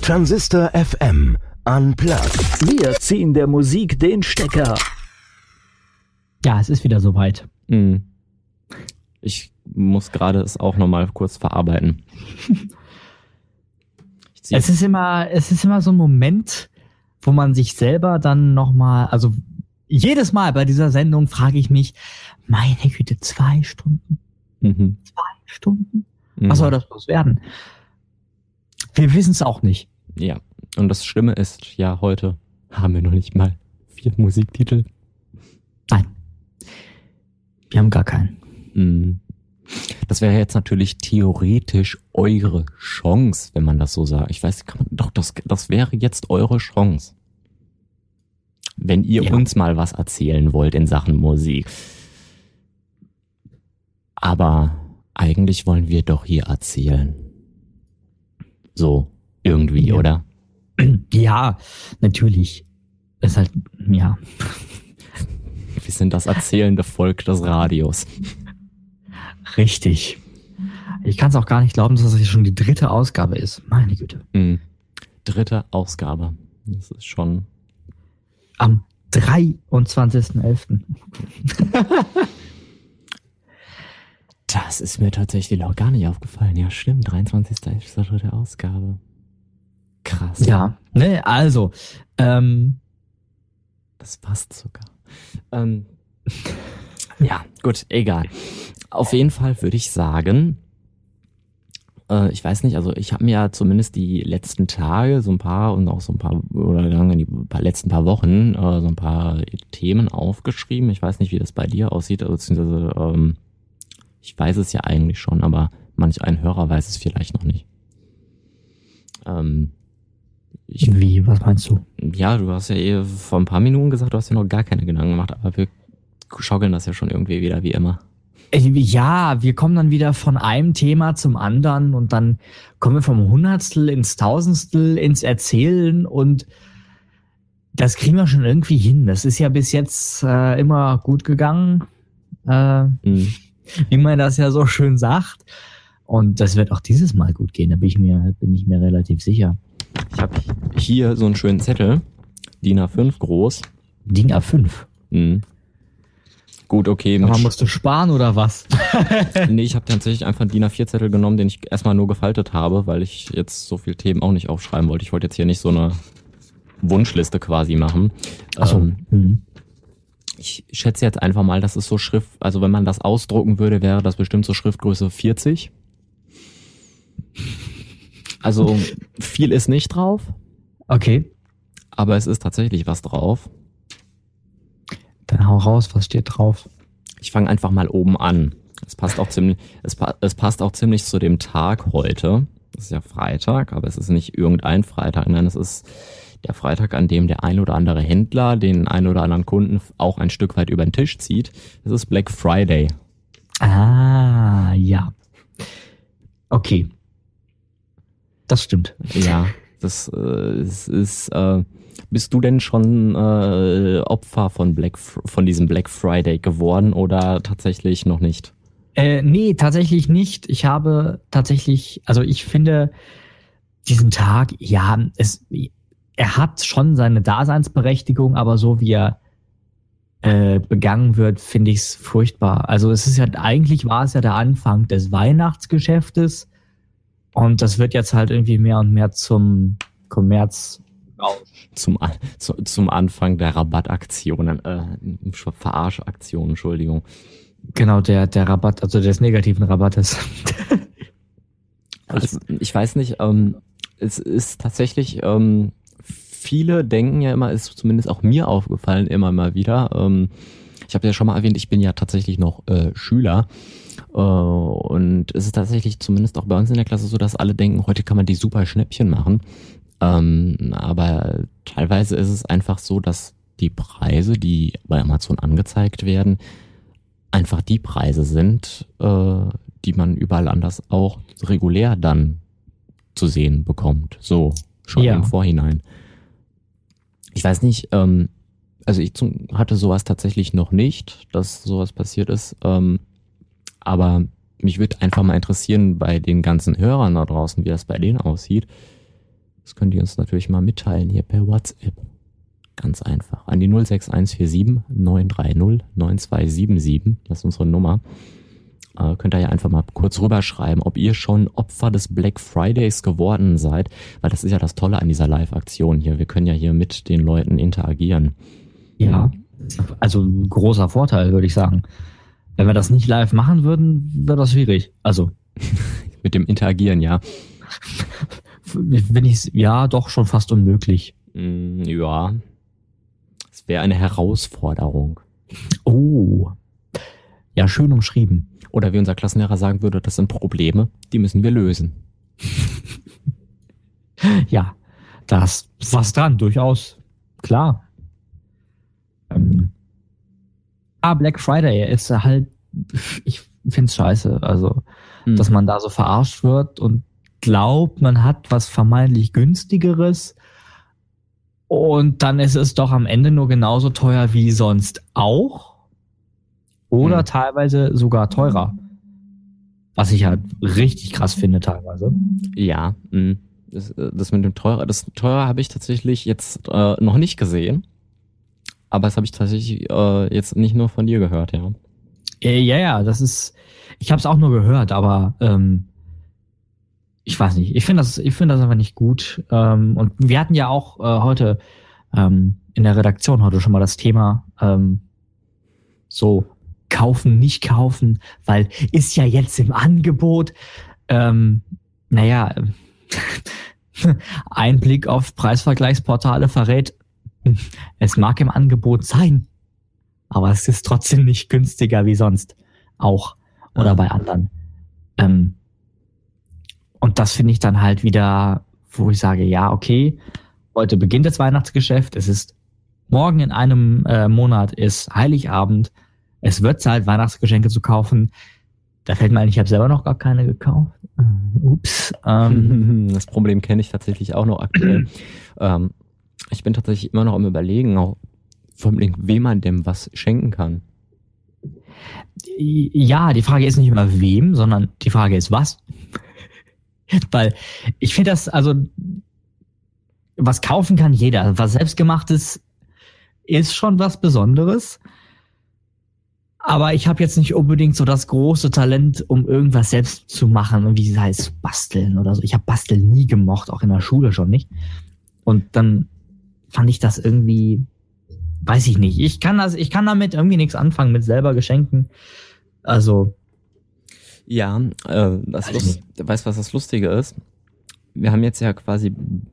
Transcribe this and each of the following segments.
Transistor FM Unplugged. Wir ziehen der Musik den Stecker. Ja, es ist wieder soweit. Ich muss gerade es auch nochmal kurz verarbeiten. Es ist immer so ein Moment, wo man sich selber dann nochmal, also jedes Mal bei dieser Sendung frage ich mich, meine Güte, 2 Stunden? 2 Stunden? Was soll das bloß werden? Wir wissen es auch nicht. Ja, und das Schlimme ist, ja, heute haben wir noch nicht mal 4 Musiktitel. Nein. Wir haben gar keinen. Das wäre jetzt natürlich theoretisch eure Chance, wenn man das so sagt. Ich weiß, das wäre jetzt eure Chance. Wenn ihr uns mal was erzählen wollt in Sachen Musik. Aber eigentlich wollen wir doch hier erzählen. So, irgendwie, oder? Ja, natürlich. Ist halt, ja. Wir sind das erzählende Volk des Radios. Richtig. Ich kann es auch gar nicht glauben, dass das hier schon die 3. Ausgabe ist. Meine Güte. 3. Ausgabe. Das ist schon... Am 23.11. Das ist mir tatsächlich auch gar nicht aufgefallen. Ja, stimmt. 23. ist die 3. Ausgabe. Krass. Ja, ne, also. Das passt sogar. Ja, gut, egal. Auf jeden Fall würde ich sagen, ich weiß nicht, also ich habe mir ja zumindest die letzten Tage so ein paar und auch so ein paar, oder die letzten paar Wochen so ein paar Themen aufgeschrieben. Ich weiß nicht, wie das bei dir aussieht, beziehungsweise ich weiß es ja eigentlich schon, aber manch ein Hörer weiß es vielleicht noch nicht. Wie, was meinst du? Ja, du hast ja vor ein paar Minuten gesagt, du hast ja noch gar keine Gedanken gemacht, aber wir schaukeln das ja schon irgendwie wieder, wie immer. Ja, wir kommen dann wieder von einem Thema zum anderen und dann kommen wir vom Hundertstel ins Tausendstel ins Erzählen und das kriegen wir schon irgendwie hin. Das ist ja bis jetzt immer gut gegangen, wie man das ja so schön sagt. Und das wird auch dieses Mal gut gehen, da bin ich mir relativ sicher. Ich habe hier so einen schönen Zettel, DIN A5 groß. DIN A5? Gut, okay. Aber musst du sparen oder was? Nee, ich habe tatsächlich einfach einen DIN A4-Zettel genommen, den ich erstmal nur gefaltet habe, weil ich jetzt so viele Themen auch nicht aufschreiben wollte. Ich wollte jetzt hier nicht so eine Wunschliste quasi machen. Ach so. Ich schätze jetzt einfach mal, das ist so also wenn man das ausdrucken würde, wäre das bestimmt so Schriftgröße 40. Also viel ist nicht drauf. Okay. Aber es ist tatsächlich was drauf. Dann hau raus, was steht drauf? Ich fange einfach mal oben an. Es passt auch ziemlich zu dem Tag heute. Es ist ja Freitag, aber es ist nicht irgendein Freitag. Nein, es ist der Freitag, an dem der ein oder andere Händler den ein oder anderen Kunden auch ein Stück weit über den Tisch zieht. Es ist Black Friday. Ah, ja. Okay. Das stimmt. Ja, das ist... Bist du denn schon Opfer von diesem Black Friday geworden oder tatsächlich noch nicht? Nee, tatsächlich nicht. Ich habe tatsächlich, also ich finde diesen Tag, ja, er hat schon seine Daseinsberechtigung, aber so wie er begangen wird, finde ich es furchtbar. Also eigentlich war es ja der Anfang des Weihnachtsgeschäftes und das wird jetzt halt irgendwie mehr und mehr zum Kommerz. Zum Anfang der Rabattaktionen, Verarschaktionen, Entschuldigung. Genau, der Rabatt, also des negativen Rabattes. Also, ich weiß nicht, es ist tatsächlich, viele denken ja immer, ist zumindest auch mir aufgefallen, immer mal wieder. Ich habe ja schon mal erwähnt, ich bin ja tatsächlich noch Schüler. Und es ist tatsächlich zumindest auch bei uns in der Klasse so, dass alle denken, heute kann man die super Schnäppchen machen. Aber teilweise ist es einfach so, dass die Preise, die bei Amazon angezeigt werden, einfach die Preise sind, die man überall anders auch regulär dann zu sehen bekommt. So, schon im Vorhinein. Ich weiß nicht, also ich hatte sowas tatsächlich noch nicht, dass sowas passiert ist, aber mich würde einfach mal interessieren bei den ganzen Hörern da draußen, wie das bei denen aussieht. Das könnt ihr uns natürlich mal mitteilen hier per WhatsApp. Ganz einfach. An die 06147 930 9277. Das ist unsere Nummer. Könnt ihr ja einfach mal kurz rüberschreiben, ob ihr schon Opfer des Black Fridays geworden seid. Weil das ist ja das Tolle an dieser Live-Aktion hier. Wir können ja hier mit den Leuten interagieren. Ja, also ein großer Vorteil, würde ich sagen. Wenn wir das nicht live machen würden, wäre das schwierig. Also mit dem Interagieren, ja. Ja, doch schon fast unmöglich. Ja. Es wäre eine Herausforderung. Oh. Ja, schön umschrieben. Oder wie unser Klassenlehrer sagen würde, das sind Probleme, die müssen wir lösen. Ja, da ist was dran, durchaus. Klar. Black Friday ist halt, ich find's scheiße, also, dass man da so verarscht wird und glaubt, man hat was vermeintlich günstigeres und dann ist es doch am Ende nur genauso teuer wie sonst auch oder teilweise sogar teurer. Was ich halt richtig krass finde teilweise. Ja, das mit dem Teurer, das Teurer habe ich tatsächlich jetzt noch nicht gesehen. Aber das habe ich tatsächlich jetzt nicht nur von dir gehört, ja. Ja, das ist, ich habe es auch nur gehört, aber ich weiß nicht. Ich finde das einfach nicht gut. Und wir hatten ja auch heute in der Redaktion heute schon mal das Thema so kaufen, nicht kaufen, weil ist ja jetzt im Angebot. Naja, ein Blick auf Preisvergleichsportale verrät, es mag im Angebot sein, aber es ist trotzdem nicht günstiger wie sonst auch oder bei anderen. Und das finde ich dann halt wieder, wo ich sage, ja, okay, heute beginnt das Weihnachtsgeschäft, es ist morgen in einem Monat ist Heiligabend, es wird Zeit, Weihnachtsgeschenke zu kaufen. Da fällt mir ein, ich habe selber noch gar keine gekauft. Ups. Das Problem kenne ich tatsächlich auch noch aktuell. Ich bin tatsächlich immer noch am Überlegen, auch vor allem, wem man dem was schenken kann. Ja, die Frage ist nicht immer wem, sondern die Frage ist was. Weil ich finde das, also was kaufen kann jeder. Was selbstgemachtes ist schon was Besonderes. Aber ich habe jetzt nicht unbedingt so das große Talent, um irgendwas selbst zu machen, wie sei es basteln oder so. Ich habe Basteln nie gemocht, auch in der Schule schon nicht. Und dann fand ich das irgendwie, weiß ich nicht. Ich kann damit irgendwie nichts anfangen mit selber Geschenken. Also. Ja, weißt du, was das Lustige ist? Wir haben jetzt ja quasi,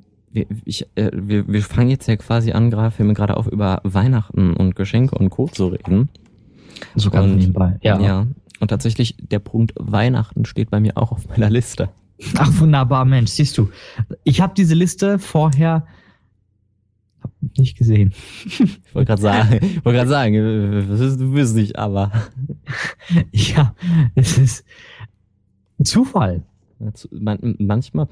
wir fangen jetzt ja quasi an, gerade auf über Weihnachten und Geschenke und Co. zu reden. Sogar nebenbei. Ja. Und tatsächlich, der Punkt Weihnachten steht bei mir auch auf meiner Liste. Ach, wunderbar, Mensch, siehst du. Ich habe diese Liste vorher nicht gesehen. Ich wollte gerade sagen, du wirst nicht, aber. Ja, es ist Zufall. Manchmal.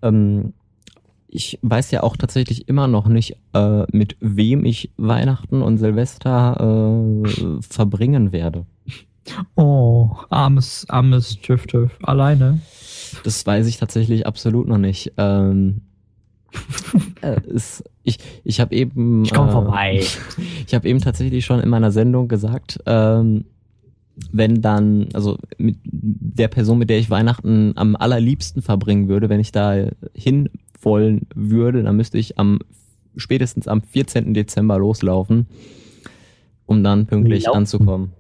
Ich weiß ja auch tatsächlich immer noch nicht, mit wem ich Weihnachten und Silvester verbringen werde. Oh, armes TÜV, alleine. Das weiß ich tatsächlich absolut noch nicht. Ich habe eben. Ich komme vorbei. Ich habe eben tatsächlich schon in meiner Sendung gesagt, wenn dann, also mit der Person, mit der ich Weihnachten am allerliebsten verbringen würde, wenn ich da hin wollen würde, dann müsste ich spätestens am 14. Dezember loslaufen, um dann pünktlich anzukommen.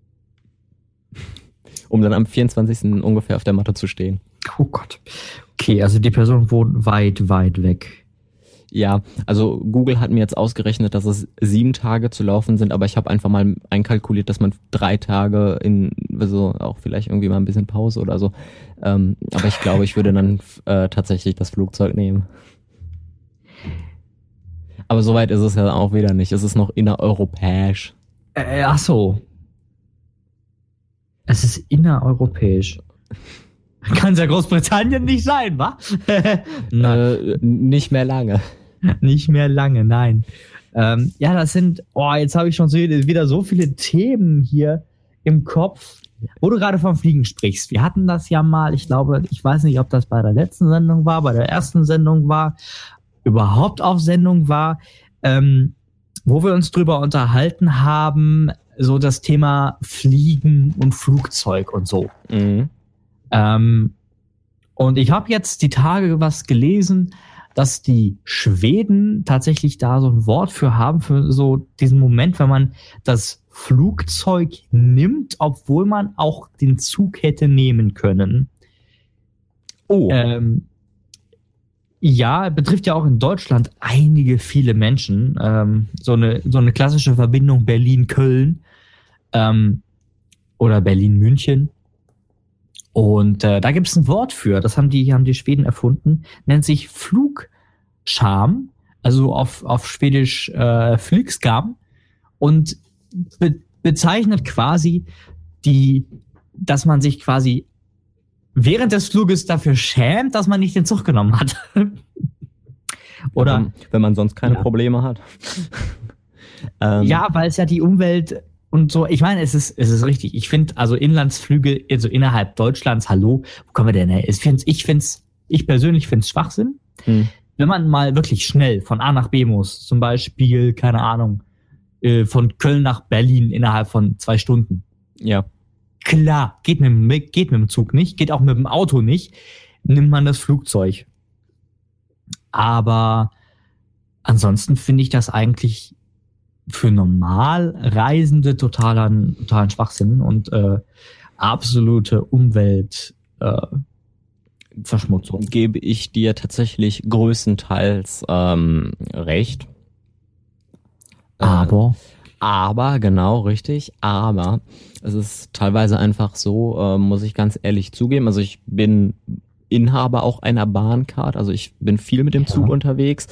Um dann am 24. ungefähr auf der Matte zu stehen. Oh Gott. Okay, also die Person wohnt weit, weit weg. Ja, also Google hat mir jetzt ausgerechnet, dass es 7 Tage zu laufen sind, aber ich habe einfach mal einkalkuliert, dass man 3 Tage also auch vielleicht irgendwie mal ein bisschen Pause oder so. Aber ich glaube, ich würde dann tatsächlich das Flugzeug nehmen. Aber soweit ist es ja auch wieder nicht. Es ist noch innereuropäisch. Ach so. Es ist innereuropäisch. Kann es ja Großbritannien nicht sein, wa? Nicht mehr lange. Nicht mehr lange, nein. Ja, das sind, jetzt habe ich schon wieder so viele Themen hier im Kopf. Wo du gerade vom Fliegen sprichst, wir hatten das ja mal, ich glaube, ich weiß nicht, ob das bei der letzten Sendung war, bei der ersten Sendung war, überhaupt auf Sendung war, wo wir uns drüber unterhalten haben, so das Thema Fliegen und Flugzeug und so. Mhm. Und ich habe jetzt die Tage was gelesen, dass die Schweden tatsächlich da so ein Wort für haben, für so diesen Moment, wenn man das Flugzeug nimmt, obwohl man auch den Zug hätte nehmen können. Oh. Ja, betrifft ja auch in Deutschland viele Menschen. So eine klassische Verbindung Berlin-Köln oder Berlin-München. Und da gibt es ein Wort für, das haben die Schweden erfunden, nennt sich Flugscham, also auf Schwedisch Flygskam, und bezeichnet quasi dass man sich quasi während des Fluges dafür schämt, dass man nicht den Zug genommen hat. Oder wenn man sonst keine Probleme hat. Ja, weil es ja die Umwelt und so, ich meine, es ist richtig. Ich finde, also Inlandsflüge, also innerhalb Deutschlands, hallo, wo kommen wir denn her? Ich persönlich finde es Schwachsinn. Wenn man mal wirklich schnell von A nach B muss, zum Beispiel, keine Ahnung, von Köln nach Berlin innerhalb von 2 Stunden. Ja. Klar, geht mit dem Zug nicht, geht auch mit dem Auto nicht, nimmt man das Flugzeug. Aber ansonsten finde ich das eigentlich für Normalreisende totalen Schwachsinn und absolute Umweltverschmutzung. Gebe ich dir tatsächlich größtenteils recht. Aber, genau, richtig, aber es ist teilweise einfach so, muss ich ganz ehrlich zugeben, also ich bin Inhaber auch einer Bahncard, also ich bin viel mit dem Zug unterwegs,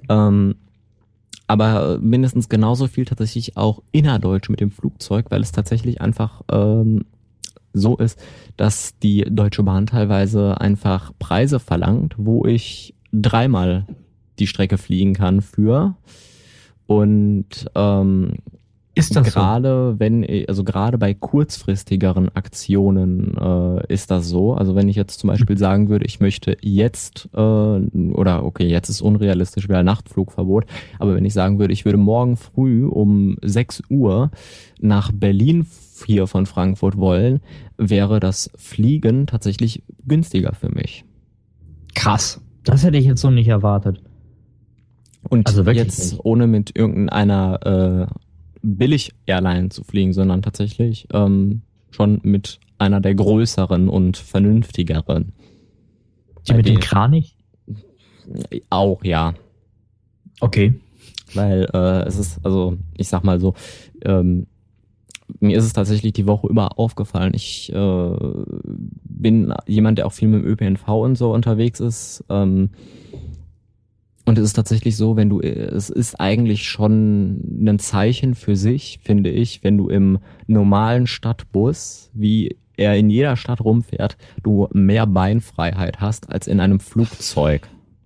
aber mindestens genauso viel tatsächlich auch innerdeutsch mit dem Flugzeug, weil es tatsächlich einfach so ist, dass die Deutsche Bahn teilweise einfach Preise verlangt, wo ich 3-mal die Strecke fliegen kann für. Und ist das gerade gerade bei kurzfristigeren Aktionen ist das so. Also wenn ich jetzt zum Beispiel sagen würde, ich möchte jetzt jetzt ist unrealistisch, wäre Nachtflugverbot, aber wenn ich sagen würde, ich würde morgen früh um 6 Uhr nach Berlin hier von Frankfurt wollen, wäre das Fliegen tatsächlich günstiger für mich. Krass. Das hätte ich jetzt so nicht erwartet. Und also jetzt nicht. Ohne mit irgendeiner Billig-Airline zu fliegen, sondern tatsächlich schon mit einer der größeren und vernünftigeren. Die mit dem Kranich? Auch, ja. Okay. Weil es ist, also ich sag mal so, mir ist es tatsächlich die Woche über aufgefallen. Ich bin jemand, der auch viel mit dem ÖPNV und so unterwegs ist. Und es ist tatsächlich so, es ist eigentlich schon ein Zeichen für sich, finde ich, wenn du im normalen Stadtbus, wie er in jeder Stadt rumfährt, du mehr Beinfreiheit hast als in einem Flugzeug.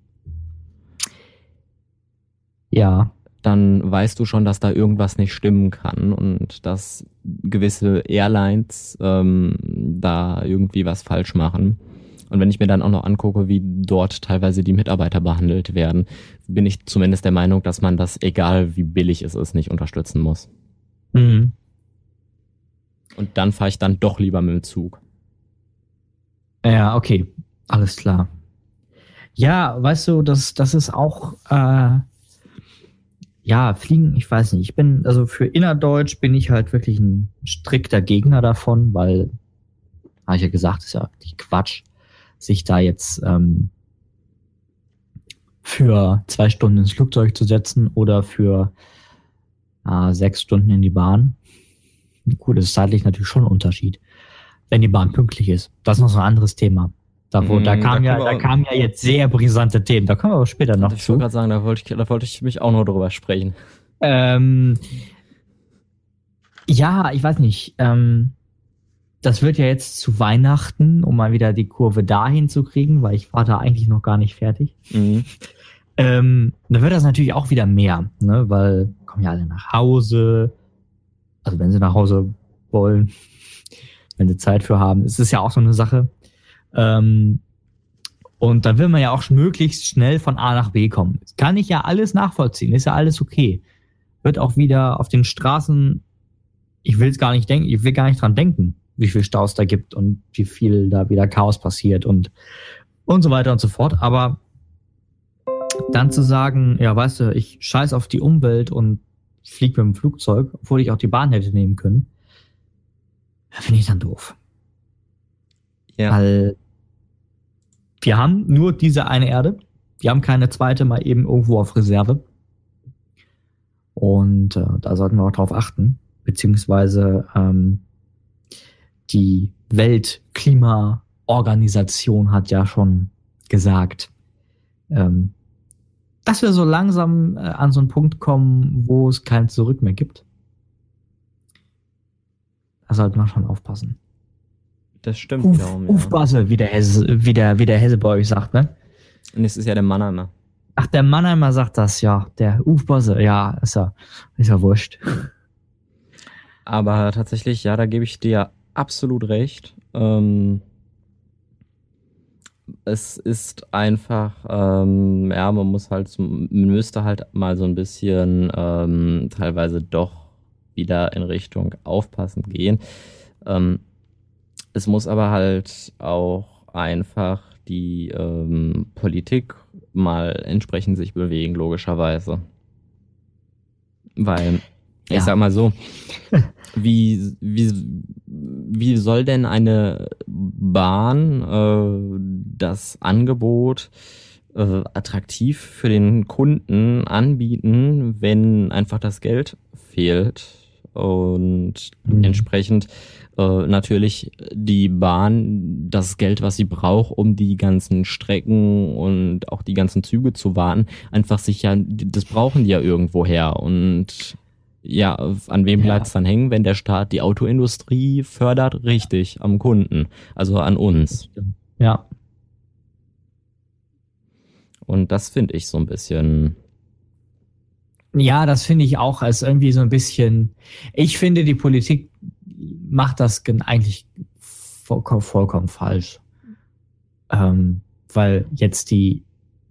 Ja. Dann weißt du schon, dass da irgendwas nicht stimmen kann und dass gewisse Airlines da irgendwie was falsch machen. Und wenn ich mir dann auch noch angucke, wie dort teilweise die Mitarbeiter behandelt werden, bin ich zumindest der Meinung, dass man das, egal wie billig es ist, nicht unterstützen muss. Mhm. Und dann fahre ich dann doch lieber mit dem Zug. Ja, okay. Alles klar. Ja, weißt du, das ist auch Fliegen, ich weiß nicht. Für innerdeutsch bin ich halt wirklich ein strikter Gegner davon, weil, habe ich ja gesagt, ist ja wirklich Quatsch, sich da jetzt für 2 Stunden ins Flugzeug zu setzen oder für 6 Stunden in die Bahn. Gut, das ist zeitlich natürlich schon ein Unterschied, wenn die Bahn pünktlich ist. Das ist noch so ein anderes Thema. Da kamen ja jetzt sehr brisante Themen. Da kommen wir aber später noch zu. Ich wollte gerade sagen, da wollte ich mich auch noch drüber sprechen. Ja, ich weiß nicht. Das wird ja jetzt zu Weihnachten, um mal wieder die Kurve dahin zu kriegen, weil ich war da eigentlich noch gar nicht fertig. Mhm. Da wird das natürlich auch wieder mehr, ne? Weil kommen ja alle nach Hause. Also wenn sie nach Hause wollen. wenn sie Zeit für haben. Es ist ja auch so eine Sache. Und dann will man ja auch möglichst schnell von A nach B kommen. Das kann ich ja alles nachvollziehen, ist ja alles okay. Wird auch wieder auf den Straßen, ich will gar nicht dran denken, wie viel Staus da gibt und wie viel da wieder Chaos passiert und so weiter und so fort. Aber dann zu sagen, ja, weißt du, ich scheiß auf die Umwelt und fliege mit dem Flugzeug, obwohl ich auch die Bahn hätte nehmen können, finde ich dann doof. Ja. Weil wir haben nur diese eine Erde. Wir haben keine zweite mal eben irgendwo auf Reserve. Und da sollten wir auch drauf achten. Beziehungsweise die Weltklimaorganisation hat ja schon gesagt, dass wir so langsam an so einen Punkt kommen, wo es kein Zurück mehr gibt. Da sollten wir schon aufpassen. Das stimmt wiederum, ja. Aufpasse, wie der Hesse bei euch sagt, ne? Und es ist ja der Mannheimer. Ach, der Mannheimer sagt das, ja. Der Aufpasse, ja, ist ja wurscht. Aber tatsächlich, ja, da gebe ich dir absolut recht. Es ist einfach, man müsste halt mal so ein bisschen teilweise doch wieder in Richtung Aufpassen gehen. Es muss aber halt auch einfach die Politik mal entsprechend sich bewegen, logischerweise. Weil, ich sag mal so, wie soll denn eine Bahn das Angebot attraktiv für den Kunden anbieten, wenn einfach das Geld fehlt und entsprechend natürlich die Bahn das Geld, was sie braucht, um die ganzen Strecken und auch die ganzen Züge zu warten, einfach das brauchen die ja irgendwo her. Und ja, an wem bleibt es dann hängen, wenn der Staat die Autoindustrie fördert? Richtig, am Kunden, also an uns. Ja. Und das finde ich so ein bisschen... Ja, das finde ich auch als irgendwie so ein bisschen... Ich finde, die Politik macht das eigentlich vollkommen falsch. Weil jetzt die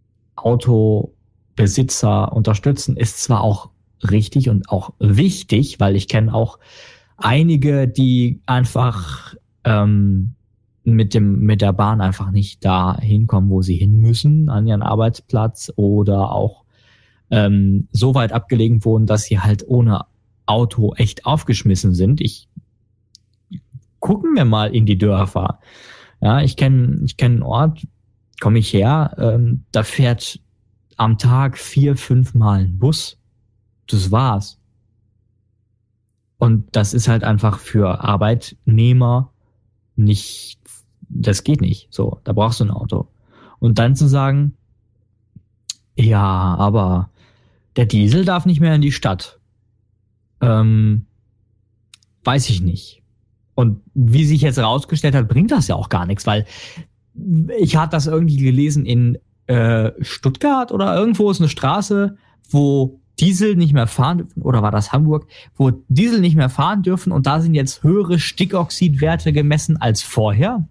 Autobesitzer unterstützen, ist zwar auch richtig und auch wichtig, weil ich kenne auch einige, die einfach mit der Bahn einfach nicht da hinkommen, wo sie hin müssen, an ihren Arbeitsplatz oder auch so weit abgelegen wurden, dass sie halt ohne Auto echt aufgeschmissen sind. Gucken wir mal in die Dörfer. Ja, ich kenne einen Ort, komme ich her, da fährt am Tag 4-5 Mal ein Bus. Das war's. Und das ist halt einfach für Arbeitnehmer nicht, das geht nicht. So, da brauchst du ein Auto. Und dann zu sagen, ja, aber der Diesel darf nicht mehr in die Stadt. Weiß ich nicht. Und wie sich jetzt herausgestellt hat, bringt das ja auch gar nichts, weil ich hatte das irgendwie gelesen in Stuttgart oder irgendwo ist eine Straße, wo Diesel nicht mehr fahren dürfen, oder war das Hamburg, wo Diesel nicht mehr fahren dürfen und da sind jetzt höhere Stickoxidwerte gemessen als vorher.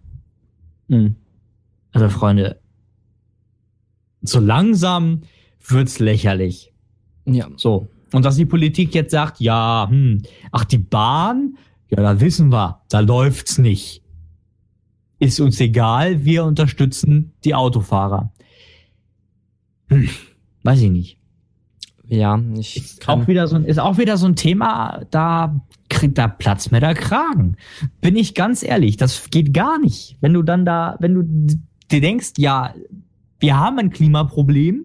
Also Freunde, so langsam wird's lächerlich. Ja. So. Und dass die Politik jetzt sagt, ja, die Bahn, ja, da wissen wir, da läuft's nicht. Ist uns egal, wir unterstützen die Autofahrer. Weiß ich nicht. Ja, ist auch wieder so ein Thema, da platzt mir der Kragen. Bin ich ganz ehrlich, das geht gar nicht. Wenn du dir denkst, ja, wir haben ein Klimaproblem,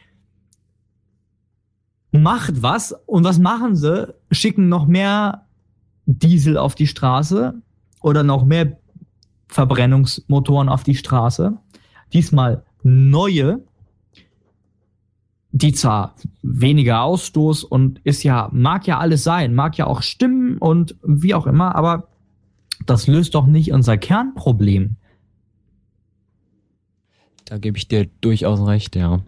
macht was, und was machen sie? Schicken noch mehr Diesel auf die Straße oder noch mehr Verbrennungsmotoren auf die Straße. Diesmal neue, die zwar weniger Ausstoß und mag ja alles sein, mag ja auch stimmen und wie auch immer, aber das löst doch nicht unser Kernproblem. Da gebe ich dir durchaus recht, ja.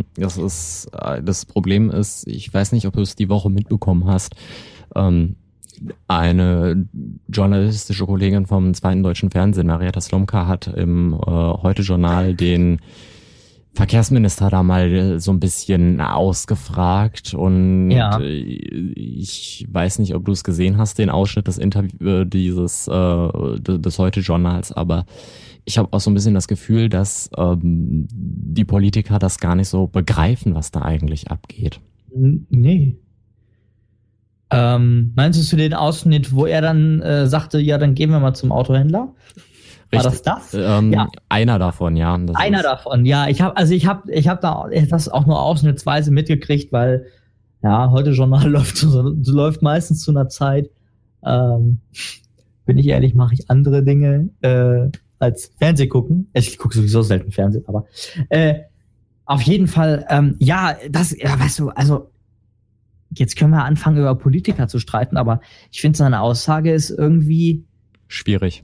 Das Problem ist, ich weiß nicht, ob du es die Woche mitbekommen hast, Eine journalistische Kollegin vom Zweiten Deutschen Fernsehen, Marietta Slomka, hat im Heute-Journal den Verkehrsminister da mal so ein bisschen ausgefragt und ich weiß nicht, ob du es gesehen hast, den Ausschnitt des des Heute-Journals, aber ich habe auch so ein bisschen das Gefühl, dass die Politiker das gar nicht so begreifen, was da eigentlich abgeht. Nee. Meinst du den Ausschnitt, wo er dann sagte, ja, dann gehen wir mal zum Autohändler? War Richtig. das? Ja. Einer davon, ja. Davon, ja. Ich hab da das auch nur ausschnittsweise mitgekriegt, weil ja, heute Journal läuft meistens zu einer Zeit. Bin ich ehrlich, mache ich andere Dinge als Fernseh gucken. Ich gucke sowieso selten Fernsehen, aber auf jeden Fall, weißt du, also jetzt können wir anfangen, über Politiker zu streiten, aber ich finde, seine Aussage ist irgendwie schwierig.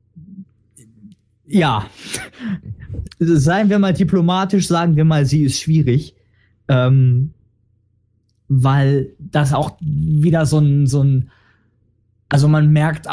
Ja, seien wir mal diplomatisch, sagen wir mal, sie ist schwierig, weil das auch wieder so ein, also man merkt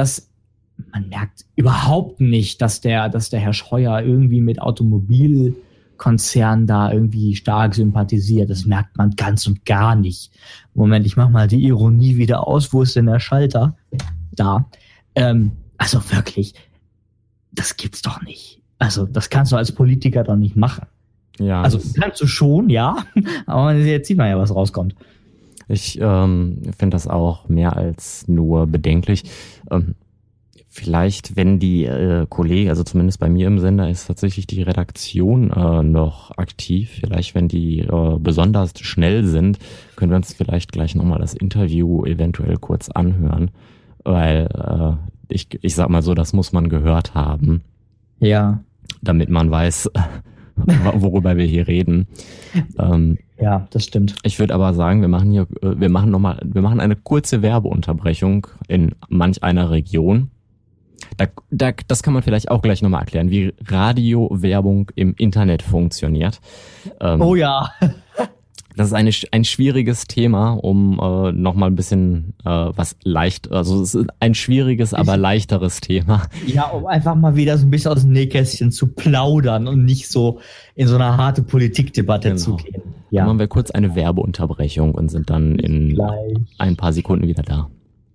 überhaupt nicht, dass der Herr Scheuer irgendwie mit Automobilkonzernen da irgendwie stark sympathisiert. Das merkt man ganz und gar nicht. Moment, ich mach mal die Ironie wieder aus. Wo ist denn der Schalter? Da. Also wirklich. Das gibt's doch nicht. Also, das kannst du als Politiker doch nicht machen. Ja. Also, kannst du schon, ja. Aber jetzt sieht man ja, was rauskommt. Ich finde das auch mehr als nur bedenklich. Vielleicht, wenn die Kollegen, also zumindest bei mir im Sender ist tatsächlich die Redaktion noch aktiv. Vielleicht, wenn die besonders schnell sind, können wir uns vielleicht gleich nochmal das Interview eventuell kurz anhören. Weil ich sag mal so, das muss man gehört haben. Ja. Damit man weiß, worüber wir hier reden. Ja, das stimmt. Ich würde aber sagen, wir machen eine kurze Werbeunterbrechung in manch einer Region. Das kann man vielleicht auch gleich nochmal erklären, wie Radiowerbung im Internet funktioniert. Oh ja. Das ist ein schwieriges Thema, um nochmal ein bisschen also es ist ein schwieriges, aber leichteres Thema. Ja, um einfach mal wieder so ein bisschen aus dem Nähkästchen zu plaudern und nicht so in so eine harte Politikdebatte zu gehen. Ja. Dann machen wir kurz eine Werbeunterbrechung und sind dann in ein paar Sekunden wieder da.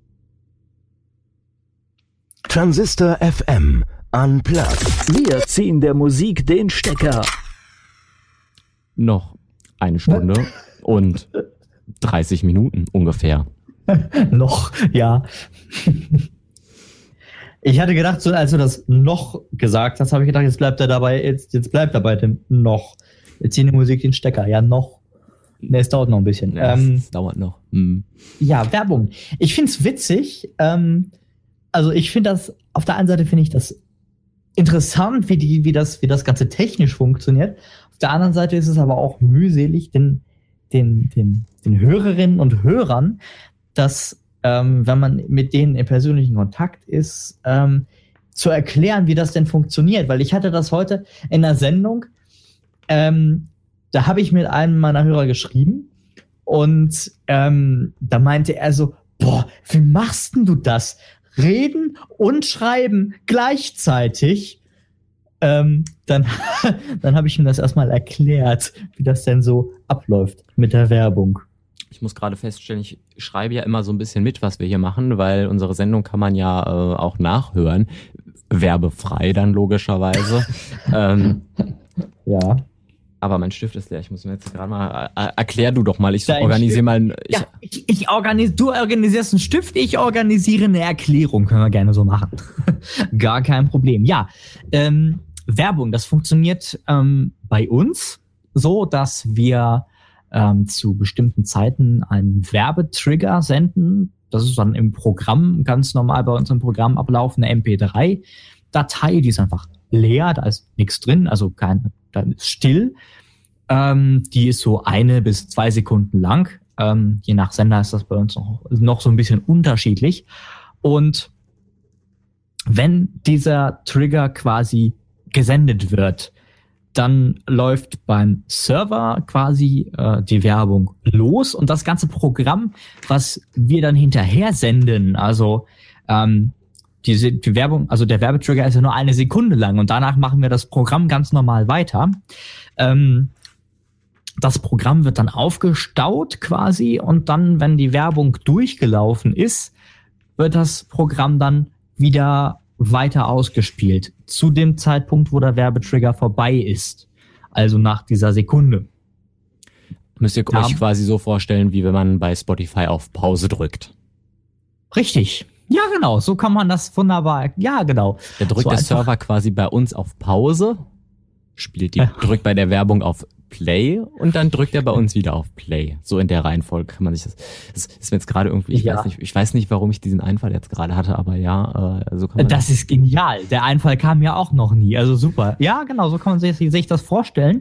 Transistor FM Unplugged. Wir ziehen der Musik den Stecker. Noch eine Stunde und 30 Minuten ungefähr. Noch, ja. Ich hatte gedacht, so, als du das noch gesagt hast, habe ich gedacht, jetzt bleibt er dabei, jetzt bleibt er bei dem noch. Jetzt ziehen die Musik den Stecker, ja, noch. Ne, es dauert noch ein bisschen. Ja, es dauert noch. Ja, Werbung. Ich find's witzig. Also ich finde das, auf der einen Seite finde ich das interessant, wie das Ganze technisch funktioniert. Auf der anderen Seite ist es aber auch mühselig, den Hörerinnen und Hörern, dass, wenn man mit denen in persönlichen Kontakt ist, zu erklären, wie das denn funktioniert. Weil ich hatte das heute in der Sendung, da habe ich mit einem meiner Hörer geschrieben und da meinte er so, boah, wie machst denn du das? Reden und schreiben gleichzeitig. Dann habe ich ihm das erstmal erklärt, wie das denn so abläuft mit der Werbung. Ich muss gerade feststellen, ich schreibe ja immer so ein bisschen mit, was wir hier machen, weil unsere Sendung kann man ja auch nachhören. Werbefrei dann logischerweise. Ja. Aber mein Stift ist leer. Ich muss mir jetzt gerade mal... erklär du doch mal. Ich organisiere mal... Du organisierst einen Stift, ich organisiere eine Erklärung. Können wir gerne so machen. Gar kein Problem. Ja, Werbung, das funktioniert bei uns so, dass wir zu bestimmten Zeiten einen Werbetrigger senden. Das ist dann im Programm, ganz normal bei uns im Programm ablaufende MP3-Datei. Die ist einfach leer, da ist nichts drin, also dann ist still. Die ist so 1 bis 2 Sekunden lang. Je nach Sender ist das bei uns noch so ein bisschen unterschiedlich. Und wenn dieser Trigger quasi gesendet wird, dann läuft beim Server quasi die Werbung los und das ganze Programm, was wir dann hinterher senden, also die Werbung, also der Werbetrigger ist ja nur 1 Sekunde lang und danach machen wir das Programm ganz normal weiter. Das Programm wird dann aufgestaut quasi und dann, wenn die Werbung durchgelaufen ist, wird das Programm dann wieder weiter ausgespielt. Zu dem Zeitpunkt, wo der Werbetrigger vorbei ist. Also nach dieser Sekunde. Müsst ihr euch quasi so vorstellen, wie wenn man bei Spotify auf Pause drückt. Richtig. Ja, genau. So kann man das wunderbar. Ja, genau. Der drückt so der Server quasi bei uns auf Pause, drückt bei der Werbung auf Play und dann drückt er bei uns wieder auf Play. So in der Reihenfolge kann man sich das ist mir jetzt gerade irgendwie, ich weiß nicht, warum ich diesen Einfall jetzt gerade hatte, aber ja, so kann man das ist genial. Der Einfall kam ja auch noch nie, also super. Ja, genau, so kann man sich das vorstellen.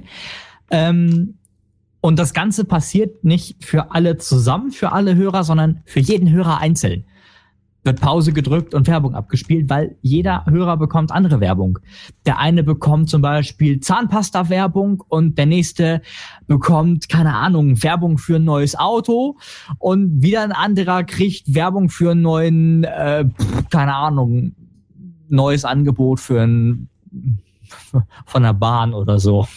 Und das Ganze passiert nicht für alle zusammen, für alle Hörer, sondern für jeden Hörer einzeln. Wird Pause gedrückt und Werbung abgespielt, weil jeder Hörer bekommt andere Werbung. Der eine bekommt zum Beispiel Zahnpasta-Werbung und der nächste bekommt, keine Ahnung, Werbung für ein neues Auto und wieder ein anderer kriegt Werbung für einen neuen, keine Ahnung, neues Angebot für von der Bahn oder so.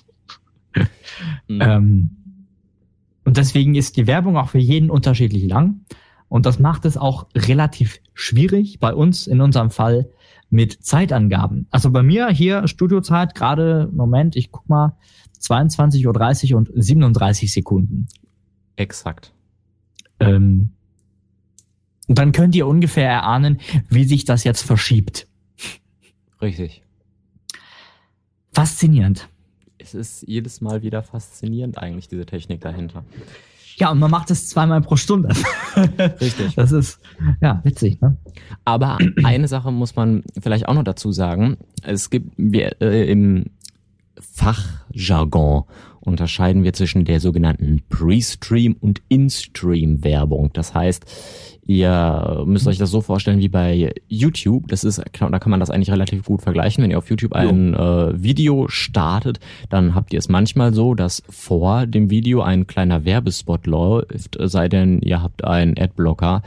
Und deswegen ist die Werbung auch für jeden unterschiedlich lang. Und das macht es auch relativ schwierig bei uns, in unserem Fall, mit Zeitangaben. Also bei mir hier Studiozeit gerade, Moment, ich guck mal, 22:30 und 37 Sekunden. Exakt. Und dann könnt ihr ungefähr erahnen, wie sich das jetzt verschiebt. Richtig. Faszinierend. Es ist jedes Mal wieder faszinierend eigentlich, diese Technik dahinter. Ja, und man macht es 2-mal pro Stunde. Richtig. Das ist, ja, witzig, ne? Aber eine Sache muss man vielleicht auch noch dazu sagen. Es gibt, im Fachjargon unterscheiden wir zwischen der sogenannten Pre-Stream und In-Stream Werbung. Das heißt, ihr müsst euch das so vorstellen wie bei YouTube. Das ist, da kann man das eigentlich relativ gut vergleichen. Wenn ihr auf YouTube ein Video startet, dann habt ihr es manchmal so, dass vor dem Video ein kleiner Werbespot läuft, sei denn ihr habt einen Adblocker.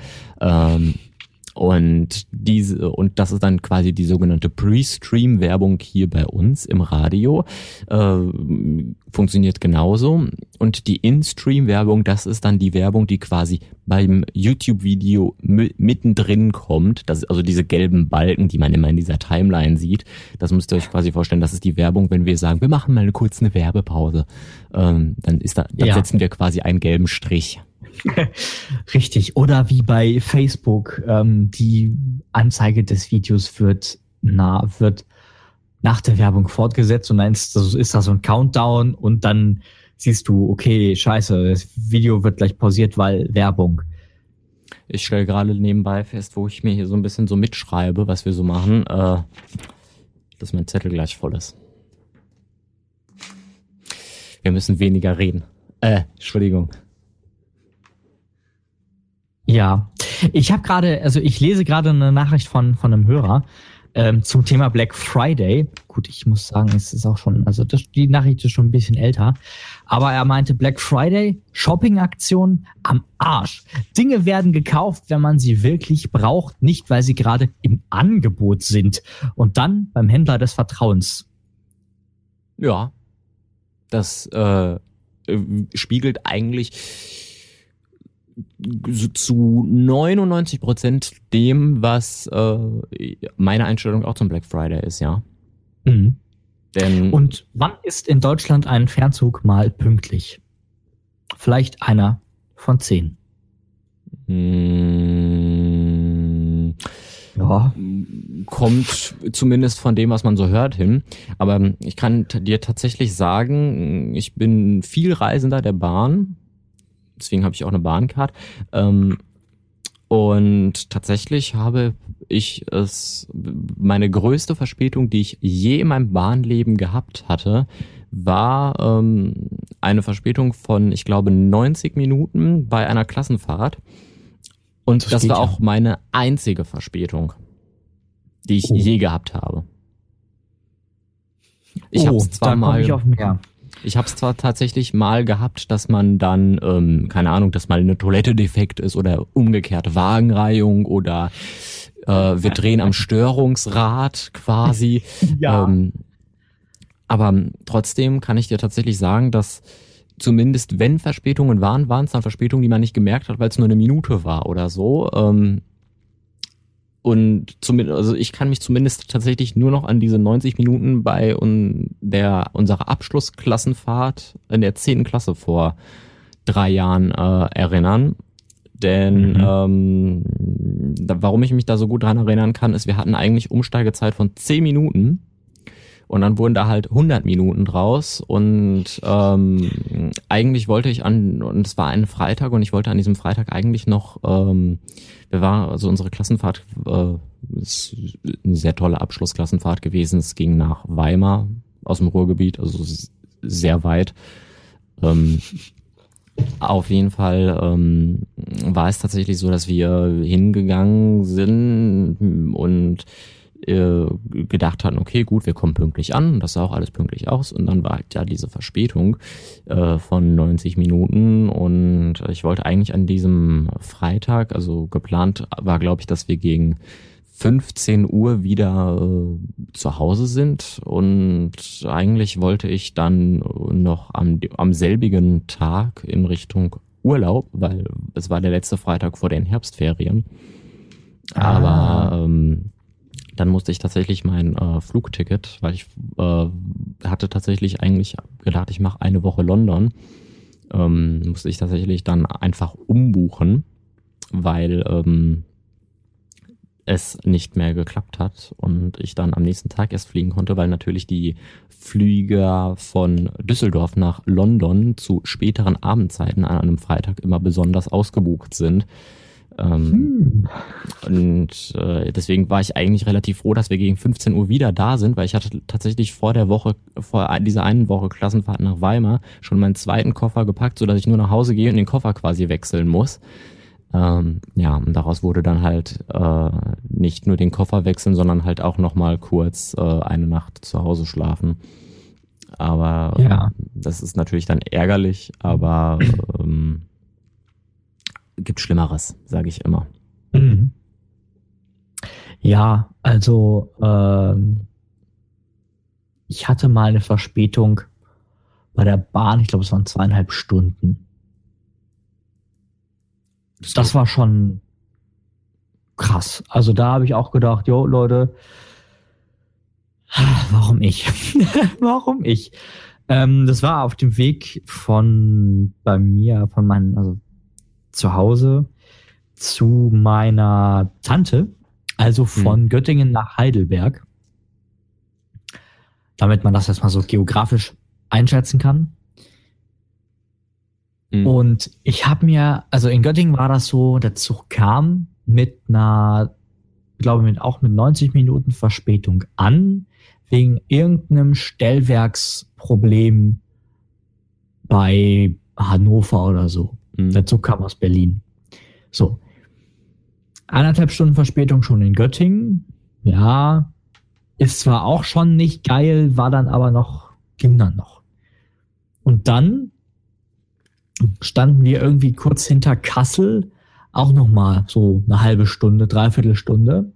Und das ist dann quasi die sogenannte Pre-Stream-Werbung hier bei uns im Radio. Funktioniert genauso. Und die In-Stream-Werbung, das ist dann die Werbung, die quasi beim YouTube-Video mittendrin kommt. Das ist also diese gelben Balken, die man immer in dieser Timeline sieht. Das müsst ihr euch quasi vorstellen. Das ist die Werbung, wenn wir sagen, wir machen mal kurz eine Werbepause. Dann setzen wir quasi einen gelben Strich. Richtig. Oder wie bei Facebook, die Anzeige des Videos wird nach der Werbung fortgesetzt und dann ist da so ein Countdown und dann siehst du, okay, scheiße, das Video wird gleich pausiert, weil Werbung. Ich stelle gerade nebenbei fest, wo ich mir hier so ein bisschen so mitschreibe, was wir so machen, dass mein Zettel gleich voll ist. Wir müssen weniger reden. Entschuldigung. Ja, ich lese gerade eine Nachricht von einem Hörer zum Thema Black Friday. Gut, ich muss sagen, es ist auch schon, die Nachricht ist schon ein bisschen älter. Aber er meinte, Black Friday, Shopping-Aktion am Arsch. Dinge werden gekauft, wenn man sie wirklich braucht, nicht weil sie gerade im Angebot sind. Und dann beim Händler des Vertrauens. Ja, das spiegelt eigentlich zu 99% dem, was meine Einstellung auch zum Black Friday ist, ja. Mhm. Denn und wann ist in Deutschland ein Fernzug mal pünktlich? Vielleicht einer von 10. Ja. Kommt zumindest von dem, was man so hört, hin. Aber ich kann dir tatsächlich sagen, ich bin viel Reisender der Bahn. Deswegen habe ich auch eine Bahncard. Und tatsächlich habe ich meine größte Verspätung, die ich je in meinem Bahnleben gehabt hatte, war eine Verspätung von, ich glaube, 90 Minuten bei einer Klassenfahrt. Und das war auch meine einzige Verspätung, die ich je gehabt habe. Ich habe es zwar Ich habe es zwar tatsächlich mal gehabt, dass man dann, keine Ahnung, dass mal eine Toilette defekt ist oder umgekehrt Wagenreihung oder wir drehen am Störungsrad quasi. Ja. Aber trotzdem kann ich dir tatsächlich sagen, dass zumindest wenn Verspätungen waren es dann Verspätungen, die man nicht gemerkt hat, weil es nur eine Minute war oder so. Und zumindest, also ich kann mich zumindest tatsächlich nur noch an diese 90 Minuten bei unserer Abschlussklassenfahrt in der 10. Klasse vor 3 Jahren erinnern. Denn warum ich mich da so gut dran erinnern kann, ist, wir hatten eigentlich Umsteigezeit von 10 Minuten und dann wurden da halt 100 Minuten draus und eigentlich wollte ich und es war ein Freitag und ich wollte an diesem Freitag eigentlich noch unsere Klassenfahrt ist eine sehr tolle Abschlussklassenfahrt gewesen. Es ging nach Weimar aus dem Ruhrgebiet, also sehr weit. Auf jeden Fall war es tatsächlich so, dass wir hingegangen sind und gedacht hatten, okay, gut, wir kommen pünktlich an, das sah auch alles pünktlich aus und dann war halt ja diese Verspätung von 90 Minuten und ich wollte eigentlich an diesem Freitag, also geplant war, glaube ich, dass wir gegen 15 Uhr wieder zu Hause sind und eigentlich wollte ich dann noch am selbigen Tag in Richtung Urlaub, weil es war der letzte Freitag vor den Herbstferien, aber dann musste ich tatsächlich mein Flugticket, weil ich hatte tatsächlich eigentlich gedacht, ich mache eine Woche London, musste ich tatsächlich dann einfach umbuchen, weil es nicht mehr geklappt hat und ich dann am nächsten Tag erst fliegen konnte, weil natürlich die Flüge von Düsseldorf nach London zu späteren Abendzeiten an einem Freitag immer besonders ausgebucht sind. Und deswegen war ich eigentlich relativ froh, dass wir gegen 15 Uhr wieder da sind, weil ich hatte tatsächlich vor dieser einen Woche Klassenfahrt nach Weimar schon meinen zweiten Koffer gepackt, sodass ich nur nach Hause gehe und den Koffer quasi wechseln muss. Und daraus wurde dann halt nicht nur den Koffer wechseln, sondern halt auch nochmal kurz eine Nacht zu Hause schlafen. Aber das ist natürlich dann ärgerlich, aber gibt Schlimmeres, sage ich immer. Ja, also ich hatte mal eine Verspätung bei der Bahn, ich glaube es waren 2,5 Stunden. Das war schon krass. Also da habe ich auch gedacht, jo Leute, warum ich? Warum ich? Das war auf dem Weg von meinem Zuhause zu meiner Tante, also von Göttingen nach Heidelberg, damit man das jetzt mal so geografisch einschätzen kann. Und ich habe mir, also in Göttingen war das so, der Zug kam mit auch mit 90 Minuten Verspätung an, wegen irgendeinem Stellwerksproblem bei Hannover oder so. Der Zug kam aus Berlin. So. 1,5 Stunden Verspätung schon in Göttingen. Ja, ist zwar auch schon nicht geil, ging dann noch. Und dann standen wir irgendwie kurz hinter Kassel, auch nochmal so eine halbe Stunde, 3/4 Stunde,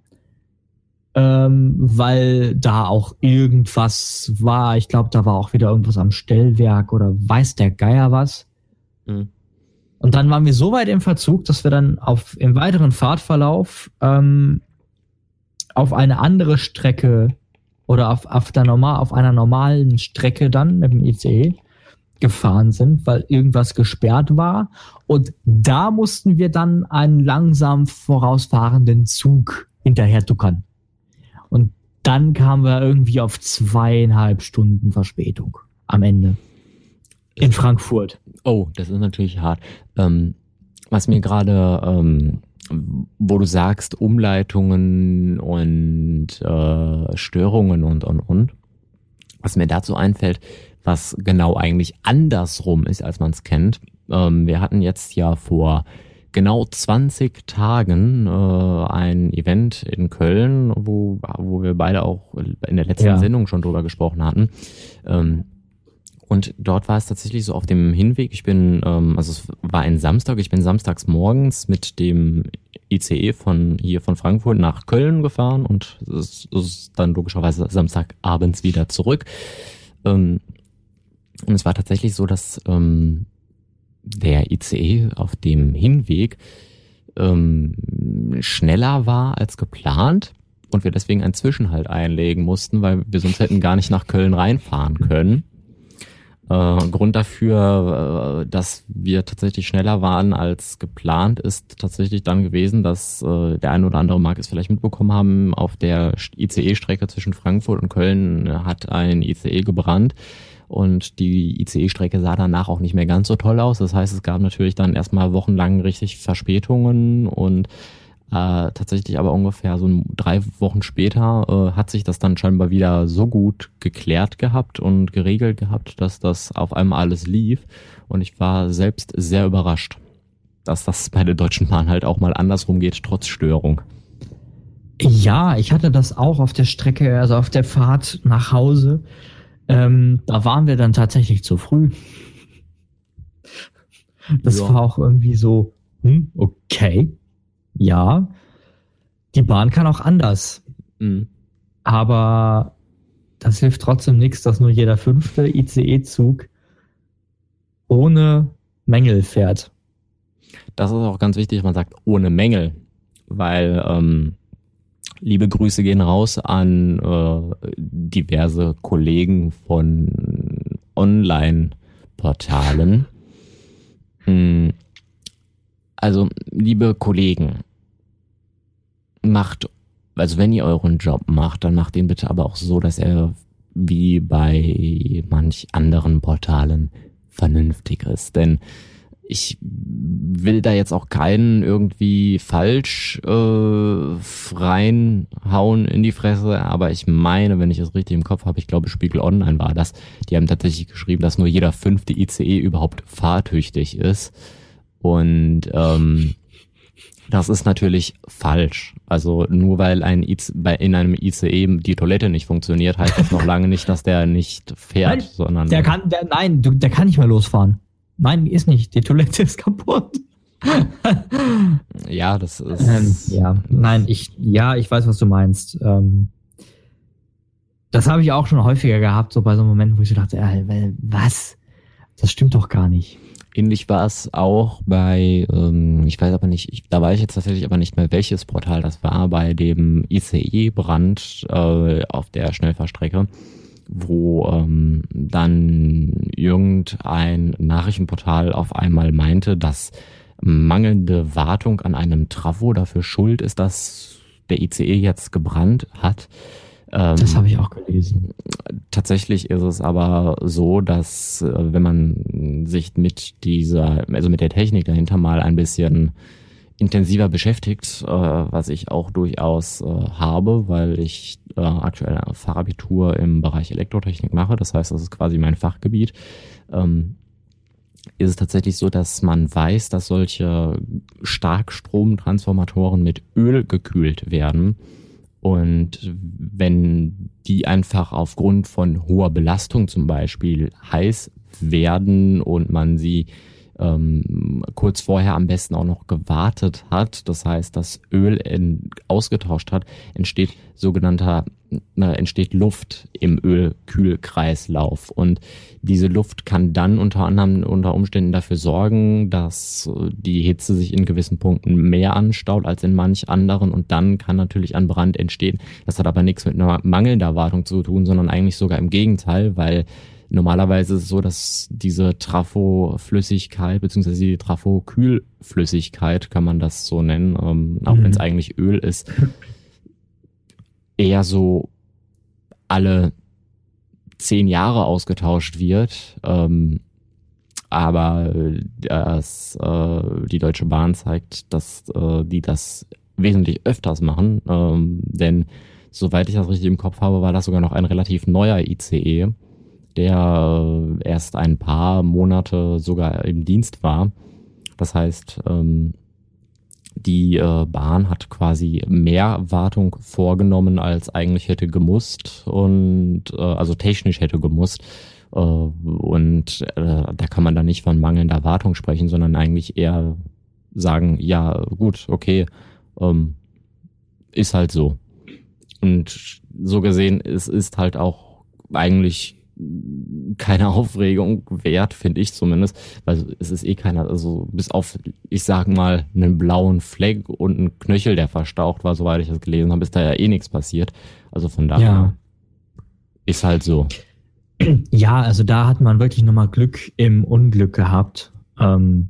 weil da auch irgendwas war. Ich glaube, da war auch wieder irgendwas am Stellwerk oder weiß der Geier was. Und dann waren wir so weit im Verzug, dass wir dann im weiteren Fahrtverlauf auf eine andere Strecke oder auf einer normalen Strecke dann mit dem ICE gefahren sind, weil irgendwas gesperrt war. Und da mussten wir dann einen langsam vorausfahrenden Zug hinterher tuckern. Und dann kamen wir irgendwie auf 2,5 Stunden Verspätung am Ende. In Frankfurt. Oh, das ist natürlich hart. Was mir gerade, wo du sagst, Umleitungen und Störungen und, was mir dazu einfällt, was genau eigentlich andersrum ist, als man es kennt. Wir hatten jetzt ja vor genau 20 Tagen ein Event in Köln, wo wir beide auch in der letzten Sendung schon drüber gesprochen hatten. Und dort war es tatsächlich so auf dem Hinweg, ich bin, also es war ein Samstag, ich bin samstags morgens mit dem ICE von Frankfurt nach Köln gefahren und es ist dann logischerweise Samstagabends wieder zurück. Und es war tatsächlich so, dass der ICE auf dem Hinweg schneller war als geplant und wir deswegen einen Zwischenhalt einlegen mussten, weil wir sonst hätten gar nicht nach Köln reinfahren können. Grund dafür, dass wir tatsächlich schneller waren als geplant, ist tatsächlich dann gewesen, dass der eine oder andere mag es vielleicht mitbekommen haben, auf der ICE-Strecke zwischen Frankfurt und Köln hat ein ICE gebrannt und die ICE-Strecke sah danach auch nicht mehr ganz so toll aus. Das heißt, es gab natürlich dann erstmal wochenlang richtig Verspätungen und tatsächlich aber ungefähr so 3 Wochen später hat sich das dann scheinbar wieder so gut geklärt gehabt und geregelt gehabt, dass das auf einmal alles lief. Und ich war selbst sehr überrascht, dass das bei der Deutschen Bahn halt auch mal andersrum geht, trotz Störung. Ja, ich hatte das auch auf der Strecke, also auf der Fahrt nach Hause. Da waren wir dann tatsächlich zu früh. Das war auch irgendwie so, okay. Ja, die Bahn kann auch anders. Mhm. Aber das hilft trotzdem nichts, dass nur jeder 5. ICE-Zug ohne Mängel fährt. Das ist auch ganz wichtig, man sagt ohne Mängel, weil liebe Grüße gehen raus an diverse Kollegen von Online-Portalen. Also, liebe Kollegen, also wenn ihr euren Job macht, dann macht ihn bitte aber auch so, dass er wie bei manch anderen Portalen vernünftig ist. Denn ich will da jetzt auch keinen irgendwie falsch reinhauen in die Fresse, aber ich meine, wenn ich es richtig im Kopf habe, ich glaube Spiegel Online war das, die haben tatsächlich geschrieben, dass nur jeder 5. ICE überhaupt fahrtüchtig ist. Und das ist natürlich falsch. Also nur weil in einem ICE die Toilette nicht funktioniert, heißt das noch lange nicht, dass der nicht fährt. Nein, sondern der kann nicht mehr losfahren. Nein, ist nicht. Die Toilette ist kaputt. Ja, das ist... ich weiß, was du meinst. Das habe ich auch schon häufiger gehabt, so bei so Momenten, wo ich so dachte, was? Das stimmt doch gar nicht. Ähnlich war es auch bei, ich weiß aber nicht, da weiß ich jetzt tatsächlich aber nicht mehr, welches Portal das war, bei dem ICE-Brand auf der Schnellfahrstrecke, wo dann irgendein Nachrichtenportal auf einmal meinte, dass mangelnde Wartung an einem Trafo dafür schuld ist, dass der ICE jetzt gebrannt hat. Das habe ich auch gelesen. Tatsächlich ist es aber so, dass wenn man sich mit der Technik dahinter mal ein bisschen intensiver beschäftigt, was ich auch durchaus habe, weil ich aktuell Fachabitur im Bereich Elektrotechnik mache, das heißt, das ist quasi mein Fachgebiet, ist es tatsächlich so, dass man weiß, dass solche Starkstromtransformatoren mit Öl gekühlt werden. Und wenn die einfach aufgrund von hoher Belastung zum Beispiel heiß werden und man sie kurz vorher am besten auch noch gewartet hat, das heißt, das Öl ausgetauscht hat, entsteht Luft im Ölkühlkreislauf. Und diese Luft kann dann unter Umständen dafür sorgen, dass die Hitze sich in gewissen Punkten mehr anstaut als in manch anderen und dann kann natürlich ein Brand entstehen. Das hat aber nichts mit einer mangelnder Wartung zu tun, sondern eigentlich sogar im Gegenteil, weil normalerweise ist es so, dass diese Trafo-Flüssigkeit, beziehungsweise die Trafo-Kühlflüssigkeit, kann man das so nennen, auch wenn es eigentlich Öl ist, eher so alle 10 Jahre ausgetauscht wird. Aber die Deutsche Bahn zeigt, dass die das wesentlich öfters machen. Denn soweit ich das richtig im Kopf habe, war das sogar noch ein relativ neuer ICE, der erst ein paar Monate sogar im Dienst war. Das heißt, Die Bahn hat quasi mehr Wartung vorgenommen, als eigentlich hätte gemusst und also technisch hätte gemusst. Da kann man dann nicht von mangelnder Wartung sprechen, sondern eigentlich eher sagen, ja gut, okay, ist halt so. Und so gesehen, es ist halt auch eigentlich keine Aufregung wert, finde ich zumindest, weil es ist keiner, also bis auf, ich sag mal, einen blauen Fleck und einen Knöchel, der verstaucht war, soweit ich das gelesen habe, ist da ja nichts passiert. Also von daher ist halt so. Ja, also da hat man wirklich nochmal Glück im Unglück gehabt. Und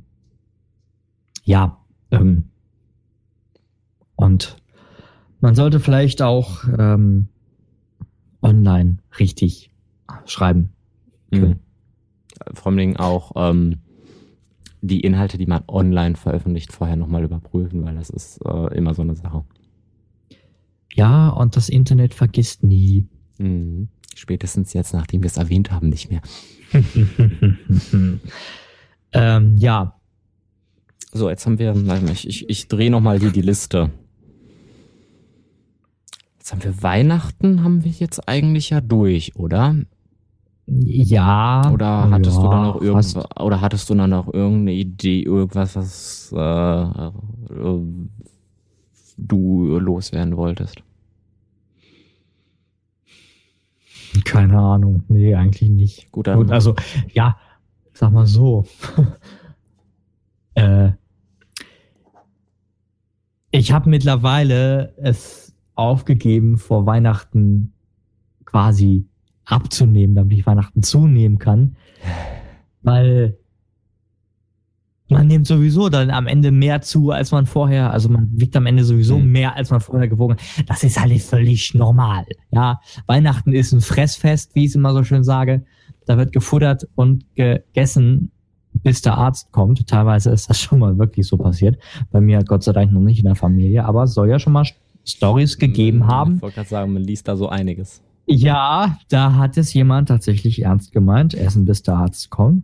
man sollte vielleicht auch online richtig schreiben können. Vor allen Dingen auch die Inhalte, die man online veröffentlicht, vorher nochmal überprüfen, weil das ist immer so eine Sache. Ja, und das Internet vergisst nie. Mhm. Spätestens jetzt, nachdem wir es erwähnt haben, nicht mehr. Ja. So, jetzt haben wir, ich drehe nochmal die Liste. Jetzt haben wir Weihnachten, haben wir jetzt eigentlich ja durch, oder? Ja. Oder hattest du dann noch irgendeine Idee, irgendwas, was du loswerden wolltest? Keine Ahnung. Nee, eigentlich nicht. Gut, dann. Also, ja, sag mal so. Ich habe mittlerweile es aufgegeben, vor Weihnachten quasi abzunehmen, damit ich Weihnachten zunehmen kann. Weil man nimmt sowieso dann am Ende mehr zu, als man vorher, also man wiegt am Ende sowieso mehr, als man vorher gewogen hat. Das ist halt völlig normal. Ja, Weihnachten ist ein Fressfest, wie ich es immer so schön sage. Da wird gefuttert und gegessen, bis der Arzt kommt. Teilweise ist das schon mal wirklich so passiert. Bei mir Gott sei Dank noch nicht in der Familie, aber es soll ja schon mal Storys gegeben haben. Ich wollte gerade sagen, man liest da so einiges. Ja, da hat es jemand tatsächlich ernst gemeint, essen bis der Arzt kommt.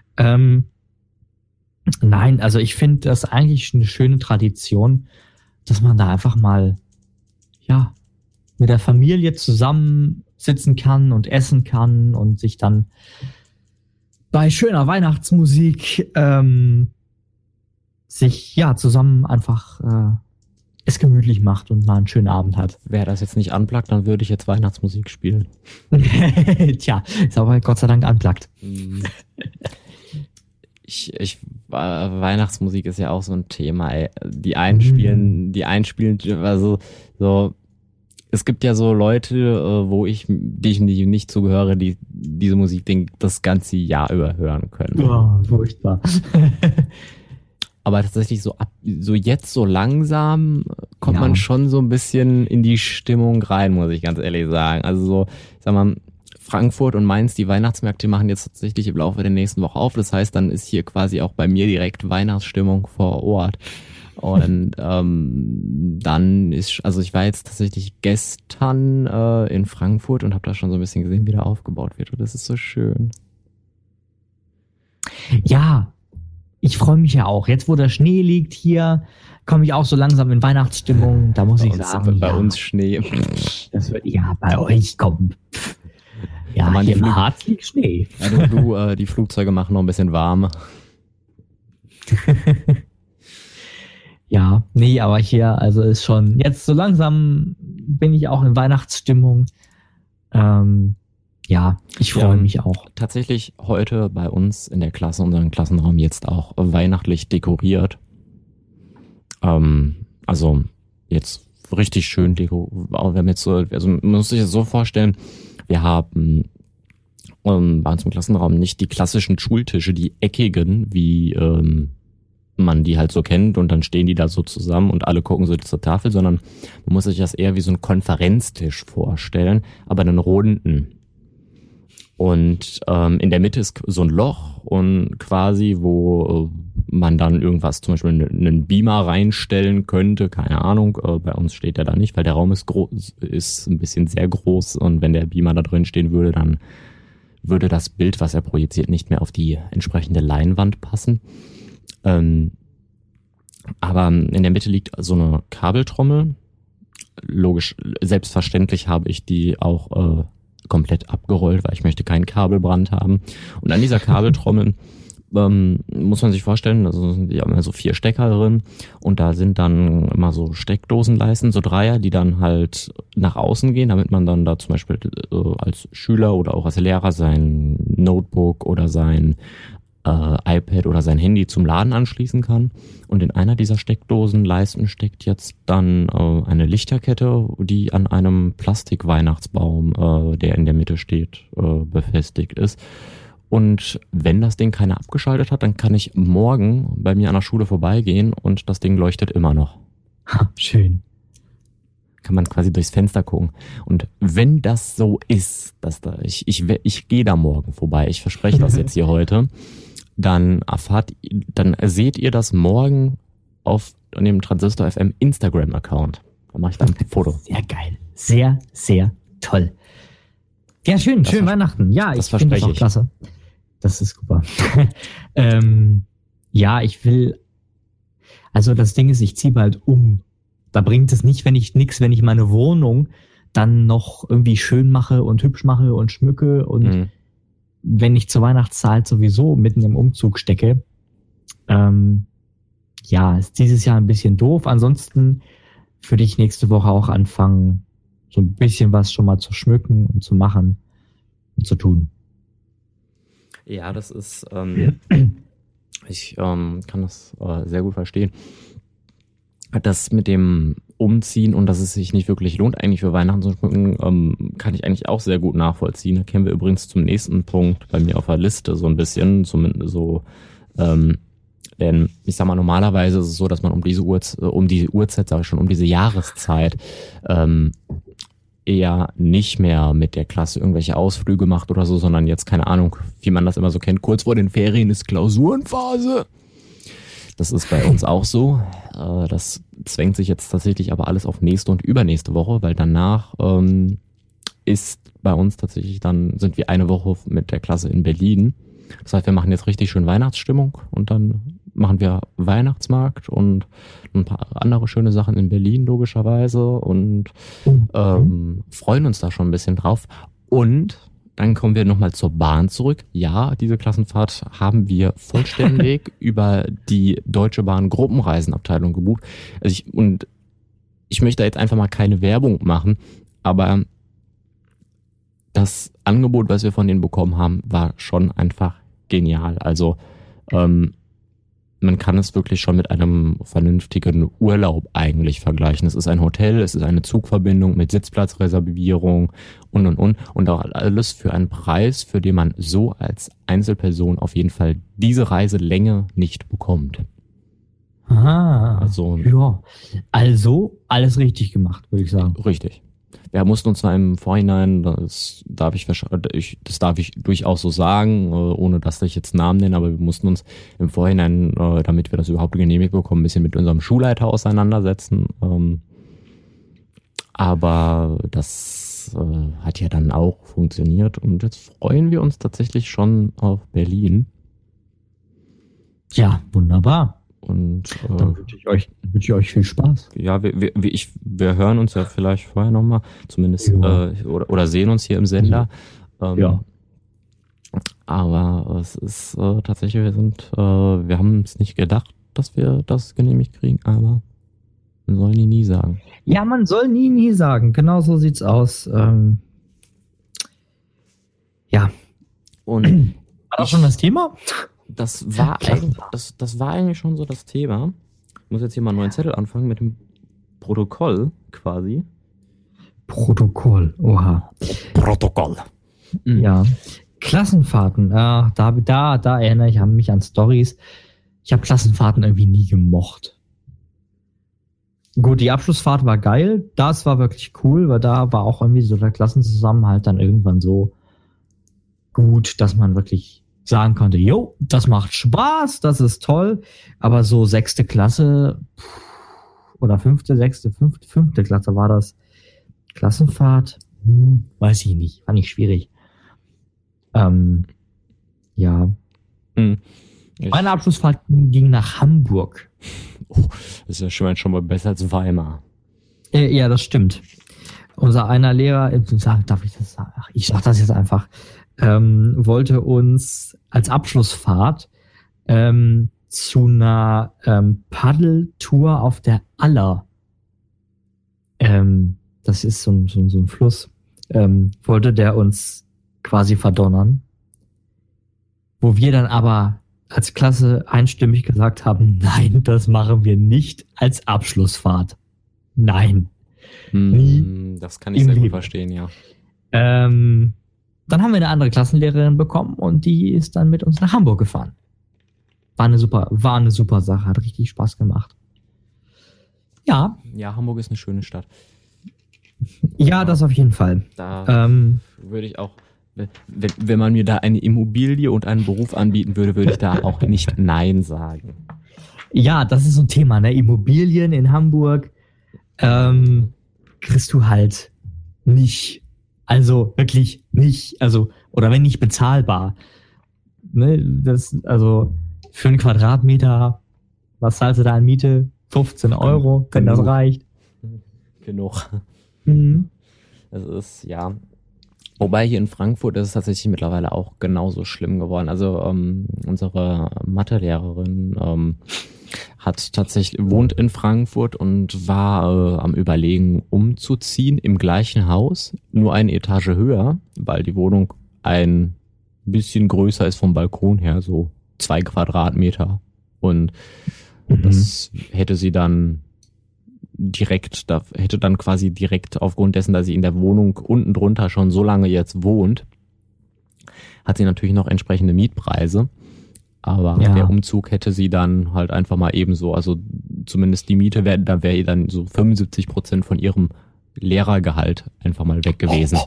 Nein, also ich finde das eigentlich eine schöne Tradition, dass man da einfach mal, ja, mit der Familie zusammensitzen kann und essen kann und sich dann bei schöner Weihnachtsmusik sich ja zusammen einfach es gemütlich macht und mal einen schönen Abend hat. Wäre das jetzt nicht unplugged, dann würde ich jetzt Weihnachtsmusik spielen. Tja, ist aber Gott sei Dank unplugged. Weihnachtsmusik ist ja auch so ein Thema, ey. Die einspielen, also so, es gibt ja so Leute, wo ich definitiv nicht zugehöre, die diese Musik das ganze Jahr über hören können. Oh, furchtbar. Aber tatsächlich so jetzt so langsam kommt man schon so ein bisschen in die Stimmung rein, muss ich ganz ehrlich sagen. Also so, ich sag mal, Frankfurt und Mainz, die Weihnachtsmärkte machen jetzt tatsächlich im Laufe der nächsten Woche auf. Das heißt, dann ist hier quasi auch bei mir direkt Weihnachtsstimmung vor Ort. Und dann also ich war jetzt tatsächlich gestern in Frankfurt und habe da schon so ein bisschen gesehen, wie da aufgebaut wird. Und das ist so schön. Ja, ich freue mich ja auch. Jetzt, wo der Schnee liegt hier, komme ich auch so langsam in Weihnachtsstimmung. Da muss ich sagen, bei uns Schnee. Das wird, ja, bei euch kommt. Ja, hier im Harz liegt Schnee. Ja, die Flugzeuge machen noch ein bisschen warm. Ja, nee, aber hier, also ist schon, jetzt so langsam bin ich auch in Weihnachtsstimmung. Ja, ich freue mich auch. Tatsächlich heute bei uns in der Klasse, unseren Klassenraum jetzt auch weihnachtlich dekoriert. Also jetzt richtig schön wir haben jetzt so, also man muss sich das so vorstellen, wir haben bei uns im Klassenraum nicht die klassischen Schultische, die eckigen, wie man die halt so kennt und dann stehen die da so zusammen und alle gucken so zur Tafel, sondern man muss sich das eher wie so ein Konferenztisch vorstellen, aber einen runden. Und in der Mitte ist so ein Loch und quasi, wo man dann irgendwas, zum Beispiel einen Beamer reinstellen könnte, keine Ahnung, bei uns steht der da nicht, weil der Raum ist ein bisschen sehr groß und wenn der Beamer da drin stehen würde, dann würde das Bild, was er projiziert, nicht mehr auf die entsprechende Leinwand passen. Aber in der Mitte liegt so eine Kabeltrommel. Logisch, selbstverständlich habe ich die auch komplett abgerollt, weil ich möchte keinen Kabelbrand haben. Und an dieser Kabeltrommel muss man sich vorstellen, also sind ja immer so 4 Stecker drin und da sind dann immer so Steckdosenleisten, so Dreier, die dann halt nach außen gehen, damit man dann da zum Beispiel als Schüler oder auch als Lehrer sein Notebook oder sein iPad oder sein Handy zum Laden anschließen kann. Und in einer dieser Steckdosenleisten steckt jetzt dann eine Lichterkette, die an einem Plastikweihnachtsbaum, der in der Mitte steht, befestigt ist. Und wenn das Ding keiner abgeschaltet hat, dann kann ich morgen bei mir an der Schule vorbeigehen und das Ding leuchtet immer noch. Schön. Kann man quasi durchs Fenster gucken. Und wenn das so ist, dass da ich gehe da morgen vorbei, ich verspreche das jetzt hier heute, dann seht ihr das morgen an dem Transistor FM Instagram-Account. Da mache ich dann ein Foto. Sehr geil. Sehr, sehr toll. Ja, schön Weihnachten. Ja, ich finde das auch klasse. Das ist super. Ja, also das Ding ist, ich ziehe bald um. Da bringt es nicht, wenn ich meine Wohnung dann noch irgendwie schön mache und hübsch mache und schmücke und wenn ich zur Weihnachtszeit sowieso mitten im Umzug stecke. Ja, ist dieses Jahr ein bisschen doof. Ansonsten würde ich nächste Woche auch anfangen, so ein bisschen was schon mal zu schmücken und zu machen und zu tun. Ja, das ist, ich kann das sehr gut verstehen. Das mit dem Umziehen und dass es sich nicht wirklich lohnt, eigentlich für Weihnachten zu schmücken, kann ich eigentlich auch sehr gut nachvollziehen. Da kämen wir übrigens zum nächsten Punkt bei mir auf der Liste so ein bisschen, zumindest so, denn ich sag mal, normalerweise ist es so, dass man um diese Jahreszeit eher nicht mehr mit der Klasse irgendwelche Ausflüge macht oder so, sondern jetzt, keine Ahnung, wie man das immer so kennt, kurz vor den Ferien ist Klausurenphase. Das ist bei uns auch so. Das zwängt sich jetzt tatsächlich aber alles auf nächste und übernächste Woche, weil danach ist bei uns tatsächlich, dann sind wir eine Woche mit der Klasse in Berlin. Das heißt, wir machen jetzt richtig schön Weihnachtsstimmung und dann machen wir Weihnachtsmarkt und ein paar andere schöne Sachen in Berlin logischerweise und freuen uns da schon ein bisschen drauf. Und dann kommen wir nochmal zur Bahn zurück. Ja, diese Klassenfahrt haben wir vollständig über die Deutsche Bahn Gruppenreisenabteilung gebucht. Also ich möchte jetzt einfach mal keine Werbung machen, aber das Angebot, was wir von denen bekommen haben, war schon einfach genial. Also man kann es wirklich schon mit einem vernünftigen Urlaub eigentlich vergleichen. Es ist ein Hotel, es ist eine Zugverbindung mit Sitzplatzreservierung und auch alles für einen Preis, für den man so als Einzelperson auf jeden Fall diese Reiselänge nicht bekommt. Also alles richtig gemacht, würde ich sagen. Richtig. Wir mussten uns zwar im Vorhinein, das darf ich durchaus so sagen, ohne dass ich jetzt Namen nenne, aber wir mussten uns im Vorhinein, damit wir das überhaupt genehmigt bekommen, ein bisschen mit unserem Schulleiter auseinandersetzen. Aber das hat ja dann auch funktioniert und jetzt freuen wir uns tatsächlich schon auf Berlin. Ja, wunderbar. Und dann wünsche ich euch viel Spaß. Ja, wir hören uns ja vielleicht vorher nochmal, zumindest oder sehen uns hier im Sender. Ja. Aber es ist tatsächlich, wir haben es nicht gedacht, dass wir das genehmigt kriegen, aber man soll nie sagen. Ja, man soll nie sagen. Genau so sieht's aus. Ja. Und war das schon das Thema? Das war eigentlich schon so das Thema. Ich muss jetzt hier mal einen neuen Zettel anfangen mit dem Protokoll quasi. Protokoll, oha. Protokoll. Ja. Klassenfahrten, da erinnere ich mich an Storys. Ich habe Klassenfahrten irgendwie nie gemocht. Gut, die Abschlussfahrt war geil. Das war wirklich cool, weil da war auch irgendwie so der Klassenzusammenhalt dann irgendwann so gut, dass man wirklich sagen konnte, jo, das macht Spaß, das ist toll, aber so 6. Klasse oder 5., 6., 5. Klasse war das Klassenfahrt, weiß ich nicht, fand ich schwierig. Ja. Meine Abschlussfahrt ging nach Hamburg. Das ist ja schon mal besser als Weimar. Ja, das stimmt. Unser einer Lehrer, darf ich das sagen? Ach, ich sag das jetzt einfach, wollte uns als Abschlussfahrt zu einer Paddeltour auf der Aller, das ist so ein Fluss, wollte der uns quasi verdonnern, wo wir dann aber als Klasse einstimmig gesagt haben, nein, das machen wir nicht als Abschlussfahrt. Nein. Nie. Das kann ich sehr gut verstehen, ja. Dann haben wir eine andere Klassenlehrerin bekommen und die ist dann mit uns nach Hamburg gefahren. War eine super Sache, hat richtig Spaß gemacht. Ja. Ja, Hamburg ist eine schöne Stadt. Ja, das auf jeden Fall. Da würde ich auch, wenn man mir da eine Immobilie und einen Beruf anbieten würde, würde ich da auch nicht Nein sagen. Ja, das ist so ein Thema, ne? Immobilien in Hamburg kriegst du halt nicht. Also wirklich nicht. Also, oder wenn nicht bezahlbar. Ne? Also für einen Quadratmeter, was zahlst du da an Miete? 15 Euro, wenn das reicht. Genug. Mhm. Das ist, ja. Wobei hier in Frankfurt ist es tatsächlich mittlerweile auch genauso schlimm geworden. Also unsere Mathelehrerin wohnt in Frankfurt und war am Überlegen, umzuziehen im gleichen Haus, nur eine Etage höher, weil die Wohnung ein bisschen größer ist vom Balkon her, so 2 Quadratmeter. Und das hätte sie dann quasi direkt aufgrund dessen, dass sie in der Wohnung unten drunter schon so lange jetzt wohnt, hat sie natürlich noch entsprechende Mietpreise. Aber der Umzug hätte sie dann halt einfach mal ebenso, also zumindest die Miete wäre ihr dann so 75% von ihrem Lehrergehalt einfach mal weg gewesen.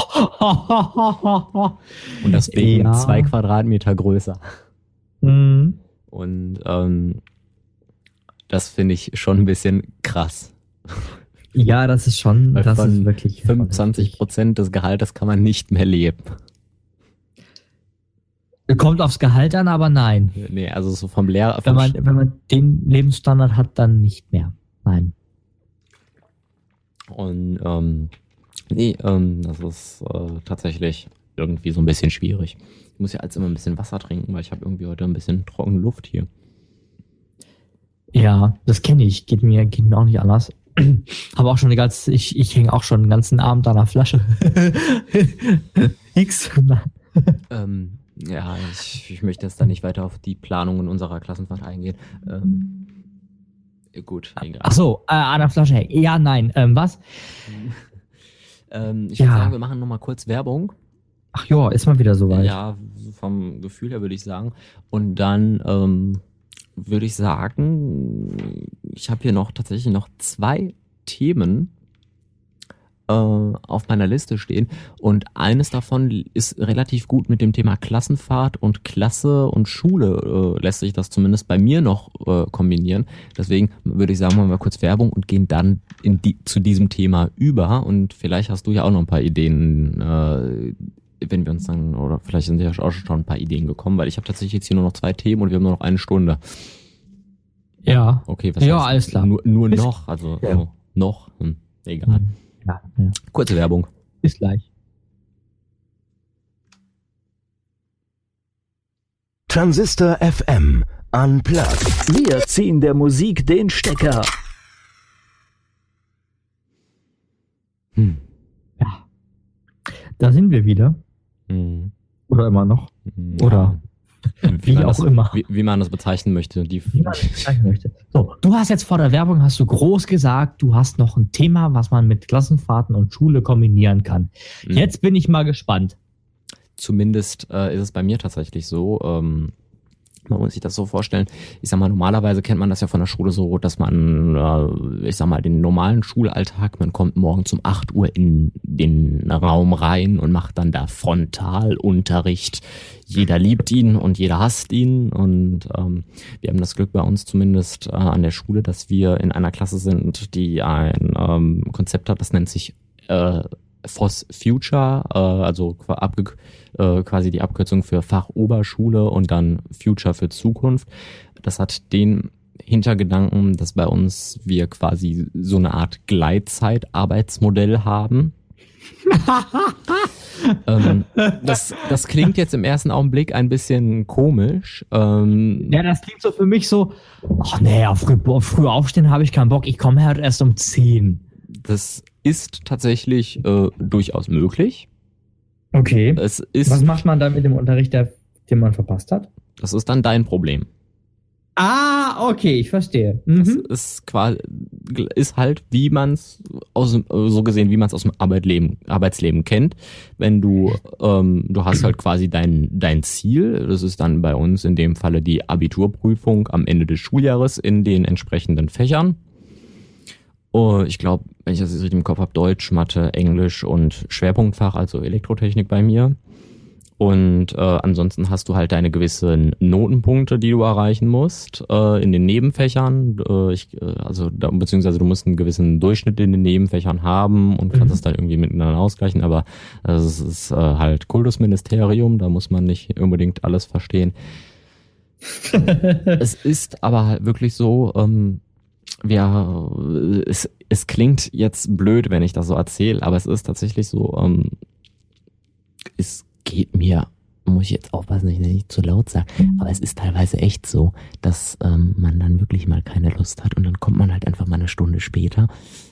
Und deswegen 2 Quadratmeter größer. Mhm. Und das finde ich schon ein bisschen krass. Ja, das ist schon, Weil das von ist wirklich 25% des Gehaltes kann man nicht mehr leben. Kommt aufs Gehalt an, aber nein. Nee, also so vom Lehrer. Wenn man den Lebensstandard hat, dann nicht mehr. Nein. Und das ist tatsächlich irgendwie so ein bisschen schwierig. Ich muss ja als immer ein bisschen Wasser trinken, weil ich habe irgendwie heute ein bisschen trockene Luft hier. Ja, das kenne ich. Geht mir auch nicht anders. Aber auch schon ich hänge auch schon den ganzen Abend an der Flasche. Nix. Ja, ich möchte jetzt da nicht weiter auf die Planungen unserer Klassenfahrt eingehen. Gut, egal. Ach so, an der Flasche hängen. Ja, nein. Was? Ich würde sagen, wir machen nochmal kurz Werbung. Ach ja, ist mal wieder soweit. Ja, vom Gefühl her würde ich sagen. Und dann würde ich sagen, ich habe hier tatsächlich noch 2 Themen auf meiner Liste stehen und eines davon ist relativ gut mit dem Thema Klassenfahrt und Klasse und Schule lässt sich das zumindest bei mir noch kombinieren. Deswegen würde ich sagen, machen wir kurz Werbung und gehen dann zu diesem Thema über und vielleicht hast du ja auch noch ein paar Ideen, wenn wir uns dann, oder vielleicht sind ja auch schon ein paar Ideen gekommen, weil ich habe tatsächlich jetzt hier nur noch 2 Themen und wir haben nur noch 1 Stunde. Ja. Okay, was ja, heißt alles klar. Nur noch, also ja. so, noch, egal. Ja. Kurze Werbung. Bis gleich. Transistor FM Unplugged. Wir ziehen der Musik den Stecker. Ja. Da sind wir wieder. Mhm. Oder immer noch. Ja. Oder wie auch immer. Wie man das bezeichnen möchte. Wie man das bezeichnen möchte. So, du hast jetzt vor der Werbung, hast du groß gesagt, du hast noch ein Thema, was man mit Klassenfahrten und Schule kombinieren kann. Jetzt bin ich mal gespannt. Zumindest ist es bei mir tatsächlich so. Man muss sich das so vorstellen. Ich sag mal, normalerweise kennt man das ja von der Schule so, dass man, ich sag mal, den normalen Schulalltag, man kommt morgens um 8 Uhr in den Raum rein und macht dann da Frontalunterricht. Jeder liebt ihn und jeder hasst ihn und wir haben das Glück bei uns zumindest an der Schule, dass wir in einer Klasse sind, die ein Konzept hat, das nennt sich FOS Future, also quasi die Abkürzung für Fachoberschule und dann Future für Zukunft. Das hat den Hintergedanken, dass bei uns wir quasi so eine Art Gleitzeit-Arbeitsmodell haben. Das klingt jetzt im ersten Augenblick ein bisschen komisch. Ja, das klingt so für mich so, ach nee, auf früh aufstehen habe ich keinen Bock, ich komme halt erst um 10. Das ist tatsächlich durchaus möglich. Okay. Was macht man dann mit dem Unterricht, den man verpasst hat? Das ist dann dein Problem. Ah, okay, ich verstehe. Das ist halt, wie man es aus dem Arbeitsleben kennt. Wenn du hast halt quasi dein Ziel, das ist dann bei uns in dem Falle die Abiturprüfung am Ende des Schuljahres in den entsprechenden Fächern. Ich glaube, wenn ich das jetzt richtig im Kopf habe, Deutsch, Mathe, Englisch und Schwerpunktfach, also Elektrotechnik bei mir. Und ansonsten hast du halt deine gewissen Notenpunkte, die du erreichen musst in den Nebenfächern. Beziehungsweise du musst einen gewissen Durchschnitt in den Nebenfächern haben und kannst es dann irgendwie miteinander ausgleichen. Aber es ist halt Kultusministerium, da muss man nicht unbedingt alles verstehen. Es ist aber halt wirklich so, es klingt jetzt blöd, wenn ich das so erzähle, aber es ist tatsächlich so, es geht mir, muss ich jetzt aufpassen, dass ich nicht zu laut sage, aber es ist teilweise echt so, dass man dann wirklich mal keine Lust hat und dann kommt man halt einfach mal eine Stunde später.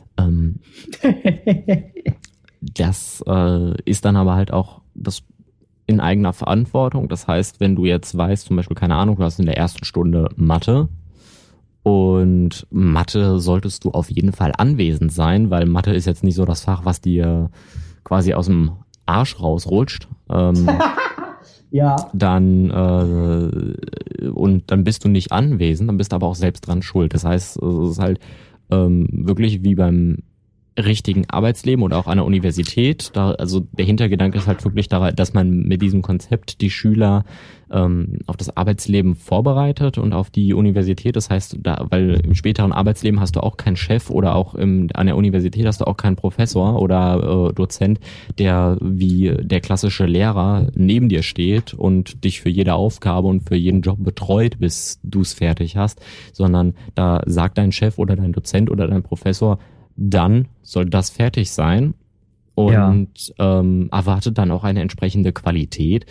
Das ist dann aber halt auch das in eigener Verantwortung. Das heißt, wenn du jetzt weißt, zum Beispiel, keine Ahnung, du hast in der ersten Stunde Mathe und Mathe solltest du auf jeden Fall anwesend sein, weil Mathe ist jetzt nicht so das Fach, was dir quasi aus dem Arsch rausrutscht, ja. Dann bist du nicht anwesend, dann bist du aber auch selbst dran schuld. Das heißt, es ist halt wirklich wie beim richtigen Arbeitsleben oder auch an der Universität. Also der Hintergedanke ist halt wirklich daran, dass man mit diesem Konzept die Schüler auf das Arbeitsleben vorbereitet und auf die Universität. Das heißt, weil im späteren Arbeitsleben hast du auch keinen Chef oder auch an der Universität hast du auch keinen Professor oder Dozent, der wie der klassische Lehrer neben dir steht und dich für jede Aufgabe und für jeden Job betreut, bis du es fertig hast, sondern da sagt dein Chef oder dein Dozent oder dein Professor, dann soll das fertig sein und erwartet dann auch eine entsprechende Qualität.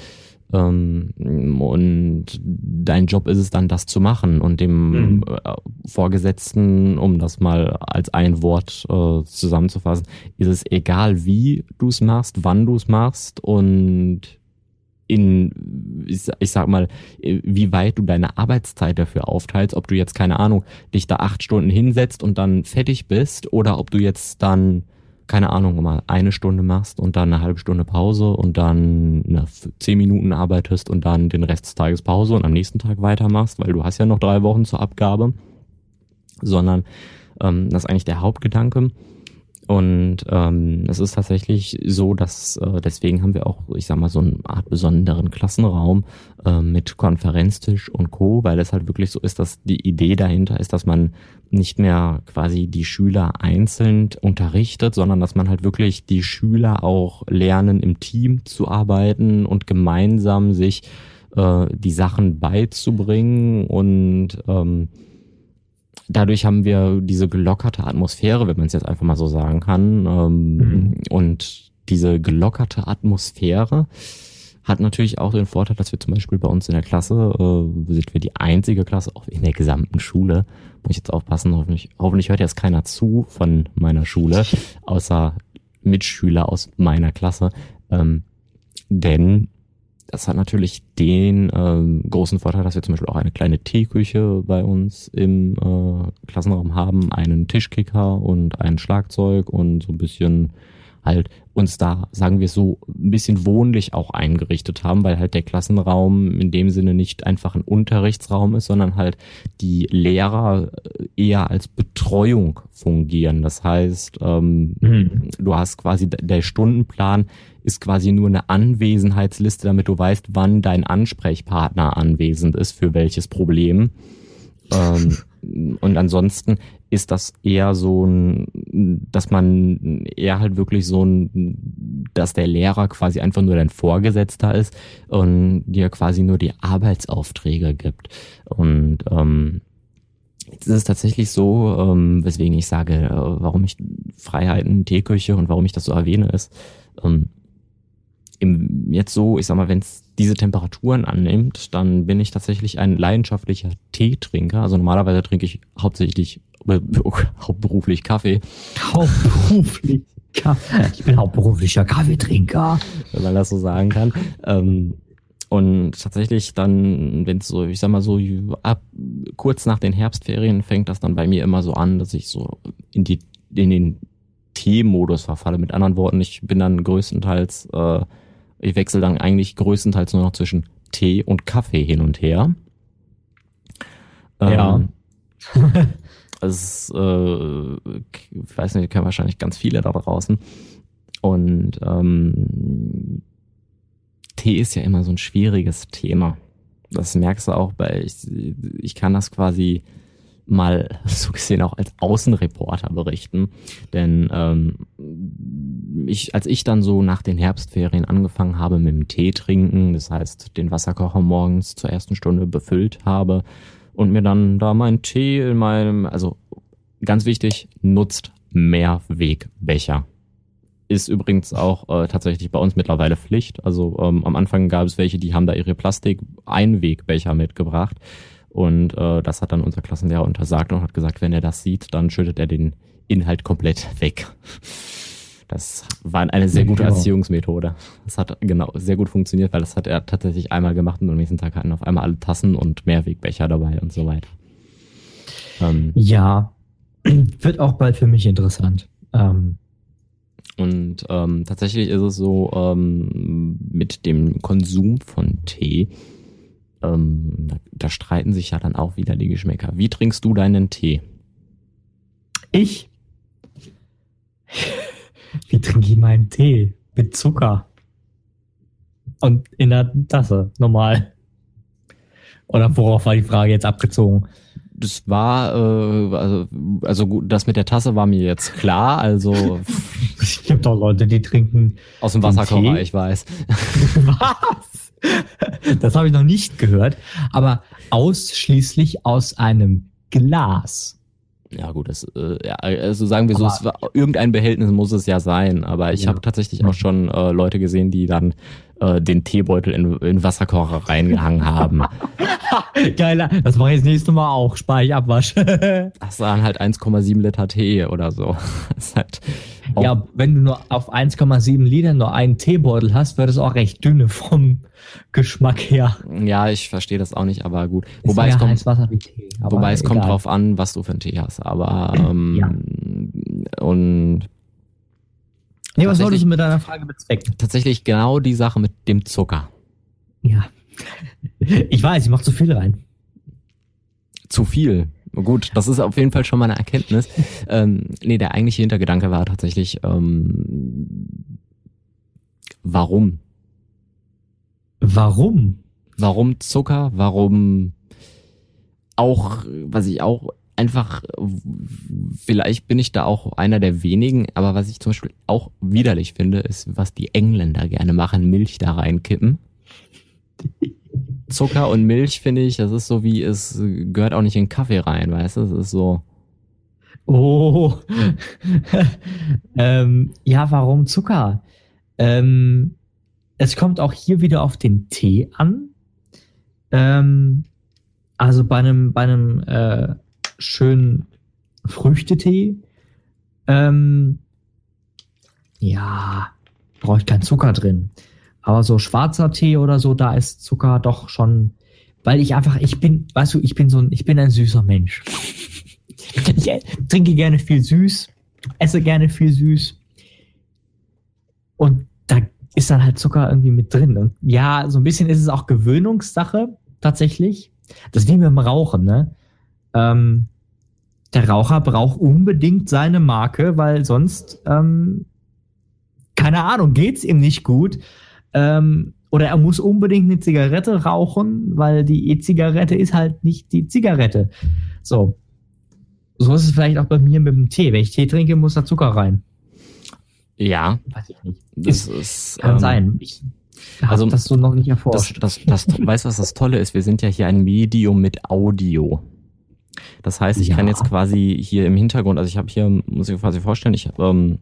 Und dein Job ist es dann, das zu machen und dem Vorgesetzten, um das mal als ein Wort zusammenzufassen, ist es egal, wie du es machst, wann du es machst und ich sag mal, wie weit du deine Arbeitszeit dafür aufteilst, ob du jetzt, keine Ahnung, dich da 8 Stunden hinsetzt und dann fertig bist oder ob du jetzt dann, keine Ahnung, mal 1 Stunde machst und dann eine halbe Stunde Pause und dann 10 Minuten arbeitest und dann den Rest des Tages Pause und am nächsten Tag weitermachst, weil du hast ja noch 3 Wochen zur Abgabe, sondern das ist eigentlich der Hauptgedanke. Und es ist tatsächlich so, dass deswegen haben wir auch, ich sag mal, so eine Art besonderen Klassenraum mit Konferenztisch und Co., weil es halt wirklich so ist, dass die Idee dahinter ist, dass man nicht mehr quasi die Schüler einzeln unterrichtet, sondern dass man halt wirklich die Schüler auch lernen, im Team zu arbeiten und gemeinsam sich die Sachen beizubringen und dadurch haben wir diese gelockerte Atmosphäre, wenn man es jetzt einfach mal so sagen kann. Und diese gelockerte Atmosphäre hat natürlich auch den Vorteil, dass wir zum Beispiel bei uns in der Klasse, sind wir die einzige Klasse, auch in der gesamten Schule, muss ich jetzt aufpassen, hoffentlich hört jetzt keiner zu von meiner Schule, außer Mitschüler aus meiner Klasse, denn das hat natürlich den großen Vorteil, dass wir zum Beispiel auch eine kleine Teeküche bei uns im Klassenraum haben, einen Tischkicker und ein Schlagzeug und so ein bisschen halt uns da, sagen wir es so, ein bisschen wohnlich auch eingerichtet haben, weil halt der Klassenraum in dem Sinne nicht einfach ein Unterrichtsraum ist, sondern halt die Lehrer eher als Betreuung fungieren. Das heißt, du hast quasi, der Stundenplan ist quasi nur eine Anwesenheitsliste, damit du weißt, wann dein Ansprechpartner anwesend ist, für welches Problem. Und ansonsten ist das eher so dass man eher halt wirklich dass der Lehrer quasi einfach nur dein Vorgesetzter ist und dir quasi nur die Arbeitsaufträge gibt. Und Es ist tatsächlich so, weswegen ich sage, warum ich Freiheiten, Teeküche und warum ich das so erwähne, ist, jetzt so, ich sag mal, wenn es diese Temperaturen annimmt, dann bin ich tatsächlich ein leidenschaftlicher Teetrinker. Also normalerweise trinke ich hauptberuflich Kaffee. Hauptberuflich Kaffee. Ich bin hauptberuflicher Kaffeetrinker. Wenn man das so sagen kann. Und tatsächlich dann, wenn es so, ich sag mal so, kurz nach den Herbstferien fängt das dann bei mir immer so an, dass ich so in den Tee-Modus verfalle. Mit anderen Worten, ich bin dann größtenteils, ich wechsle dann eigentlich größtenteils nur noch zwischen Tee und Kaffee hin und her. Ja. Ich weiß nicht, kennen wahrscheinlich ganz viele da draußen. Und Tee ist ja immer so ein schwieriges Thema. Das merkst du auch ich kann das quasi mal so gesehen auch als Außenreporter berichten. Denn als ich dann so nach den Herbstferien angefangen habe mit dem Tee trinken, das heißt den Wasserkocher morgens zur ersten Stunde befüllt habe und mir dann da meinen Tee also ganz wichtig, nutzt Mehrwegbecher. Ist übrigens auch tatsächlich bei uns mittlerweile Pflicht. Also am Anfang gab es welche, die haben da ihre Plastik-Einwegbecher mitgebracht. Und das hat dann unser Klassenlehrer untersagt und hat gesagt, wenn er das sieht, dann schüttet er den Inhalt komplett weg. Das war eine sehr gute Erziehungsmethode. Das hat genau sehr gut funktioniert, weil das hat er tatsächlich einmal gemacht und am nächsten Tag hatten auf einmal alle Tassen und Mehrwegbecher dabei und so weiter. Ja, wird auch bald für mich interessant. Und tatsächlich ist es so, mit dem Konsum von Tee, da streiten sich ja dann auch wieder die Geschmäcker. Wie trinkst du deinen Tee? Ich? Wie trinke ich meinen Tee? Mit Zucker. Und in der Tasse, normal. Oder worauf war die Frage jetzt abgezogen? Das war, also gut, das mit der Tasse war mir jetzt klar, also. Es gibt doch Leute, die trinken. Aus dem Wasserkocher, ich weiß. Was? Das habe ich noch nicht gehört, aber ausschließlich aus einem Glas. Ja gut, also sagen wir so, irgendein Behältnis muss es ja sein, aber ich habe tatsächlich auch schon Leute gesehen, die dann den Teebeutel in Wasserkocher reingehangen haben. Geiler, das mache ich das nächste Mal auch, spare ich Abwasch. Das waren halt 1,7 Liter Tee oder so. Das ist halt ja, wenn du nur auf 1,7 Liter nur einen Teebeutel hast, wird es auch recht dünne vom Geschmack her. Ja, ich verstehe das auch nicht, aber gut. Wobei es kommt drauf an, was du für einen Tee hast. Aber ja. Und nee, was solltest du mit deiner Frage bezwecken? Tatsächlich genau die Sache mit dem Zucker. Ja. Ich weiß, ich mache zu viel rein. Zu viel? Gut, das ist auf jeden Fall schon mal eine Erkenntnis. Der eigentliche Hintergedanke war tatsächlich, warum? Warum? Warum Zucker? Warum auch, was ich auch einfach, vielleicht bin ich da auch einer der wenigen, aber was ich zum Beispiel auch widerlich finde, ist, was die Engländer gerne machen, Milch da reinkippen. Zucker und Milch, finde ich, das ist so wie, es gehört auch nicht in Kaffee rein, weißt du, es ist so. Oh. Ja, warum Zucker? Es kommt auch hier wieder auf den Tee an. Also bei einem schönen Früchtetee, ja, brauche ich keinen Zucker drin. Aber so schwarzer Tee oder so, da ist Zucker doch schon, weil ich bin ein süßer Mensch. Ich trinke gerne viel süß, esse gerne viel süß. Und da ist dann halt Zucker irgendwie mit drin. Und ja, so ein bisschen ist es auch Gewöhnungssache, tatsächlich. Das ist wie mit dem Rauchen, ne? Der Raucher braucht unbedingt seine Marke, weil sonst, keine Ahnung, geht's ihm nicht gut. Oder er muss unbedingt eine Zigarette rauchen, weil die E-Zigarette ist halt nicht die Zigarette. So ist es vielleicht auch bei mir mit dem Tee. Wenn ich Tee trinke, muss da Zucker rein. Ja. Weiß ich nicht. Das ist, kann sein. Ich habe das so noch nicht erforscht. Weißt du, was das Tolle ist? Wir sind ja hier ein Medium mit Audio. Das heißt, ich kann jetzt quasi hier im Hintergrund, also ich habe hier, muss ich quasi vorstellen, ich habe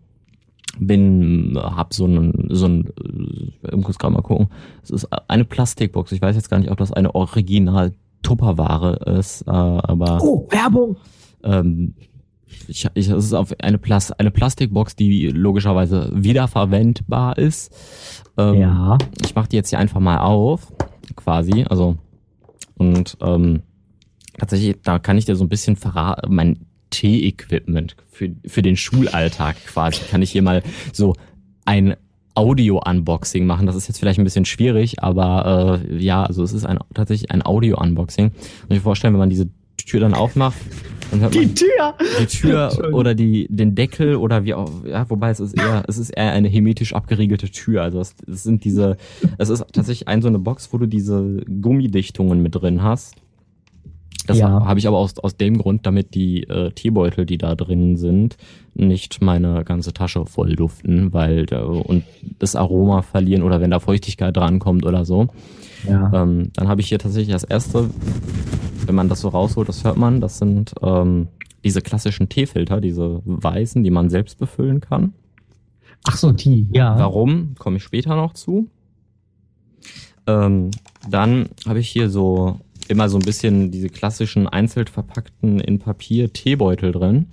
so ein, ich muss gerade mal gucken, es ist eine Plastikbox, ich weiß jetzt gar nicht, ob das eine Original Tupperware ist, aber... Oh, Werbung! Es ist auf eine Plastikbox, die logischerweise wiederverwendbar ist. Ich mache die jetzt hier einfach mal auf, quasi, also und tatsächlich, da kann ich dir so ein bisschen verraten, mein Tee-Equipment für den Schulalltag quasi, kann ich hier mal so ein Audio-Unboxing machen. Das ist jetzt vielleicht ein bisschen schwierig, aber also es ist tatsächlich ein Audio-Unboxing. Und ich vorstellen, wenn man diese Tür dann aufmacht, dann hört man die Tür oder den Deckel oder wie auch, ja, wobei es ist eher eine hermetisch abgeriegelte Tür. Also es ist tatsächlich so eine Box, wo du diese Gummidichtungen mit drin hast. Das habe ich aber aus dem Grund, damit die Teebeutel, die da drin sind, nicht meine ganze Tasche voll duften, und das Aroma verlieren oder wenn da Feuchtigkeit drankommt oder so. Ja. Dann habe ich hier tatsächlich das erste, wenn man das so rausholt, das hört man, das sind diese klassischen Teefilter, diese weißen, die man selbst befüllen kann. Ach so, die, ja. Warum? Komme ich später noch zu. Dann habe ich hier so immer so ein bisschen diese klassischen einzeln verpackten in Papier Teebeutel drin.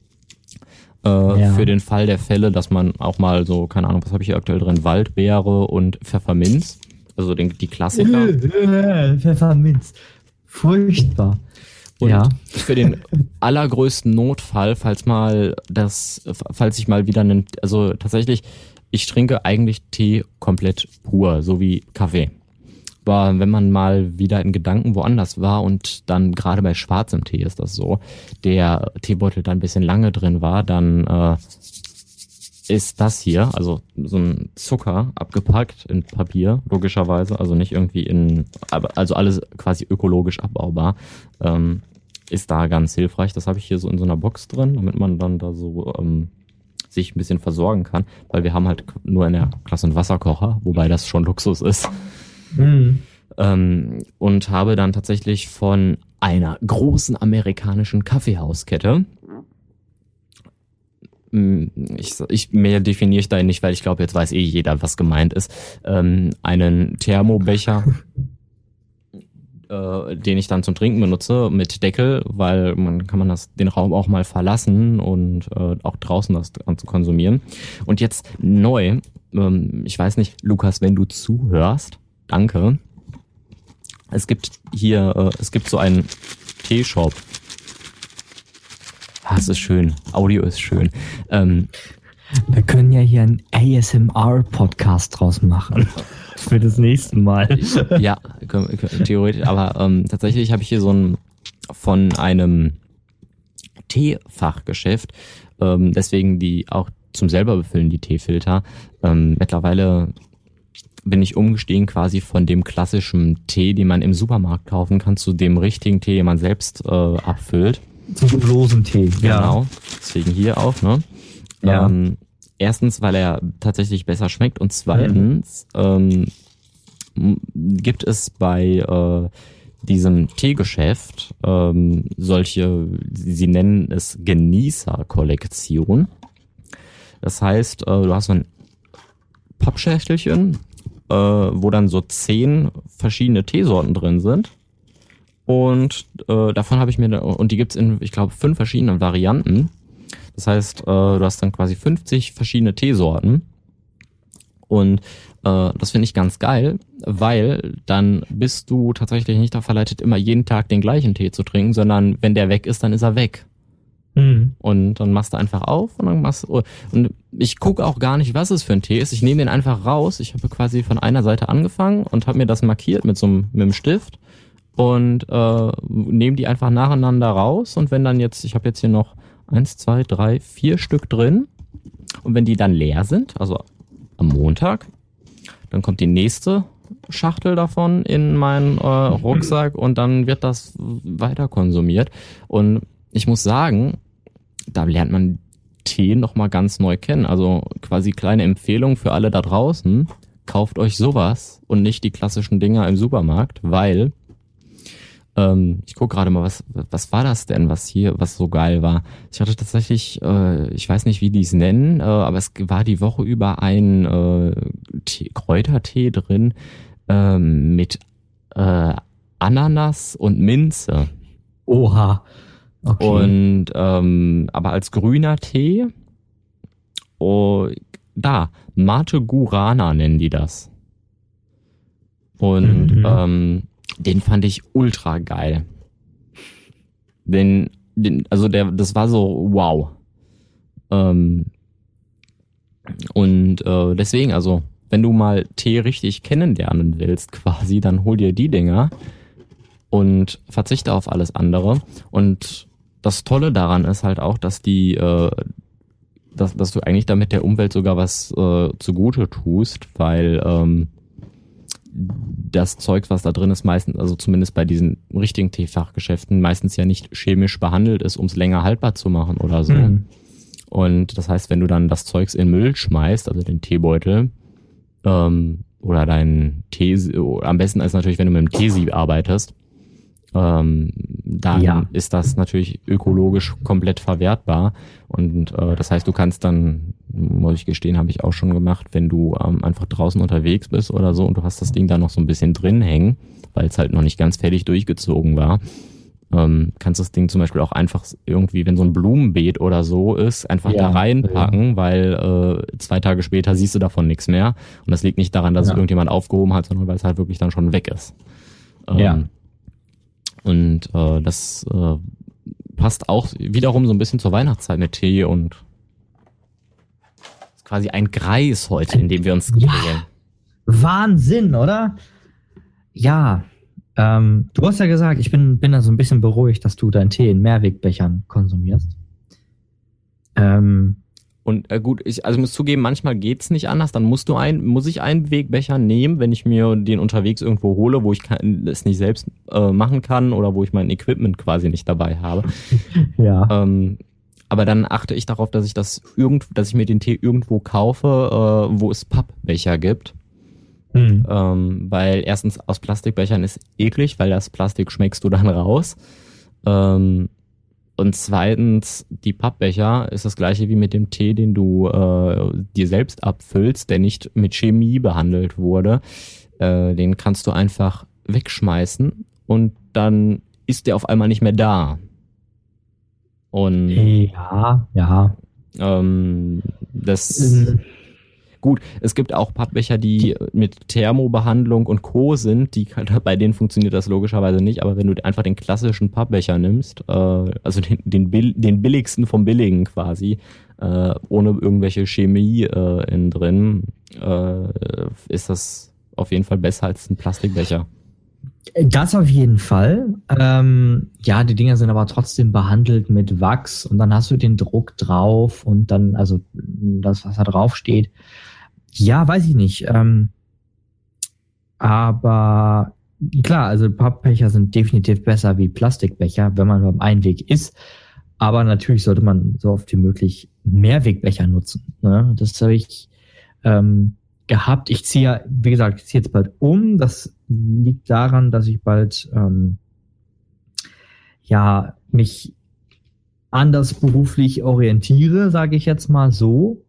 Für den Fall der Fälle, dass man auch mal so, keine Ahnung, was habe ich hier aktuell drin? Waldbeere und Pfefferminz. Also die Klassiker. Pfefferminz. Furchtbar. Und für den allergrößten Notfall, falls ich mal wieder also tatsächlich, ich trinke eigentlich Tee komplett pur, so wie Kaffee. Aber wenn man mal wieder in Gedanken woanders war und dann gerade bei schwarzem Tee ist das so, der Teebeutel dann ein bisschen lange drin war, dann ist das hier, also so ein Zucker abgepackt in Papier, logischerweise, also nicht irgendwie also alles quasi ökologisch abbaubar, ist da ganz hilfreich. Das habe ich hier so in so einer Box drin, damit man dann da so sich ein bisschen versorgen kann, weil wir haben halt nur in der Klasse einen Wasserkocher, wobei das schon Luxus ist. Und habe dann tatsächlich von einer großen amerikanischen Kaffeehauskette, mehr definiere ich da nicht, weil ich glaube, jetzt weiß jeder, was gemeint ist, einen Thermobecher, den ich dann zum Trinken benutze, mit Deckel, weil kann man den Raum auch mal verlassen und auch draußen das zu konsumieren. Und jetzt neu, ich weiß nicht, Lukas, wenn du zuhörst, danke. Es gibt so einen Teeshop. Es ist schön. Audio ist schön. Wir können ja hier einen ASMR-Podcast draus machen. Für das nächste Mal. Ja, theoretisch. Aber tatsächlich habe ich hier von einem Teefachgeschäft, deswegen die auch zum selber befüllen, die Teefilter. Mittlerweile bin ich umgestiegen quasi von dem klassischen Tee, den man im Supermarkt kaufen kann, zu dem richtigen Tee, den man selbst abfüllt. Zum losen Tee. Genau, deswegen hier auch, ne? Ja. Erstens, weil er tatsächlich besser schmeckt und zweitens gibt es bei diesem Teegeschäft solche, sie nennen es Genießer-Kollektion. Das heißt, du hast so ein Pappschächtelchen, wo dann so 10 verschiedene Teesorten drin sind. Und davon habe ich und die gibt's in, ich glaube, 5 verschiedenen Varianten. Das heißt, du hast dann quasi 50 verschiedene Teesorten. Und das finde ich ganz geil, weil dann bist du tatsächlich nicht darauf verleitet, immer jeden Tag den gleichen Tee zu trinken, sondern wenn der weg ist, dann ist er weg. Und dann machst du einfach auf und ich gucke auch gar nicht, was es für ein Tee ist. Ich nehme den einfach raus. Ich habe quasi von einer Seite angefangen und habe mir das markiert mit einem Stift und nehme die einfach nacheinander raus. Und wenn dann ich habe jetzt hier noch 1, 2, 3, 4 Stück drin. Und wenn die dann leer sind, also am Montag, dann kommt die nächste Schachtel davon in meinen Rucksack und dann wird das weiter konsumiert. Und ich muss sagen, da lernt man Tee nochmal ganz neu kennen. Also quasi kleine Empfehlung für alle da draußen. Kauft euch sowas und nicht die klassischen Dinger im Supermarkt, weil Ich gucke gerade mal, was war das denn, was so geil war? Ich hatte tatsächlich, ich weiß nicht, wie die es nennen, aber es war die Woche über ein Kräutertee drin mit Ananas und Minze. Oha. Okay. Und aber als grüner Tee, Mate Guarana nennen die das. Und den fand ich ultra geil. Das war so wow. Deswegen, also, wenn du mal Tee richtig kennenlernen willst, quasi, dann hol dir die Dinger und verzichte auf alles andere. Und das Tolle daran ist halt auch, dass dass du eigentlich damit der Umwelt sogar was zugute tust, weil das Zeug, was da drin ist, meistens, also zumindest bei diesen richtigen Teefachgeschäften, meistens ja nicht chemisch behandelt ist, um es länger haltbar zu machen oder so. Und das heißt, wenn du dann das Zeugs in Müll schmeißt, also den Teebeutel, oder deinen Tee, am besten ist natürlich, wenn du mit dem Teesieb arbeitest, dann ist das natürlich ökologisch komplett verwertbar. Und das heißt, du kannst dann, muss ich gestehen, habe ich auch schon gemacht, wenn du einfach draußen unterwegs bist oder so und du hast das Ding da noch so ein bisschen drin hängen, weil es halt noch nicht ganz fertig durchgezogen war, kannst das Ding zum Beispiel auch einfach irgendwie, wenn so ein Blumenbeet oder so ist, einfach da reinpacken, weil 2 Tage später siehst du davon nichts mehr. Und das liegt nicht daran, dass es irgendjemand aufgehoben hat, sondern weil es halt wirklich dann schon weg ist. Und das passt auch wiederum so ein bisschen zur Weihnachtszeit mit Tee und ist quasi ein Kreis heute, in dem wir uns drehen. Wahnsinn, oder? Ja. Du hast ja gesagt, ich bin da so ein bisschen beruhigt, dass du deinen Tee in Mehrwegbechern konsumierst. Und gut, ich muss zugeben, manchmal geht's nicht anders. Dann muss ich einen Wegbecher nehmen, wenn ich mir den unterwegs irgendwo hole, wo ich es nicht selbst machen kann oder wo ich mein Equipment quasi nicht dabei habe. Ja. Aber dann achte ich darauf, dass ich mir den Tee irgendwo kaufe, wo es Pappbecher gibt. Weil erstens aus Plastikbechern ist eklig, weil das Plastik schmeckst du dann raus. Und zweitens, die Pappbecher ist das gleiche wie mit dem Tee, den du dir selbst abfüllst, der nicht mit Chemie behandelt wurde. Den kannst du einfach wegschmeißen und dann ist der auf einmal nicht mehr da. Und gut, es gibt auch Pappbecher, die mit Thermobehandlung und Co. sind, bei denen funktioniert das logischerweise nicht, aber wenn du einfach den klassischen Pappbecher nimmst, also den billigsten vom Billigen quasi, ohne irgendwelche Chemie innen drin, ist das auf jeden Fall besser als ein Plastikbecher. Das auf jeden Fall. Die Dinger sind aber trotzdem behandelt mit Wachs und dann hast du den Druck drauf und dann, also das, was da drauf steht. Ja, weiß ich nicht. Aber klar, also Pappbecher sind definitiv besser wie Plastikbecher, wenn man beim Einweg ist. Aber natürlich sollte man so oft wie möglich Mehrwegbecher nutzen. Ne? Das habe ich gehabt. Ich ziehe jetzt bald um. Das liegt daran, dass ich bald mich anders beruflich orientiere, sage ich jetzt mal so.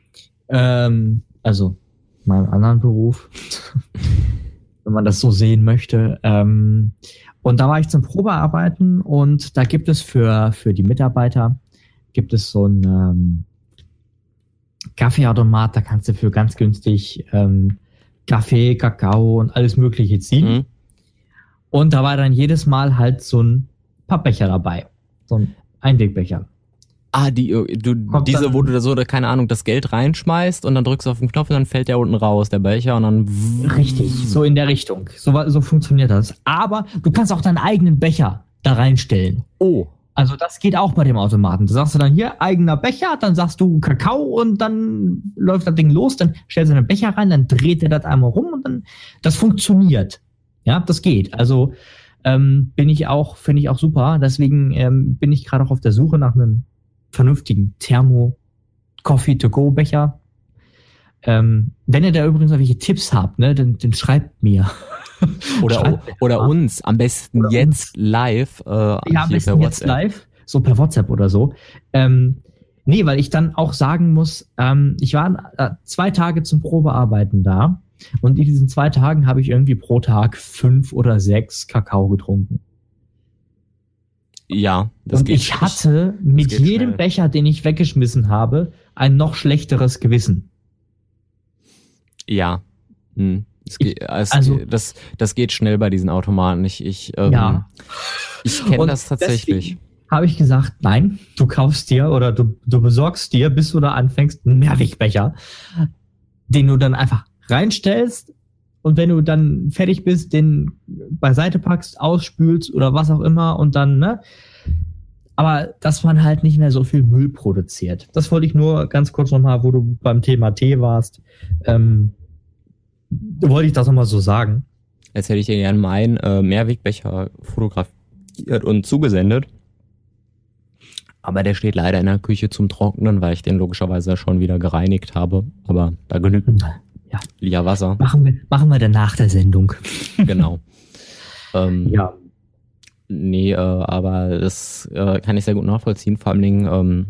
Also meinem anderen Beruf, wenn man das so sehen möchte. Und da war ich zum Probearbeiten und da gibt es für die Mitarbeiter so ein Kaffeeautomat, da kannst du für ganz günstig Kaffee, Kakao und alles Mögliche ziehen. Und da war dann jedes Mal halt so ein Pappbecher dabei, so ein Einwegbecher. Wo du da so, keine Ahnung, das Geld reinschmeißt und dann drückst du auf den Knopf und dann fällt der unten raus, der Becher, und dann... Richtig, so in der Richtung. So funktioniert das. Aber du kannst auch deinen eigenen Becher da reinstellen. Oh. Also das geht auch bei dem Automaten. Da sagst du dann hier, eigener Becher, dann sagst du Kakao und dann läuft das Ding los, dann stellst du einen Becher rein, dann dreht er das einmal rum und dann, das funktioniert. Ja, das geht. Also finde ich auch super. Deswegen bin ich gerade auch auf der Suche nach einem vernünftigen Thermo-Coffee-to-go-Becher. Wenn ihr da übrigens noch welche Tipps habt, ne, dann schreibt mir. Oder uns, am besten oder jetzt live. Ja, am besten jetzt live, so per WhatsApp oder so. Nee, weil ich dann auch sagen muss, ich war 2 Tage zum Probearbeiten da und in diesen 2 Tagen habe ich irgendwie pro Tag 5 oder 6 Kakao getrunken. Ja, das und geht. Ich hatte mit jedem schnell. Becher, den ich weggeschmissen habe, ein noch schlechteres Gewissen. Ja. Das geht schnell bei diesen Automaten. Ich Ja. kenne Und das tatsächlich. Habe ich gesagt, nein, du kaufst dir oder du besorgst dir, bis du da anfängst, einen Mehrwegbecher, den du dann einfach reinstellst und wenn du dann fertig bist, den beiseite packst, ausspülst oder was auch immer und dann, ne? Aber dass man halt nicht mehr so viel Müll produziert. Das wollte ich nur ganz kurz nochmal, wo du beim Thema Tee warst, wollte ich das nochmal so sagen. Jetzt hätte ich dir gerne meinen Mehrwegbecher fotografiert und zugesendet. Aber der steht leider in der Küche zum Trocknen, weil ich den logischerweise schon wieder gereinigt habe. Aber da genügt ja Wasser. Machen wir dann nach der Sendung. Genau. Ja. Nee, aber das kann ich sehr gut nachvollziehen. Vor allen Dingen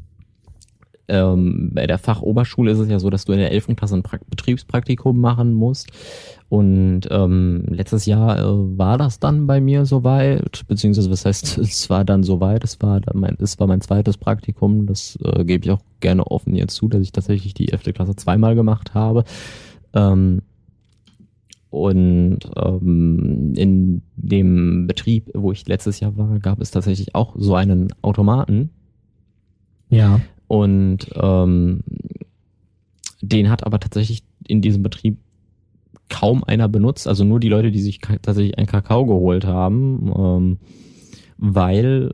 bei der Fachoberschule ist es ja so, dass du in der 11. Klasse ein Betriebspraktikum machen musst. Und letztes Jahr war das dann bei mir soweit, beziehungsweise was heißt, es war dann soweit, es war mein zweites Praktikum, das gebe ich auch gerne offen jetzt zu, dass ich tatsächlich die 11. Klasse 2-mal gemacht habe. In dem Betrieb, wo ich letztes Jahr war, gab es tatsächlich auch so einen Automaten. Ja. Und den hat aber tatsächlich in diesem Betrieb kaum einer benutzt, also nur die Leute, die sich tatsächlich einen Kakao geholt haben, weil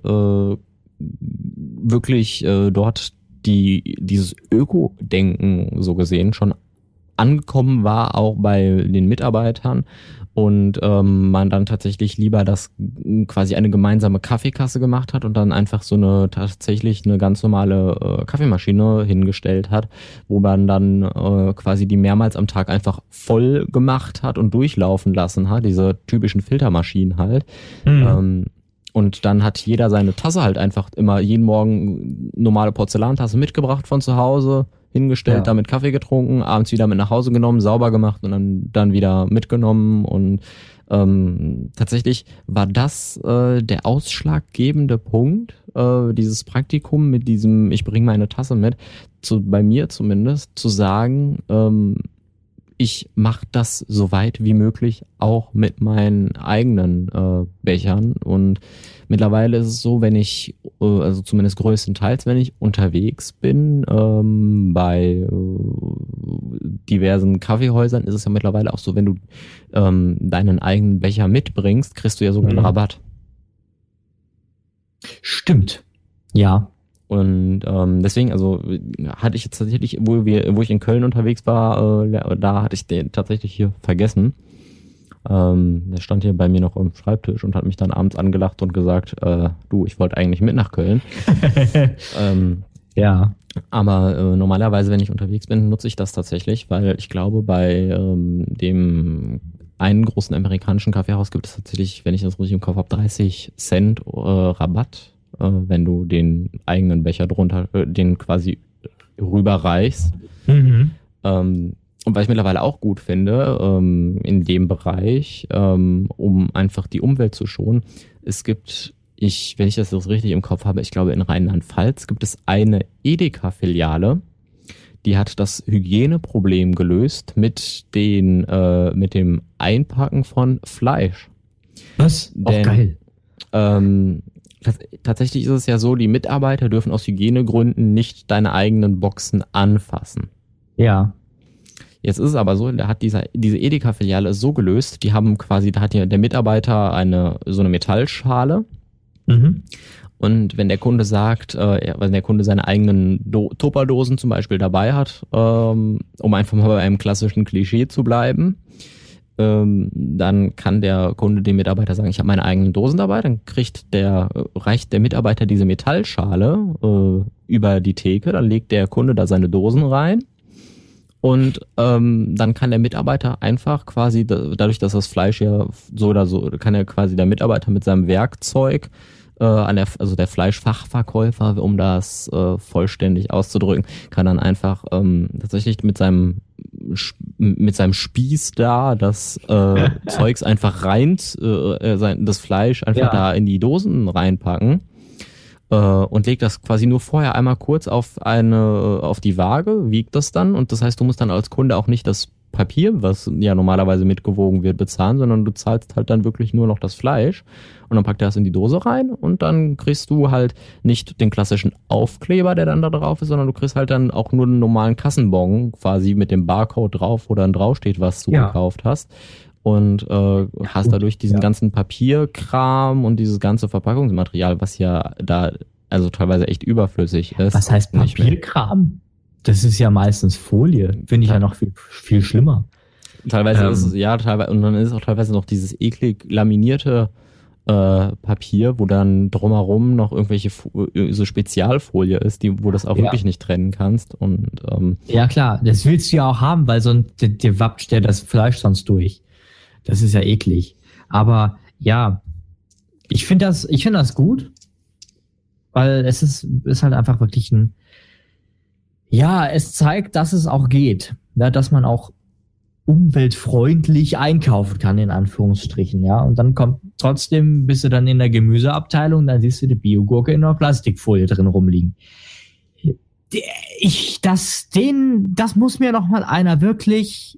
wirklich dort dieses Öko-Denken so gesehen schon angekommen war, auch bei den Mitarbeitern und man dann tatsächlich lieber das quasi eine gemeinsame Kaffeekasse gemacht hat und dann einfach tatsächlich eine ganz normale Kaffeemaschine hingestellt hat, wo man dann quasi die mehrmals am Tag einfach voll gemacht hat und durchlaufen lassen hat, diese typischen Filtermaschinen halt. Und dann hat jeder seine Tasse halt einfach immer jeden Morgen normale Porzellantasse mitgebracht von zu Hause, hingestellt, damit Kaffee getrunken, abends wieder mit nach Hause genommen, sauber gemacht und dann wieder mitgenommen. Und tatsächlich war das der ausschlaggebende Punkt, dieses Praktikum mit diesem, ich bringe meine Tasse mit, bei mir zumindest, zu sagen, ich mache das so weit wie möglich auch mit meinen eigenen Bechern. Und mittlerweile ist es so, wenn ich, also zumindest größtenteils, wenn ich unterwegs bin, bei diversen Kaffeehäusern, ist es ja mittlerweile auch so, wenn du deinen eigenen Becher mitbringst, kriegst du ja sogar einen Rabatt. Stimmt. Ja. Und deswegen, also hatte ich jetzt tatsächlich, wo ich in Köln unterwegs war, da hatte ich den tatsächlich hier vergessen. Der stand hier bei mir noch am Schreibtisch und hat mich dann abends angelacht und gesagt, du, ich wollte eigentlich mit nach Köln. Ja. Aber normalerweise, wenn ich unterwegs bin, nutze ich das tatsächlich, weil ich glaube, bei dem einen großen amerikanischen Kaffeehaus gibt es tatsächlich, wenn ich das richtig im Kopf habe, 30 Cent Rabatt, wenn du den eigenen Becher drunter, den quasi rüberreichst. Mhm. Und was ich mittlerweile auch gut finde, in dem Bereich, um einfach die Umwelt zu schonen, es gibt, wenn ich das so richtig im Kopf habe, ich glaube in Rheinland-Pfalz gibt es eine Edeka-Filiale, die hat das Hygieneproblem gelöst mit dem Einpacken von Fleisch. Was? Auch geil. Tatsächlich ist es ja so, die Mitarbeiter dürfen aus Hygienegründen nicht deine eigenen Boxen anfassen. Ja. Jetzt ist es aber so, da hat diese Edeka-Filiale so gelöst, da hat der Mitarbeiter so eine Metallschale. Mhm. Und wenn der Kunde sagt, wenn der Kunde seine eigenen Tupperdosen zum Beispiel dabei hat, um einfach mal bei einem klassischen Klischee zu bleiben, dann kann der Kunde dem Mitarbeiter sagen, ich habe meine eigenen Dosen dabei, dann reicht der Mitarbeiter diese Metallschale über die Theke, dann legt der Kunde da seine Dosen rein Und dann kann der Mitarbeiter einfach quasi, dadurch, dass das Fleisch ja so oder so, kann er quasi der Mitarbeiter mit seinem Werkzeug, also der Fleischfachverkäufer, um das vollständig auszudrücken, kann dann einfach tatsächlich mit seinem Spieß da das Zeugs einfach das Fleisch einfach da in die Dosen reinpacken. Und legt das quasi nur vorher einmal kurz auf die Waage, wiegt das dann, und das heißt, du musst dann als Kunde auch nicht das Papier, was ja normalerweise mitgewogen wird, bezahlen, sondern du zahlst halt dann wirklich nur noch das Fleisch, und dann packt er das in die Dose rein, und dann kriegst du halt nicht den klassischen Aufkleber, der dann da drauf ist, sondern du kriegst halt dann auch nur einen normalen Kassenbon quasi mit dem Barcode drauf, wo dann draufsteht, was du gekauft hast. Und hast dadurch diesen ganzen Papierkram und dieses ganze Verpackungsmaterial, was ja da also teilweise echt überflüssig ist. Was heißt Papierkram? Das ist ja meistens Folie. Finde ich ja noch viel, viel schlimmer. Teilweise ist es, teilweise, und dann ist auch teilweise noch dieses eklig laminierte Papier, wo dann drumherum noch irgendwelche so Spezialfolie ist, wo das auch wirklich nicht trennen kannst. Und ja klar, das willst du ja auch haben, weil sonst dir wappt ja das Fleisch sonst durch. Das ist ja eklig. Aber ja, ich finde das gut, weil es ist halt einfach wirklich es zeigt, dass es auch geht, ja, dass man auch umweltfreundlich einkaufen kann, in Anführungsstrichen, ja. Und dann bist du dann in der Gemüseabteilung, dann siehst du die Biogurke in einer Plastikfolie drin rumliegen. Das muss mir noch mal einer wirklich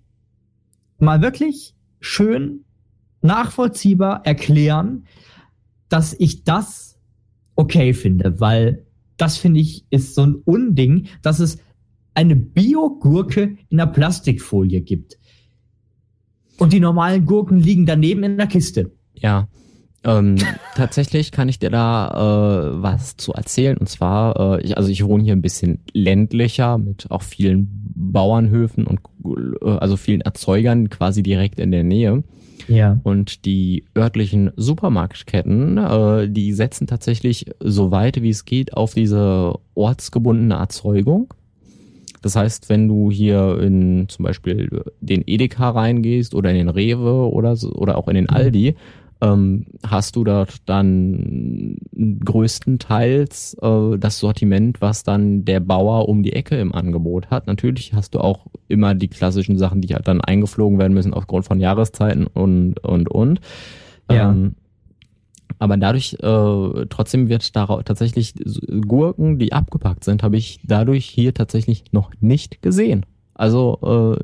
schön nachvollziehbar erklären, dass ich das okay finde, weil das, finde ich, ist so ein Unding, dass es eine Biogurke in einer Plastikfolie gibt. Und die normalen Gurken liegen daneben in der Kiste. Ja, tatsächlich kann ich dir da was zu erzählen. Und zwar, ich wohne hier ein bisschen ländlicher mit auch vielen Bauernhöfen und also vielen Erzeugern quasi direkt in der Nähe. Ja. Und die örtlichen Supermarktketten, die setzen tatsächlich so weit wie es geht auf diese ortsgebundene Erzeugung. Das heißt, wenn du hier in zum Beispiel den Edeka reingehst oder in den Rewe oder auch in den Aldi, hast du dort dann größtenteils das Sortiment, was dann der Bauer um die Ecke im Angebot hat. Natürlich hast du auch immer die klassischen Sachen, die halt dann eingeflogen werden müssen aufgrund von Jahreszeiten und. Ja. Aber dadurch, trotzdem wird darauf tatsächlich Gurken, die abgepackt sind, habe ich dadurch hier tatsächlich noch nicht gesehen. Also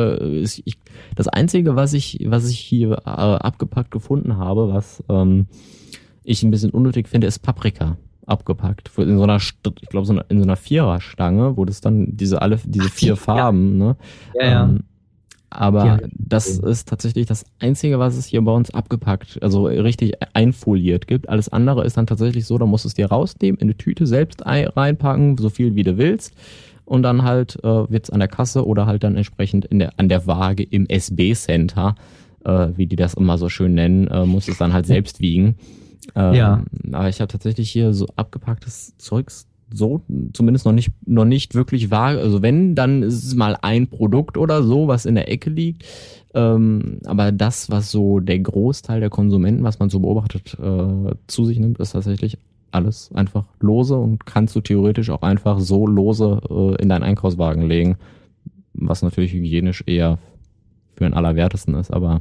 das Einzige, was ich hier abgepackt gefunden habe, was ich ein bisschen unnötig finde, ist Paprika abgepackt. In so einer, ich glaube, in so einer Viererstange, wo das dann diese 4 Farben, ne? Ja. Aber das ist tatsächlich das Einzige, was es hier bei uns abgepackt, also richtig einfoliert gibt. Alles andere ist dann tatsächlich so, da musst du es dir rausnehmen, in eine Tüte selbst reinpacken, so viel wie du willst. Und dann halt wird's an der Kasse oder halt dann entsprechend an der Waage im SB-Center, wie die das immer so schön nennen, muss es dann halt selbst wiegen. Aber ich habe tatsächlich hier so abgepacktes Zeugs so zumindest noch nicht wirklich wahr. Also wenn, dann ist es mal ein Produkt oder so, was in der Ecke liegt. Aber das, was so der Großteil der Konsumenten, was man so beobachtet, zu sich nimmt, ist tatsächlich alles einfach lose und kannst du theoretisch auch einfach so lose in deinen Einkaufswagen legen, was natürlich hygienisch eher für den Allerwertesten ist, aber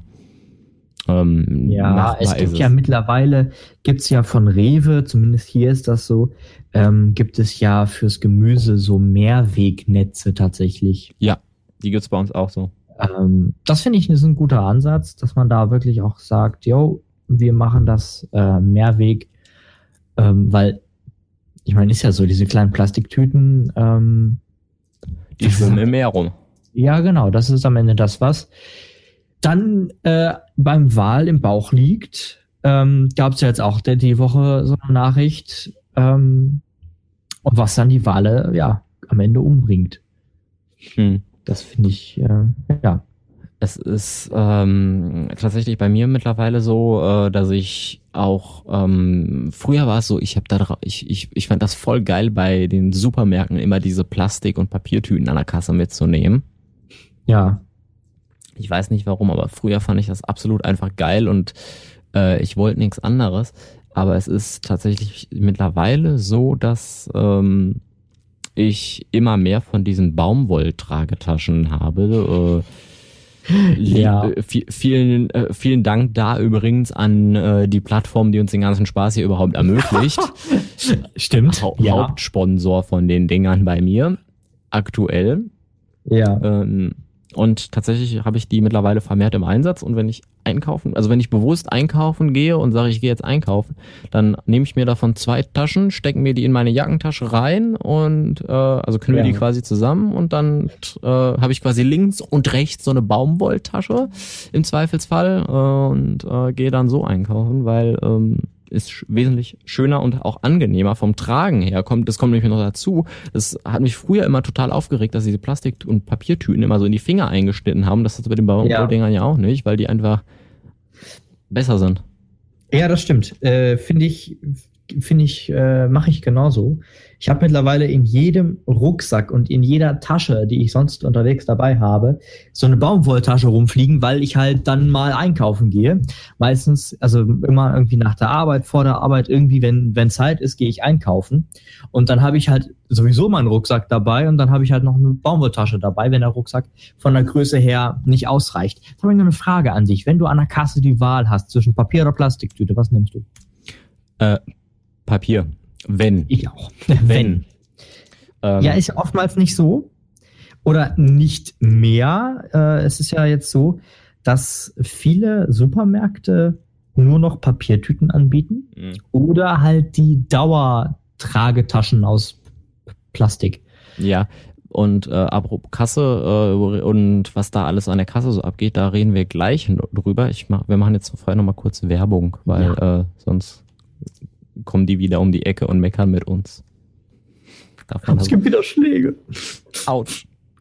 es gibt ja mittlerweile, gibt's ja von Rewe, zumindest hier ist das so, gibt es ja fürs Gemüse so Mehrwegnetze tatsächlich. Ja, die gibt's bei uns auch so. Das finde ich ist ein guter Ansatz, dass man da wirklich auch sagt, wir machen das Mehrweg, weil, ich meine, ist ja so, diese kleinen Plastiktüten, die schwimmen im Meer rum. Ja, genau, das ist am Ende das, was dann beim Wal im Bauch liegt. Gab es ja jetzt auch die Woche so eine Nachricht, und was dann die Wale am Ende umbringt. Das finde ich, Es ist tatsächlich bei mir mittlerweile so, dass ich auch früher war es so, ich fand das voll geil, bei den Supermärkten immer diese Plastik- und Papiertüten an der Kasse mitzunehmen. Ja. Ich weiß nicht warum, aber früher fand ich das absolut einfach geil und ich wollte nichts anderes. Aber es ist tatsächlich mittlerweile so, dass ich immer mehr von diesen Baumwolltragetaschen habe. Ja. Vielen Dank da übrigens an die Plattform, die uns den ganzen Spaß hier überhaupt ermöglicht. Stimmt. Hauptsponsor von den Dingern bei mir aktuell. Ja. Und tatsächlich habe ich die mittlerweile vermehrt im Einsatz und wenn ich bewusst einkaufen gehe und sage, ich gehe jetzt einkaufen, dann nehme ich mir davon 2 Taschen, stecke mir die in meine Jackentasche rein und also knülle die quasi zusammen und dann habe ich quasi links und rechts so eine Baumwolltasche im Zweifelsfall und gehe dann so einkaufen, weil ist wesentlich schöner und auch angenehmer vom Tragen her. Das kommt nämlich noch dazu. Das hat mich früher immer total aufgeregt, dass diese Plastik- und Papiertüten immer so in die Finger eingeschnitten haben. Das ist bei den Baumwolldingern ja auch nicht, weil die einfach besser sind. Ja, das stimmt. Finde ich, mache ich genauso. Ich habe mittlerweile in jedem Rucksack und in jeder Tasche, die ich sonst unterwegs dabei habe, so eine Baumwolltasche rumfliegen, weil ich halt dann mal einkaufen gehe. Meistens, also immer irgendwie nach der Arbeit, vor der Arbeit, irgendwie, wenn Zeit ist, gehe ich einkaufen. Und dann habe ich halt sowieso meinen Rucksack dabei und dann habe ich halt noch eine Baumwolltasche dabei, wenn der Rucksack von der Größe her nicht ausreicht. Jetzt habe ich noch eine Frage an dich. Wenn du an der Kasse die Wahl hast zwischen Papier oder Plastiktüte, was nimmst du? Papier. Wenn. Ich auch. Wenn. Ja, ist ja oftmals nicht so. Oder nicht mehr. Es ist ja jetzt so, dass viele Supermärkte nur noch Papiertüten anbieten oder halt die Dauertragetaschen aus Plastik. Ja, und apropos Kasse und was da alles an der Kasse so abgeht, da reden wir gleich drüber. Wir machen jetzt vorher nochmal kurz Werbung, weil sonst kommen die wieder um die Ecke und meckern mit uns. Es gibt wieder Schläge. Autsch.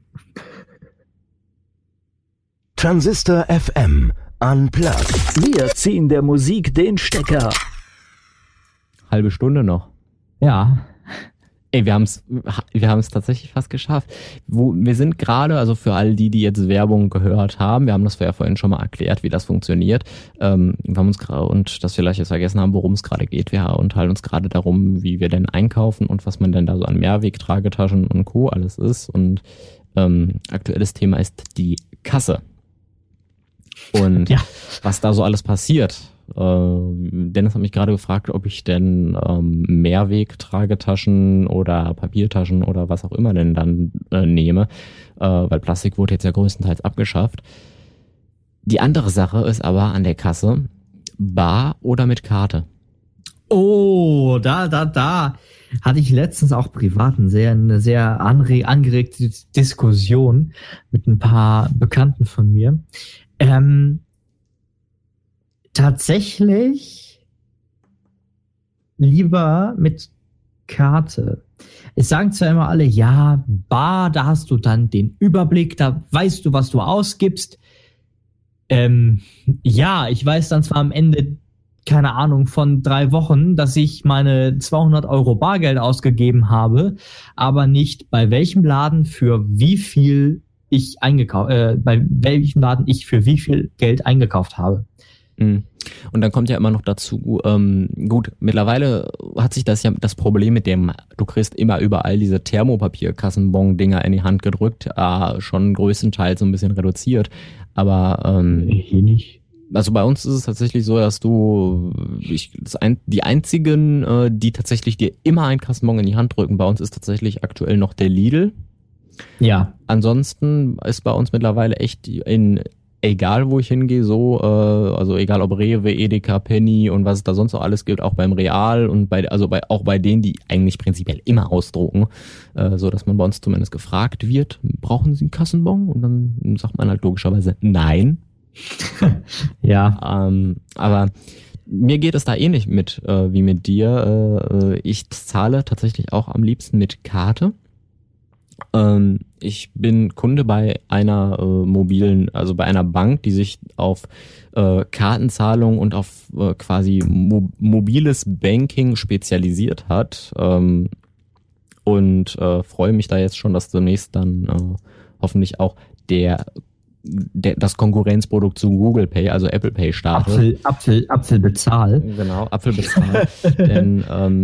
Transistor FM Unplugged. Wir ziehen der Musik den Stecker. Halbe Stunde noch. Ja. Ey, wir haben es tatsächlich fast geschafft. Wir sind gerade, also für all die jetzt Werbung gehört haben, wir haben das ja vorhin schon mal erklärt, wie das funktioniert. Wir haben uns gerade, und das vielleicht jetzt vergessen haben, worum es gerade geht. Wir unterhalten uns gerade darum, wie wir denn einkaufen und was man denn da so an Mehrwegtragetaschen und Co. alles ist. Und aktuelles Thema ist die Kasse. Und was da so alles passiert. Dennis hat mich gerade gefragt, ob ich denn Mehrweg-Tragetaschen oder Papiertaschen oder was auch immer denn dann nehme, weil Plastik wurde jetzt ja größtenteils abgeschafft. Die andere Sache ist aber an der Kasse, bar oder mit Karte. Oh, da hatte ich letztens auch privat eine sehr angeregte Diskussion mit ein paar Bekannten von mir. Tatsächlich lieber mit Karte. Es sagen zwar immer alle, ja, bar, da hast du dann den Überblick, da weißt du, was du ausgibst. Ja, ich weiß dann zwar am Ende, keine Ahnung, von 3 Wochen, dass ich meine 200 € Bargeld ausgegeben habe, aber nicht bei welchem Laden für wie viel bei welchem Laden ich für wie viel Geld eingekauft habe. Und dann kommt ja immer noch dazu, gut, mittlerweile hat sich das Problem mit dem, du kriegst immer überall diese Thermopapier-Kassenbon-Dinger in die Hand gedrückt, schon größtenteils so ein bisschen reduziert, aber hier nicht. Also bei uns ist es tatsächlich so, dass die einzigen, die tatsächlich dir immer einen Kassenbon in die Hand drücken, bei uns ist tatsächlich aktuell noch der Lidl. Ja. Ansonsten ist bei uns mittlerweile echt egal wo ich hingehe, also egal ob Rewe, Edeka, Penny und was es da sonst noch alles gibt, auch beim Real und auch bei denen, die eigentlich prinzipiell immer ausdrucken, so dass man bei uns zumindest gefragt wird, brauchen Sie einen Kassenbon? Und dann sagt man halt logischerweise nein. Ja. Aber mir geht es da ähnlich mit wie mit dir. Ich zahle tatsächlich auch am liebsten mit Karte. Ich bin Kunde bei einer bei einer Bank, die sich auf Kartenzahlung und auf quasi mobiles Banking spezialisiert hat, und freue mich da jetzt schon, dass demnächst dann hoffentlich auch das Konkurrenzprodukt zu Google Pay, also Apple Pay startet. Apfel bezahl. Genau, Apfel bezahl. Denn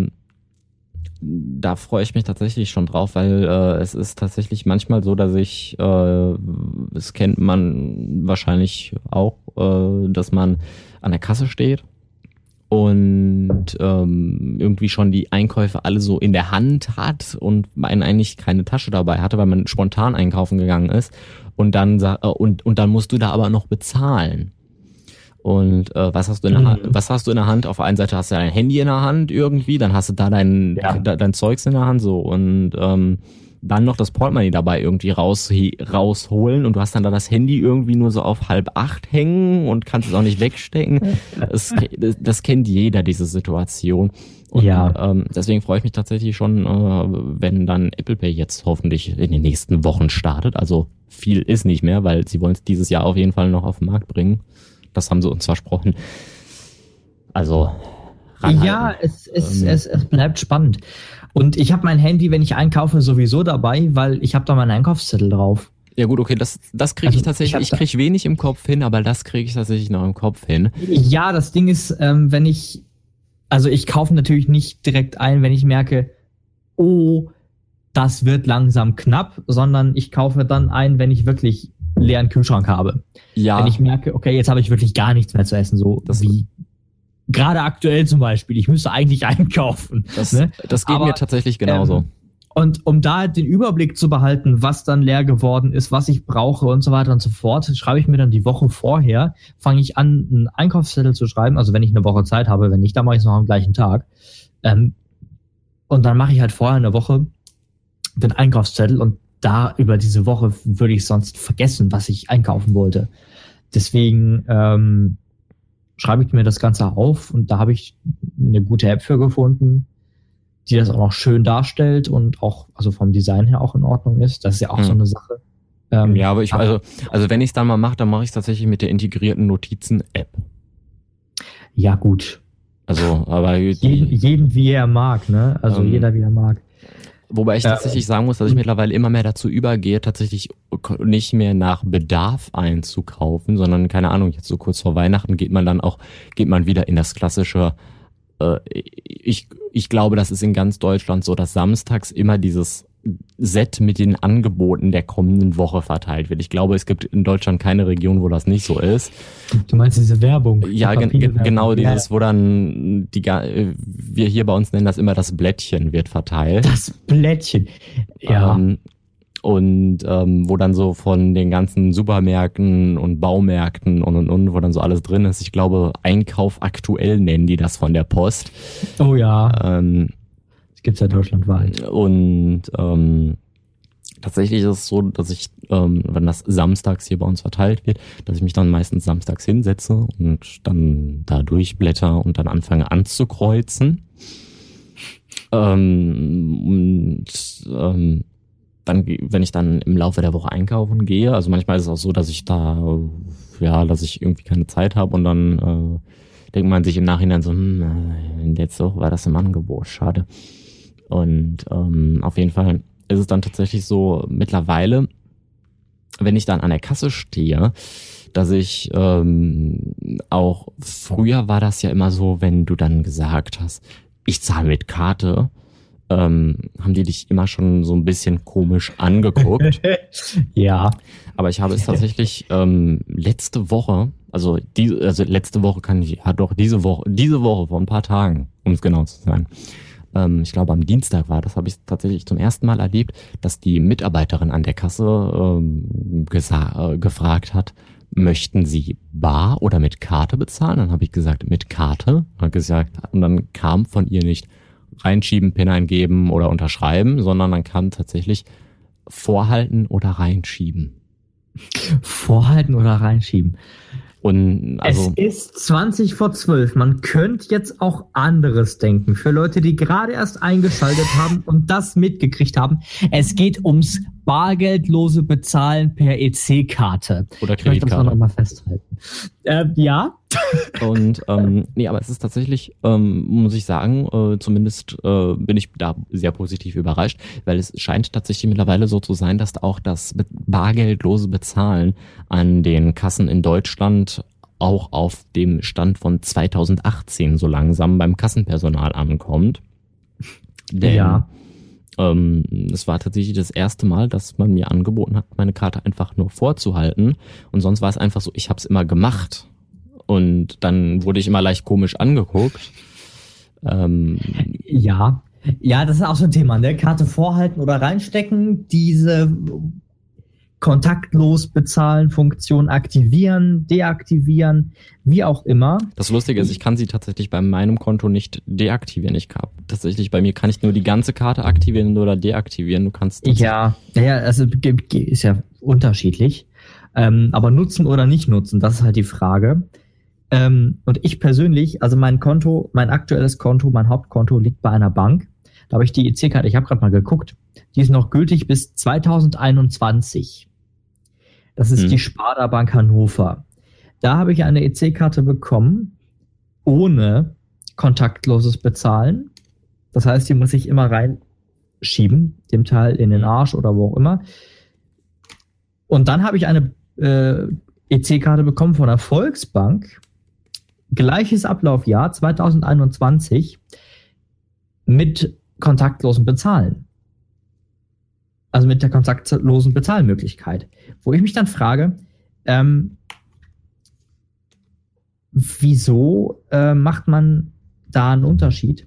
da freue ich mich tatsächlich schon drauf, weil es ist tatsächlich manchmal so, dass ich, es kennt man wahrscheinlich auch, dass man an der Kasse steht und irgendwie schon die Einkäufe alle so in der Hand hat und man eigentlich keine Tasche dabei hatte, weil man spontan einkaufen gegangen ist und dann dann musst du da aber noch bezahlen. Und was hast du in der Hand? Was hast du in der Hand? Auf der einen Seite hast du dein Handy in der Hand irgendwie, dann hast du da dein Zeugs in der Hand so und dann noch das Portemonnaie dabei irgendwie rausholen und du hast dann da das Handy irgendwie nur so auf 7:30 hängen und kannst es auch nicht wegstecken. Das kennt jeder, diese Situation. Und deswegen freue ich mich tatsächlich schon, wenn dann Apple Pay jetzt hoffentlich in den nächsten Wochen startet. Also viel ist nicht mehr, weil sie wollen es dieses Jahr auf jeden Fall noch auf den Markt bringen. Das haben sie uns versprochen. Also ranhalten. Ja, es bleibt spannend. Und ich habe mein Handy, wenn ich einkaufe, sowieso dabei, weil ich habe da meinen Einkaufszettel drauf. Ja gut, okay, das kriege ich tatsächlich, ich kriege wenig im Kopf hin, aber das kriege ich tatsächlich noch im Kopf hin. Ja, das Ding ist, ich kaufe natürlich nicht direkt ein, wenn ich merke, oh, das wird langsam knapp, sondern ich kaufe dann ein, wenn ich wirklich leeren Kühlschrank habe. Ja. Wenn ich merke, okay, jetzt habe ich wirklich gar nichts mehr zu essen, so wie gerade aktuell zum Beispiel. Ich müsste eigentlich einkaufen. Das geht mir tatsächlich genauso. Und um da den Überblick zu behalten, was dann leer geworden ist, was ich brauche und so weiter und so fort, schreibe ich mir dann die Woche vorher, fange ich an, einen Einkaufszettel zu schreiben, also wenn ich eine Woche Zeit habe, wenn nicht, dann mache ich es noch am gleichen Tag. Und dann mache ich halt vorher eine Woche den Einkaufszettel und da über diese Woche würde ich sonst vergessen, was ich einkaufen wollte. Deswegen schreibe ich mir das Ganze auf und da habe ich eine gute App für gefunden, die das auch noch schön darstellt und auch, also vom Design her auch in Ordnung ist. Das ist ja auch so eine Sache. Ja, aber also wenn ich es dann mal mache, dann mache ich es tatsächlich mit der integrierten Notizen-App. Ja, gut. Also, aber jeden wie er mag, ne? Also jeder wie er mag. Wobei ich tatsächlich sagen muss, dass ich mittlerweile immer mehr dazu übergehe, tatsächlich nicht mehr nach Bedarf einzukaufen, sondern, keine Ahnung, jetzt so kurz vor Weihnachten geht man wieder in das klassische, ich glaube, das ist in ganz Deutschland so, dass samstags immer dieses Set mit den Angeboten der kommenden Woche verteilt wird. Ich glaube, es gibt in Deutschland keine Region, wo das nicht so ist. Du meinst diese Werbung? Ja, genau dieses, wo dann wir hier bei uns nennen das immer das Blättchen wird verteilt. Das Blättchen, ja. Wo dann so von den ganzen Supermärkten und Baumärkten und wo dann so alles drin ist. Ich glaube, Einkauf aktuell nennen die das von der Post. Oh ja. Gibt's ja deutschlandweit. Und tatsächlich ist es so, dass ich, wenn das samstags hier bei uns verteilt wird, dass ich mich dann meistens samstags hinsetze und dann da durchblätter und dann anfange anzukreuzen. Dann, wenn ich dann im Laufe der Woche einkaufen gehe, also manchmal ist es auch so, dass ich dass ich irgendwie keine Zeit habe und dann denkt man sich im Nachhinein so, letzte Woche war das im Angebot, schade. Und auf jeden Fall ist es dann tatsächlich so mittlerweile, wenn ich dann an der Kasse stehe, dass ich auch, früher war das ja immer so, wenn du dann gesagt hast, ich zahle mit Karte, haben die dich immer schon so ein bisschen komisch angeguckt. Ja. Aber ich habe es tatsächlich letzte Woche, letzte Woche diese Woche vor ein paar Tagen, um es genau zu sein, ich glaube am Dienstag war das, habe ich tatsächlich zum ersten Mal erlebt, dass die Mitarbeiterin an der Kasse gefragt hat, möchten Sie bar oder mit Karte bezahlen? Dann habe ich gesagt, mit Karte. Und dann kam von ihr nicht reinschieben, PIN eingeben oder unterschreiben, sondern dann kam tatsächlich vorhalten oder reinschieben. Vorhalten oder reinschieben. Und also, es ist 11:20. Man könnte jetzt auch anderes denken. Für Leute, die gerade erst eingeschaltet haben und das mitgekriegt haben. Es geht ums bargeldlose Bezahlen per EC-Karte. Oder Ich möchte das Kreditkarte. noch mal festhalten. Ja. Und nee, aber es ist tatsächlich, muss ich sagen, zumindest bin ich da sehr positiv überrascht, weil es scheint tatsächlich mittlerweile so zu sein, dass auch das bargeldlose Bezahlen an den Kassen in Deutschland auch auf dem Stand von 2018 so langsam beim Kassenpersonal ankommt. Denn Ja. es war tatsächlich das erste Mal, dass man mir angeboten hat, meine Karte einfach nur vorzuhalten. Und sonst war es einfach so, ich habe es immer gemacht. Und dann wurde ich immer leicht komisch angeguckt. Ja. Ja, das ist auch so ein Thema, ne? Karte vorhalten oder reinstecken, diese kontaktlos bezahlen Funktion aktivieren, deaktivieren, wie auch immer. Das Lustige ist, ich kann sie tatsächlich bei meinem Konto nicht deaktivieren. Tatsächlich, bei mir kann ich nur die ganze Karte aktivieren oder deaktivieren. Du kannst Ja, also ist ja unterschiedlich. Aber nutzen oder nicht nutzen, das ist halt die Frage. Und ich persönlich, also mein aktuelles Konto, mein Hauptkonto liegt bei einer Bank. Da habe ich die EC-Karte, ich habe gerade mal geguckt, die ist noch gültig bis 2021. Das ist die Sparda Bank Hannover. Da habe ich eine EC-Karte bekommen, ohne kontaktloses Bezahlen. Das heißt, die muss ich immer reinschieben, dem Teil in den Arsch oder wo auch immer. Und dann habe ich eine EC-Karte bekommen von der Volksbank. Gleiches Ablaufjahr, 2021, mit kontaktlosem Bezahlen. Also mit der kontaktlosen Bezahlmöglichkeit. Wo ich mich dann frage, wieso macht man da einen Unterschied?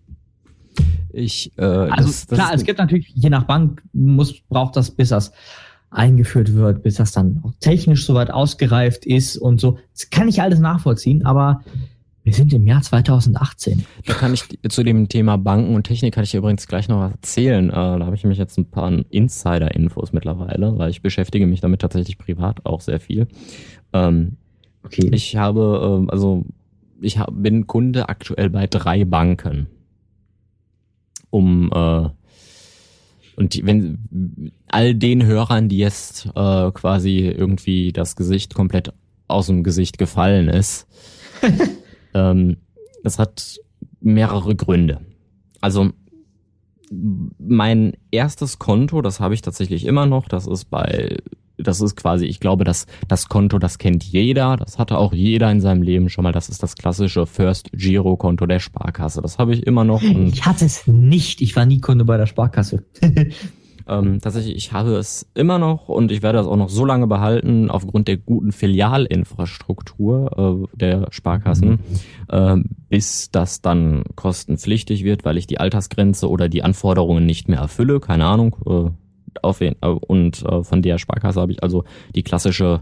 Es gibt natürlich, je nach Bank braucht das, bis das eingeführt wird, bis das dann auch technisch soweit ausgereift ist und so. Das kann ich alles nachvollziehen, aber wir sind im Jahr 2018. Da kann ich zu dem Thema Banken und Technik kann ich dir übrigens gleich noch was erzählen. Da habe ich nämlich jetzt ein paar Insider-Infos mittlerweile, weil ich beschäftige mich damit tatsächlich privat auch sehr viel. Okay. Ich bin Kunde aktuell bei 3 Banken. Wenn all den Hörern, die jetzt quasi irgendwie das Gesicht komplett aus dem Gesicht gefallen ist, das hat mehrere Gründe. Also mein erstes Konto, das habe ich tatsächlich immer noch, das ist quasi, ich glaube, das Konto, das kennt jeder, das hatte auch jeder in seinem Leben schon mal, das ist das klassische First Giro Konto der Sparkasse. Das habe ich immer noch. Ich hatte es nicht, ich war nie Kunde bei der Sparkasse. Tatsächlich, ich habe es immer noch und ich werde das auch noch so lange behalten, aufgrund der guten Filialinfrastruktur der Sparkassen, bis das dann kostenpflichtig wird, weil ich die Altersgrenze oder die Anforderungen nicht mehr erfülle, keine Ahnung. Von der Sparkasse habe ich also die klassische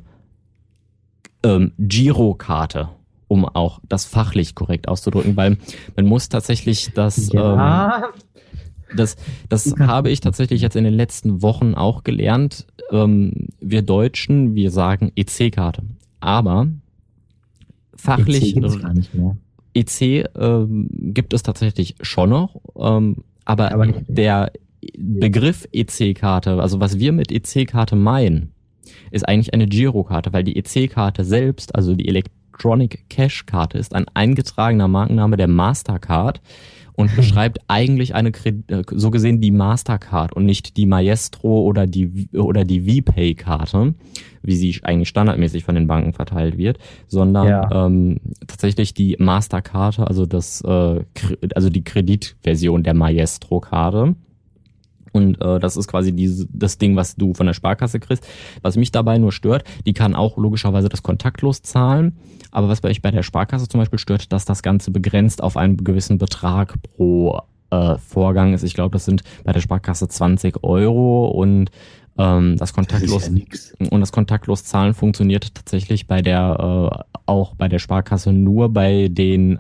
Girokarte, um auch das fachlich korrekt auszudrücken, weil man muss tatsächlich das... Das habe ich tatsächlich jetzt in den letzten Wochen auch gelernt. Wir Deutschen, wir sagen EC-Karte. Aber fachlich EC gibt's gar nicht mehr. EC gibt es tatsächlich schon noch. Aber der Begriff EC-Karte, also was wir mit EC-Karte meinen, ist eigentlich eine Girokarte, weil die EC-Karte selbst, also die Electronic Cash-Karte, ist ein eingetragener Markenname der Mastercard und beschreibt eigentlich so gesehen die Mastercard und nicht die Maestro oder die VPay-Karte, wie sie eigentlich standardmäßig von den Banken verteilt wird, sondern tatsächlich die Masterkarte, also die Kreditversion der Maestro-Karte. Und das ist quasi das Ding, was du von der Sparkasse kriegst. Was mich dabei nur stört, die kann auch logischerweise das kontaktlos zahlen. Aber was mich bei der Sparkasse zum Beispiel stört, dass das Ganze begrenzt auf einen gewissen Betrag pro Vorgang ist. Ich glaube, das sind bei der Sparkasse 20 Euro und das kontaktlos Zahlen funktioniert tatsächlich auch bei der Sparkasse nur bei den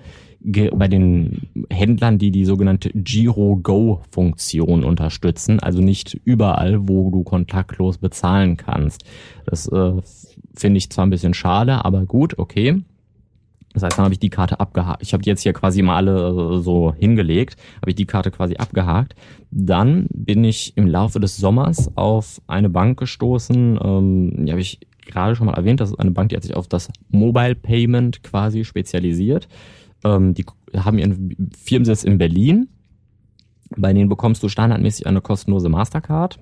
Händlern, die sogenannte Giro-Go-Funktion unterstützen, also nicht überall, wo du kontaktlos bezahlen kannst. Das finde ich zwar ein bisschen schade, aber gut, okay. Das heißt, dann habe ich die Karte abgehakt. Ich habe die jetzt hier quasi mal alle so hingelegt, habe ich die Karte quasi abgehakt. Dann bin ich im Laufe des Sommers auf eine Bank gestoßen, die habe ich gerade schon mal erwähnt. Das ist eine Bank, die hat sich auf das Mobile Payment quasi spezialisiert. Die haben ihren Firmensitz in Berlin. Bei denen bekommst du standardmäßig eine kostenlose Mastercard.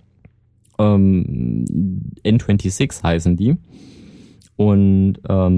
N26 heißen die. Und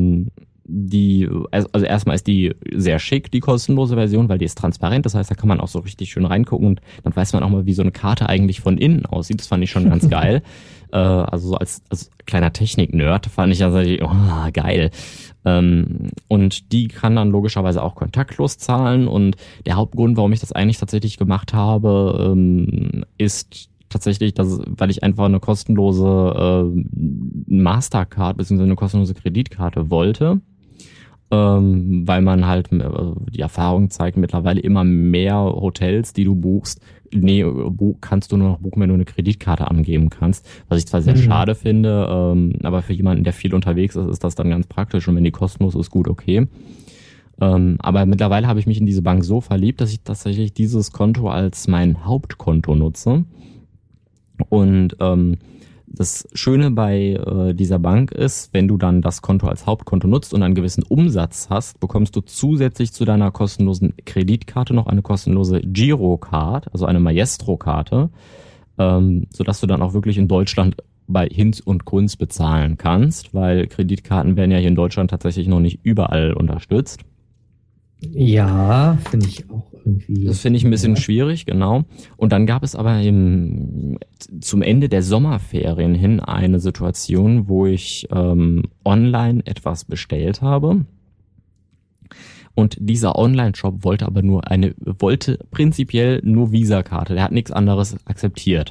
also erstmal ist die sehr schick, die kostenlose Version, weil die ist transparent, das heißt, da kann man auch so richtig schön reingucken und dann weiß man auch mal, wie so eine Karte eigentlich von innen aussieht. Das fand ich schon ganz geil. Also so als kleiner Technik-Nerd fand ich also, geil. Und die kann dann logischerweise auch kontaktlos zahlen und der Hauptgrund, warum ich das eigentlich tatsächlich gemacht habe, ist tatsächlich, weil ich einfach eine kostenlose Mastercard bzw. eine kostenlose Kreditkarte wollte, weil man halt, die Erfahrung zeigt, mittlerweile immer mehr Hotels, die du buchst, kannst du nur noch buchen, wenn du eine Kreditkarte angeben kannst, was ich zwar sehr schade finde, aber für jemanden, der viel unterwegs ist, ist das dann ganz praktisch und wenn die kostenlos ist, gut, okay. Aber mittlerweile habe ich mich in diese Bank so verliebt, dass ich tatsächlich dieses Konto als mein Hauptkonto nutze. Und das Schöne bei dieser Bank ist, wenn du dann das Konto als Hauptkonto nutzt und einen gewissen Umsatz hast, bekommst du zusätzlich zu deiner kostenlosen Kreditkarte noch eine kostenlose Girocard, also eine Maestro-Karte, sodass du dann auch wirklich in Deutschland bei Hinz und Kunz bezahlen kannst, weil Kreditkarten werden ja hier in Deutschland tatsächlich noch nicht überall unterstützt. Ja, finde ich auch irgendwie. Das finde ich ein bisschen schwierig, genau. Und dann gab es aber zum Ende der Sommerferien hin eine Situation, wo ich online etwas bestellt habe. Und dieser Online-Shop wollte prinzipiell nur Visa-Karte. Der hat nichts anderes akzeptiert.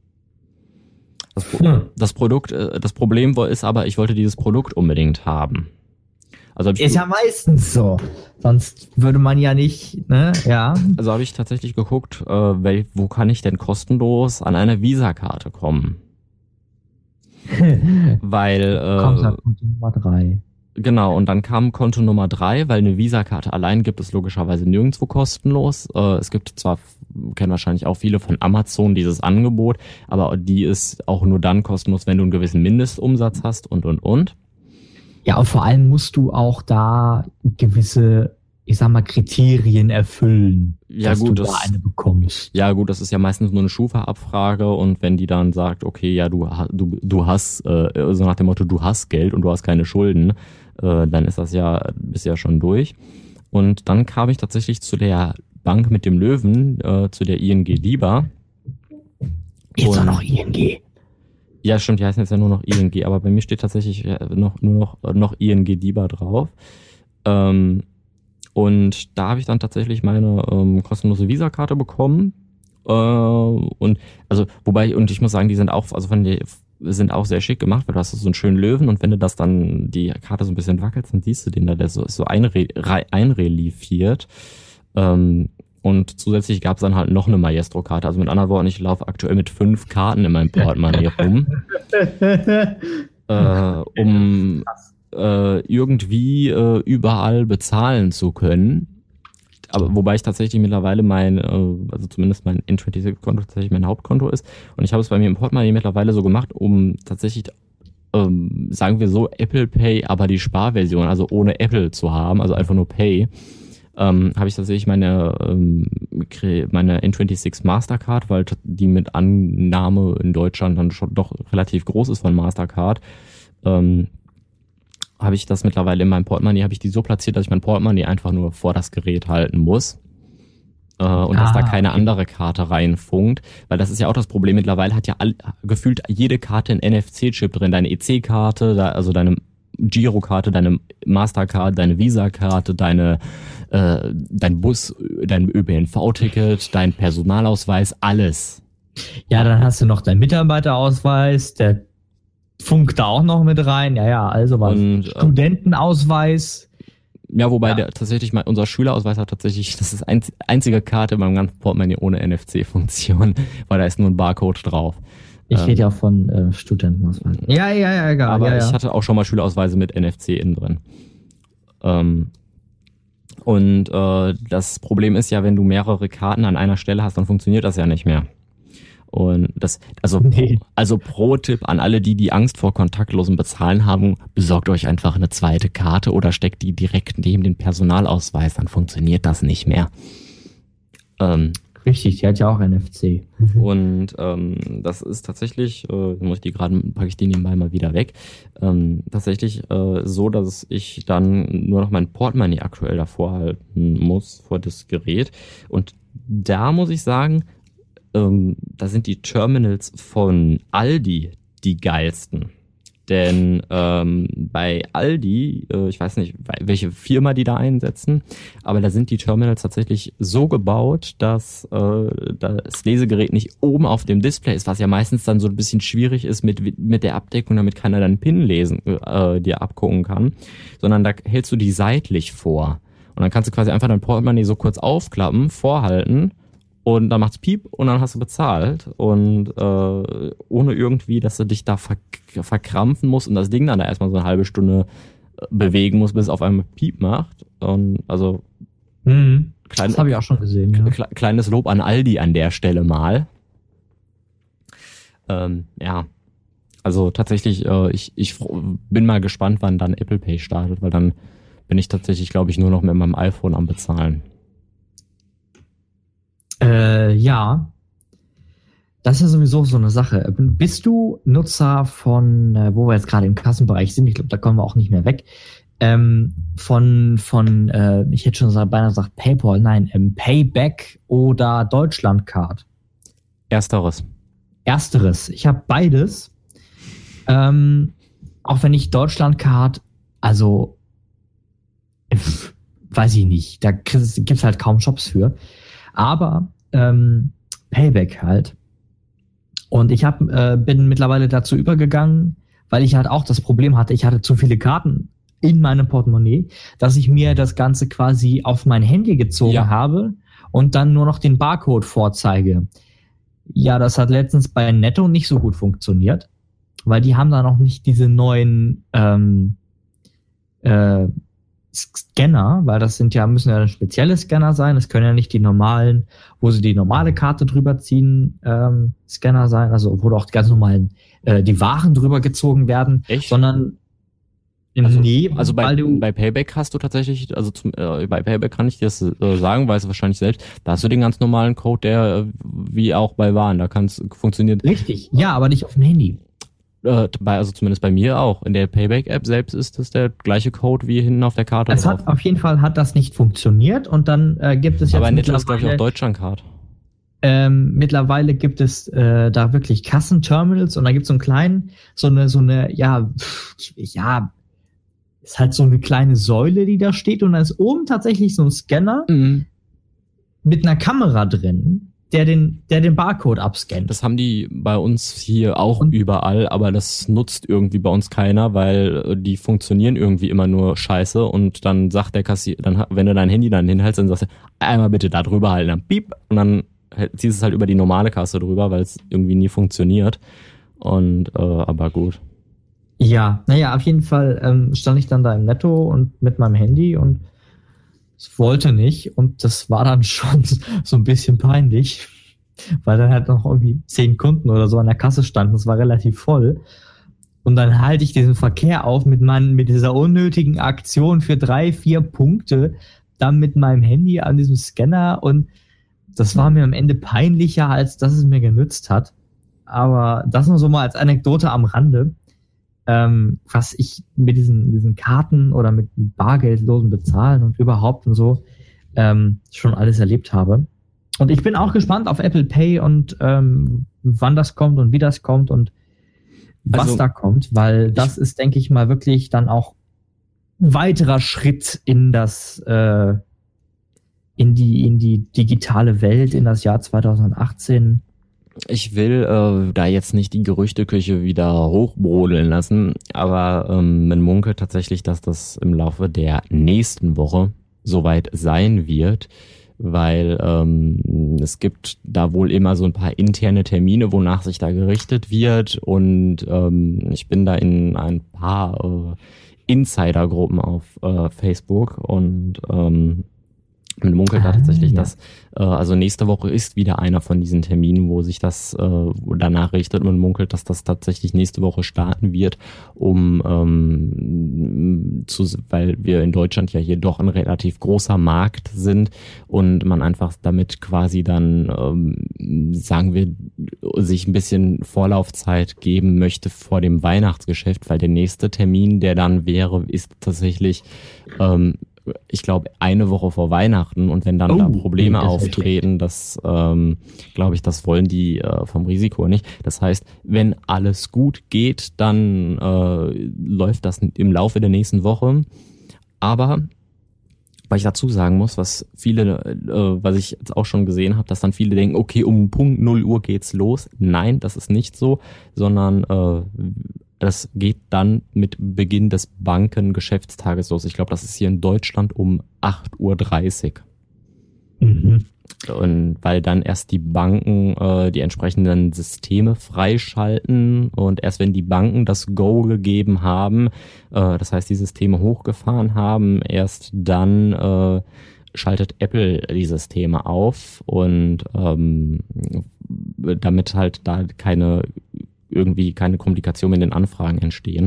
Das Problem ist aber, ich wollte dieses Produkt unbedingt haben. Also ist ja meistens so. Sonst würde man ja nicht, ne? Ja. Also habe ich tatsächlich geguckt, wo kann ich denn kostenlos an eine Visa-Karte kommen? Weil Kommt halt Konto Nummer 3. Genau, und dann kam Konto Nummer 3, weil eine Visa-Karte allein gibt es logischerweise nirgendwo kostenlos. Es gibt zwar, kennen wahrscheinlich auch viele von Amazon dieses Angebot, aber die ist auch nur dann kostenlos, wenn du einen gewissen Mindestumsatz hast und. Ja, und vor allem musst du auch da gewisse, ich sag mal, Kriterien erfüllen, ja, dass gut, du da eine bekommst. Ja gut, das ist ja meistens nur eine Schufa-Abfrage und wenn die dann sagt, okay, ja, du hast, so nach dem Motto, du hast Geld und du hast keine Schulden, dann ist das ja, bist ja schon durch. Und dann kam ich tatsächlich zu der Bank mit dem Löwen, zu der ING DiBa. Jetzt auch noch ING. Ja, stimmt, die heißen jetzt ja nur noch ING, aber bei mir steht tatsächlich nur noch ING DiBa drauf. Und da habe ich dann tatsächlich meine kostenlose Visa-Karte bekommen. Und ich muss sagen, die sind auch, sind auch sehr schick gemacht, weil du hast so einen schönen Löwen und wenn du das dann, die Karte so ein bisschen wackelt, dann siehst du den da, der ist so einrelifiert. Und zusätzlich gab es dann halt noch eine Maestro-Karte. Also mit anderen Worten, ich laufe aktuell mit 5 Karten in meinem Portemonnaie rum, um irgendwie überall bezahlen zu können. Aber wobei ich tatsächlich mittlerweile zumindest mein N26-Konto tatsächlich mein Hauptkonto ist. Und ich habe es bei mir im Portemonnaie mittlerweile so gemacht, um tatsächlich, sagen wir so, Apple Pay, aber die Sparversion, also ohne Apple zu haben, also einfach nur Pay. Habe ich tatsächlich meine N26 Mastercard, weil die mit Annahme in Deutschland dann schon doch relativ groß ist von Mastercard, habe ich das mittlerweile in meinem Portemonnaie, habe ich die so platziert, dass ich mein Portemonnaie einfach nur vor das Gerät halten muss. Und dass da keine andere Karte reinfunkt, weil das ist ja auch das Problem, mittlerweile hat ja gefühlt jede Karte einen NFC-Chip drin, deine EC-Karte, also deine Girokarte, deine Mastercard, deine Visa-Karte, dein Bus, dein ÖPNV-Ticket, dein Personalausweis, alles. Ja, dann hast du noch deinen Mitarbeiterausweis, der funkt da auch noch mit rein. Ja, also was. Und, Studentenausweis. Ja, wobei unser Schülerausweis hat tatsächlich, das ist einzige Karte in meinem ganzen Portemonnaie ohne NFC-Funktion, weil da ist nur ein Barcode drauf. Ich rede ja von Studentenausweis. Ja, egal. Aber ich hatte auch schon mal Schülerausweise mit NFC innen drin. Und das Problem ist ja, wenn du mehrere Karten an einer Stelle hast, dann funktioniert das ja nicht mehr. Und also Pro-Tipp an alle, die Angst vor kontaktlosen Bezahlen haben, besorgt euch einfach eine zweite Karte oder steckt die direkt neben den Personalausweis, dann funktioniert das nicht mehr. Richtig, die hat ja auch NFC. Und das ist tatsächlich, packe ich die nebenbei mal wieder weg, tatsächlich so, dass ich dann nur noch mein Portemonnaie aktuell davor halten muss, vor das Gerät. Und da muss ich sagen, da sind die Terminals von Aldi die geilsten. Denn bei Aldi, ich weiß nicht, welche Firma die da einsetzen, aber da sind die Terminals tatsächlich so gebaut, dass das Lesegerät nicht oben auf dem Display ist, was ja meistens dann so ein bisschen schwierig ist mit der Abdeckung, damit keiner dann PIN lesen, dir abgucken kann, sondern da hältst du die seitlich vor. Und dann kannst du quasi einfach dein Portemonnaie so kurz aufklappen, vorhalten, und dann macht's Piep und dann hast du bezahlt und ohne irgendwie, dass du dich da verkrampfen musst und das Ding dann da erstmal so eine halbe Stunde bewegen musst, bis es auf einmal Piep macht. Und also das habe ich auch schon gesehen. Ja. Kleines Lob an Aldi an der Stelle mal. Ja, also tatsächlich, ich bin mal gespannt, wann dann Apple Pay startet, weil dann bin ich tatsächlich, glaube ich, nur noch mit meinem iPhone am Bezahlen. Ja, das ist ja sowieso so eine Sache. Bist du Nutzer von, wo wir jetzt gerade im Kassenbereich sind, ich glaube, da kommen wir auch nicht mehr weg, von ich hätte schon beinahe gesagt PayPal, nein, Payback oder Deutschlandcard? Ersteres. Ich habe beides. Auch wenn ich Deutschlandcard, also weiß ich nicht, da gibt's halt kaum Shops für. Aber Payback halt. Und ich bin mittlerweile dazu übergegangen, weil ich halt auch das Problem hatte, ich hatte zu viele Karten in meinem Portemonnaie, dass ich mir das Ganze quasi auf mein Handy gezogen habe und dann nur noch den Barcode vorzeige. Ja, das hat letztens bei Netto nicht so gut funktioniert, weil die haben da noch nicht diese neuen Scanner, weil das müssen ja spezielle Scanner sein. Es können ja nicht die normalen, wo sie die normale Karte drüber ziehen, Scanner sein, also wo auch die ganz normalen, die Waren drüber gezogen werden. Echt? Sondern bei Payback hast du tatsächlich, bei Payback kann ich dir das sagen, weißt du wahrscheinlich selbst, da hast du den ganz normalen Code, der wie auch bei Waren, da funktioniert. Richtig, ja, aber nicht auf dem Handy. Also zumindest bei mir auch. In der Payback-App selbst ist das der gleiche Code wie hinten auf der Karte. Auf jeden Fall hat das nicht funktioniert und dann gibt es jetzt aber Netto ist, glaube ich, auch Deutschlandcard. Mittlerweile gibt es da wirklich Kassenterminals und da gibt es so einen kleinen, ist halt so eine kleine Säule, die da steht und da ist oben tatsächlich so ein Scanner mit einer Kamera drin, der den Barcode abscannt. Das haben die bei uns hier auch überall, aber das nutzt irgendwie bei uns keiner, weil die funktionieren irgendwie immer nur scheiße und dann sagt der Kassier, wenn du dein Handy dann hinhältst, dann sagst du, einmal bitte da drüber halten, dann piep und dann ziehst es halt über die normale Kasse drüber, weil es irgendwie nie funktioniert und aber gut. Ja, naja, auf jeden Fall stand ich dann da im Netto und mit meinem Handy und es wollte nicht und das war dann schon so ein bisschen peinlich, weil dann halt noch irgendwie 10 Kunden oder so an der Kasse standen. Das war relativ voll. Und dann halte ich diesen Verkehr auf mit dieser unnötigen Aktion für 3-4 Punkte, dann mit meinem Handy an diesem Scanner und das war mir am Ende peinlicher, als dass es mir genützt hat. Aber das nur so mal als Anekdote am Rande. Was ich mit diesen Karten oder mit bargeldlosen Bezahlen und überhaupt und so schon alles erlebt habe. Und ich bin auch gespannt auf Apple Pay und wann das kommt und wie das kommt und was da kommt, weil das ist, denke ich mal, wirklich dann auch ein weiterer Schritt in das in die digitale Welt, in das Jahr 2018. Ich will da jetzt nicht die Gerüchteküche wieder hochbrodeln lassen, aber man munkelt tatsächlich, dass das im Laufe der nächsten Woche soweit sein wird, weil es gibt da wohl immer so ein paar interne Termine, wonach sich da gerichtet wird und ich bin da in ein paar Insidergruppen auf Facebook und Man munkelt da tatsächlich, dass also nächste Woche ist wieder einer von diesen Terminen, wo sich das danach richtet. Man munkelt, dass das tatsächlich nächste Woche starten wird, weil wir in Deutschland ja hier doch ein relativ großer Markt sind und man einfach damit quasi dann, sagen wir, sich ein bisschen Vorlaufzeit geben möchte vor dem Weihnachtsgeschäft, weil der nächste Termin, der dann wäre, ist tatsächlich ich glaube, eine Woche vor Weihnachten, und wenn dann da Probleme auftreten, das glaube ich, das wollen die vom Risiko nicht. Das heißt, wenn alles gut geht, dann läuft das im Laufe der nächsten Woche. Aber weil ich dazu sagen muss, was ich jetzt auch schon gesehen habe, dass dann viele denken, okay, um Punkt 0 Uhr geht's los. Nein, das ist nicht so, sondern das geht dann mit Beginn des Bankengeschäftstages los. Ich glaube, das ist hier in Deutschland um 8:30 Uhr. Mhm. Und weil dann erst die Banken die entsprechenden Systeme freischalten und erst wenn die Banken das Go gegeben haben, das heißt die Systeme hochgefahren haben, erst dann schaltet Apple die Systeme auf und damit halt da keine Komplikation in den Anfragen entstehen.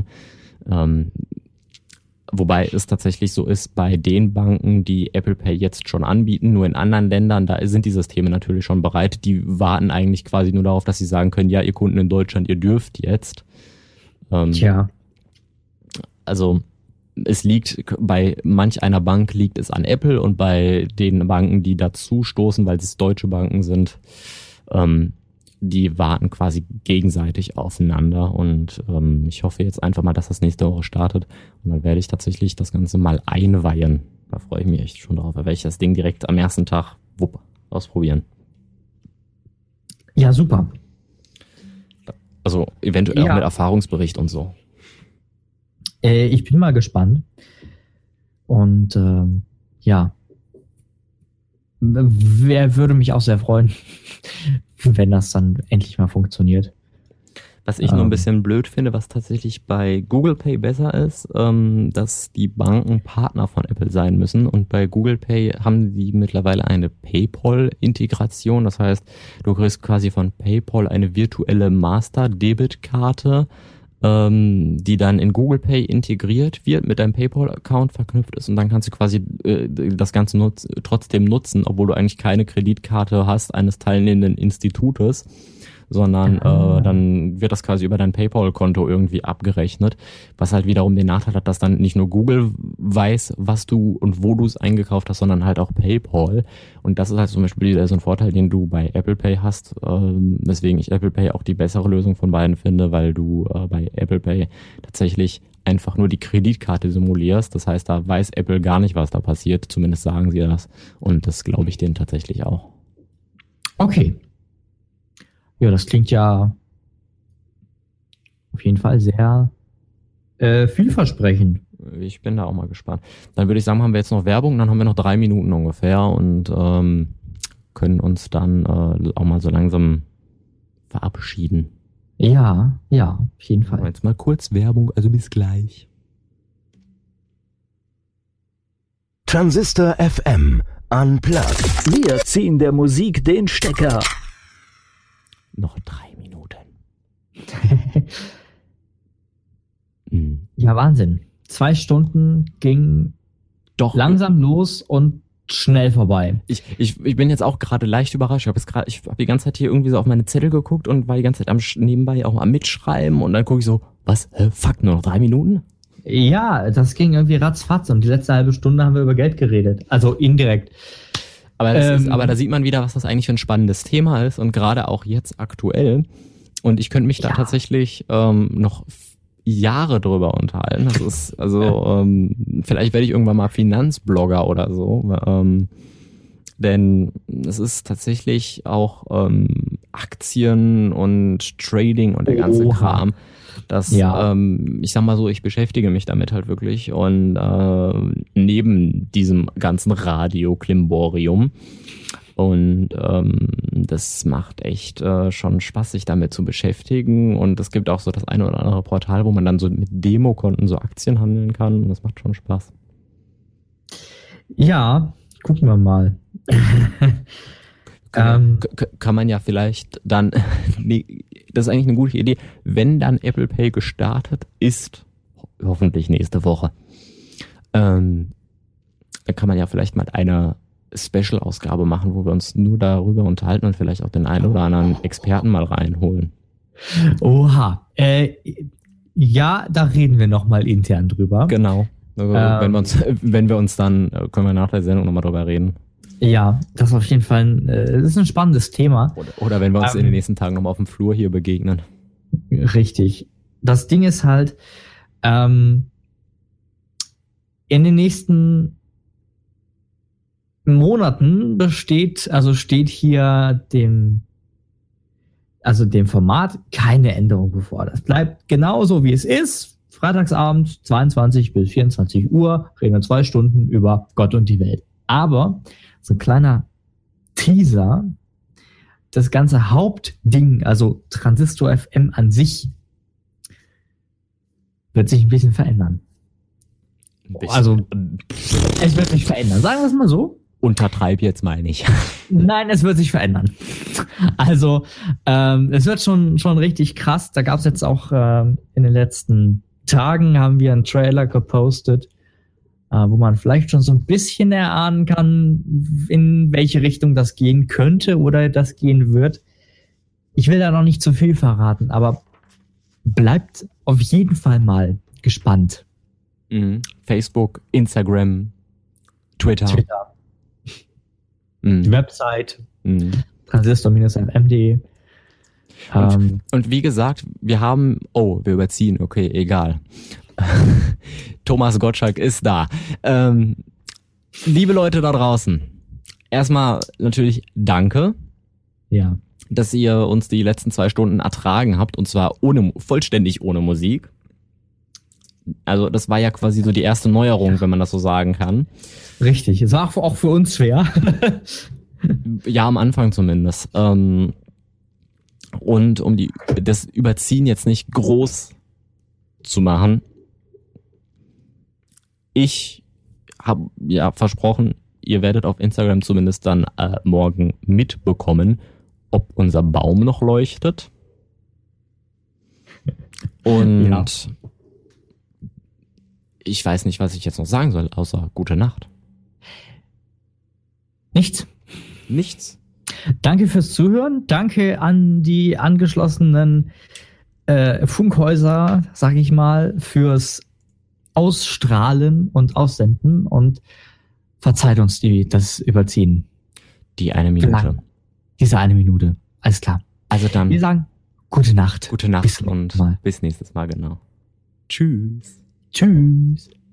Wobei es tatsächlich so ist, bei den Banken, die Apple Pay jetzt schon anbieten, nur in anderen Ländern, da sind die Systeme natürlich schon bereit. Die warten eigentlich quasi nur darauf, dass sie sagen können, ja, ihr Kunden in Deutschland, ihr dürft jetzt. Tja. Also es liegt, bei manch einer Bank liegt es an Apple und bei den Banken, die dazu stoßen, weil es deutsche Banken sind, die warten quasi gegenseitig aufeinander und ich hoffe jetzt einfach mal, dass das nächste Woche startet und dann werde ich tatsächlich das Ganze mal einweihen. Da freue ich mich echt schon drauf, da werde ich das Ding direkt am ersten Tag ausprobieren. Ja, super. Also eventuell auch mit Erfahrungsbericht und so. Ich bin mal gespannt und würde mich auch sehr freuen, wenn das dann endlich mal funktioniert. Was ich nur ein bisschen blöd finde, was tatsächlich bei Google Pay besser ist, dass die Banken Partner von Apple sein müssen. Und bei Google Pay haben die mittlerweile eine PayPal-Integration. Das heißt, du kriegst quasi von PayPal eine virtuelle Master-Debit-Karte, die dann in Google Pay integriert wird, mit deinem PayPal-Account verknüpft ist und dann kannst du quasi das Ganze trotzdem nutzen, obwohl du eigentlich keine Kreditkarte hast eines teilnehmenden Institutes, sondern dann wird das quasi über dein PayPal-Konto irgendwie abgerechnet, was halt wiederum den Nachteil hat, dass dann nicht nur Google weiß, was du und wo du es eingekauft hast, sondern halt auch PayPal. Und das ist halt zum Beispiel so ein Vorteil, den du bei Apple Pay hast, weswegen ich Apple Pay auch die bessere Lösung von beiden finde, weil du bei Apple Pay tatsächlich einfach nur die Kreditkarte simulierst. Das heißt, da weiß Apple gar nicht, was da passiert. Zumindest sagen sie das. Und das glaube ich denen tatsächlich auch. Okay. Ja, das klingt ja auf jeden Fall sehr vielversprechend. Ich bin da auch mal gespannt. Dann würde ich sagen, haben wir jetzt noch Werbung, dann haben wir noch 3 Minuten ungefähr und können uns dann auch mal so langsam verabschieden. Ja, auf jeden Fall. Jetzt mal kurz Werbung, also bis gleich. Transistor FM Unplugged. Wir ziehen der Musik den Stecker. Noch 3 Minuten. Ja, Wahnsinn. 2 Stunden ging doch langsam los und schnell vorbei. Ich bin jetzt auch gerade leicht überrascht. Ich habe die ganze Zeit hier irgendwie so auf meine Zettel geguckt und war die ganze Zeit nebenbei auch am Mitschreiben und dann gucke ich so, was? Fuck, nur noch 3 Minuten? Ja, das ging irgendwie ratzfatz und die letzte halbe Stunde haben wir über Geld geredet. Also indirekt. Aber da sieht man wieder, was das eigentlich für ein spannendes Thema ist und gerade auch jetzt aktuell. Und ich könnte mich da tatsächlich noch Jahre drüber unterhalten. Das ist vielleicht werde ich irgendwann mal Finanzblogger oder so, denn es ist tatsächlich auch Aktien und Trading und der ganze Kram. Das, ich sag mal so, ich beschäftige mich damit halt wirklich und neben diesem ganzen Radio-Klimborium und das macht echt schon Spaß, sich damit zu beschäftigen und es gibt auch so das eine oder andere Portal, wo man dann so mit Demokonten so Aktien handeln kann und das macht schon Spaß. Ja, Gucken wir mal. Kann man ja vielleicht dann, nee, das ist eigentlich eine gute Idee, wenn dann Apple Pay gestartet ist, hoffentlich nächste Woche, dann kann man ja vielleicht mal eine Special-Ausgabe machen, wo wir uns nur darüber unterhalten und vielleicht auch den einen oder anderen Experten mal reinholen. Oha. Ja, da reden wir nochmal intern drüber. Genau. Wenn wir uns dann, können wir nach der Sendung nochmal drüber reden. Ja, das ist auf jeden Fall das ist ein spannendes Thema. Oder wenn wir uns in den nächsten Tagen nochmal auf dem Flur hier begegnen. Richtig. Das Ding ist halt, in den nächsten Monaten steht hier dem Format keine Änderung bevor. Das bleibt genauso, wie es ist. Freitagsabend, 22 bis 24 Uhr, reden wir 2 Stunden über Gott und die Welt. Aber so ein kleiner Teaser, das ganze Hauptding, also Transistor FM an sich, wird sich ein bisschen verändern. Also, es wird sich verändern. Sagen wir es mal so. Untertreib jetzt mal nicht. Nein, es wird sich verändern. Also, es wird schon richtig krass. Da gab es jetzt auch in den letzten Tagen haben wir einen Trailer gepostet, wo man vielleicht schon so ein bisschen erahnen kann, in welche Richtung das gehen könnte oder das gehen wird. Ich will da noch nicht zu viel verraten, aber bleibt auf jeden Fall mal gespannt. Facebook, Instagram, Twitter. Die Website, transistor-fm.de. Und wie gesagt, wir überziehen, okay, egal. Thomas Gottschalk ist da. Liebe Leute da draußen, erstmal natürlich danke, ja, dass ihr uns die letzten 2 Stunden ertragen habt, und zwar vollständig ohne Musik. Also das war ja quasi so die erste Neuerung, wenn man das so sagen kann. Richtig, es war auch für uns schwer. Ja, am Anfang zumindest. Und um das Überziehen jetzt nicht groß zu machen, ich habe ja versprochen, ihr werdet auf Instagram zumindest dann morgen mitbekommen, ob unser Baum noch leuchtet. Und ja. Ich weiß nicht, was ich jetzt noch sagen soll, außer gute Nacht. Nichts. Danke fürs Zuhören. Danke an die angeschlossenen Funkhäuser, sag ich mal, fürs Ausstrahlen und Aussenden, und verzeiht uns das Überziehen. Die 1 Minute. Diese 1 Minute. Alles klar. Also dann. Wir sagen gute Nacht. Gute Nacht und bis nächstes Mal, genau. Tschüss. Tschüss.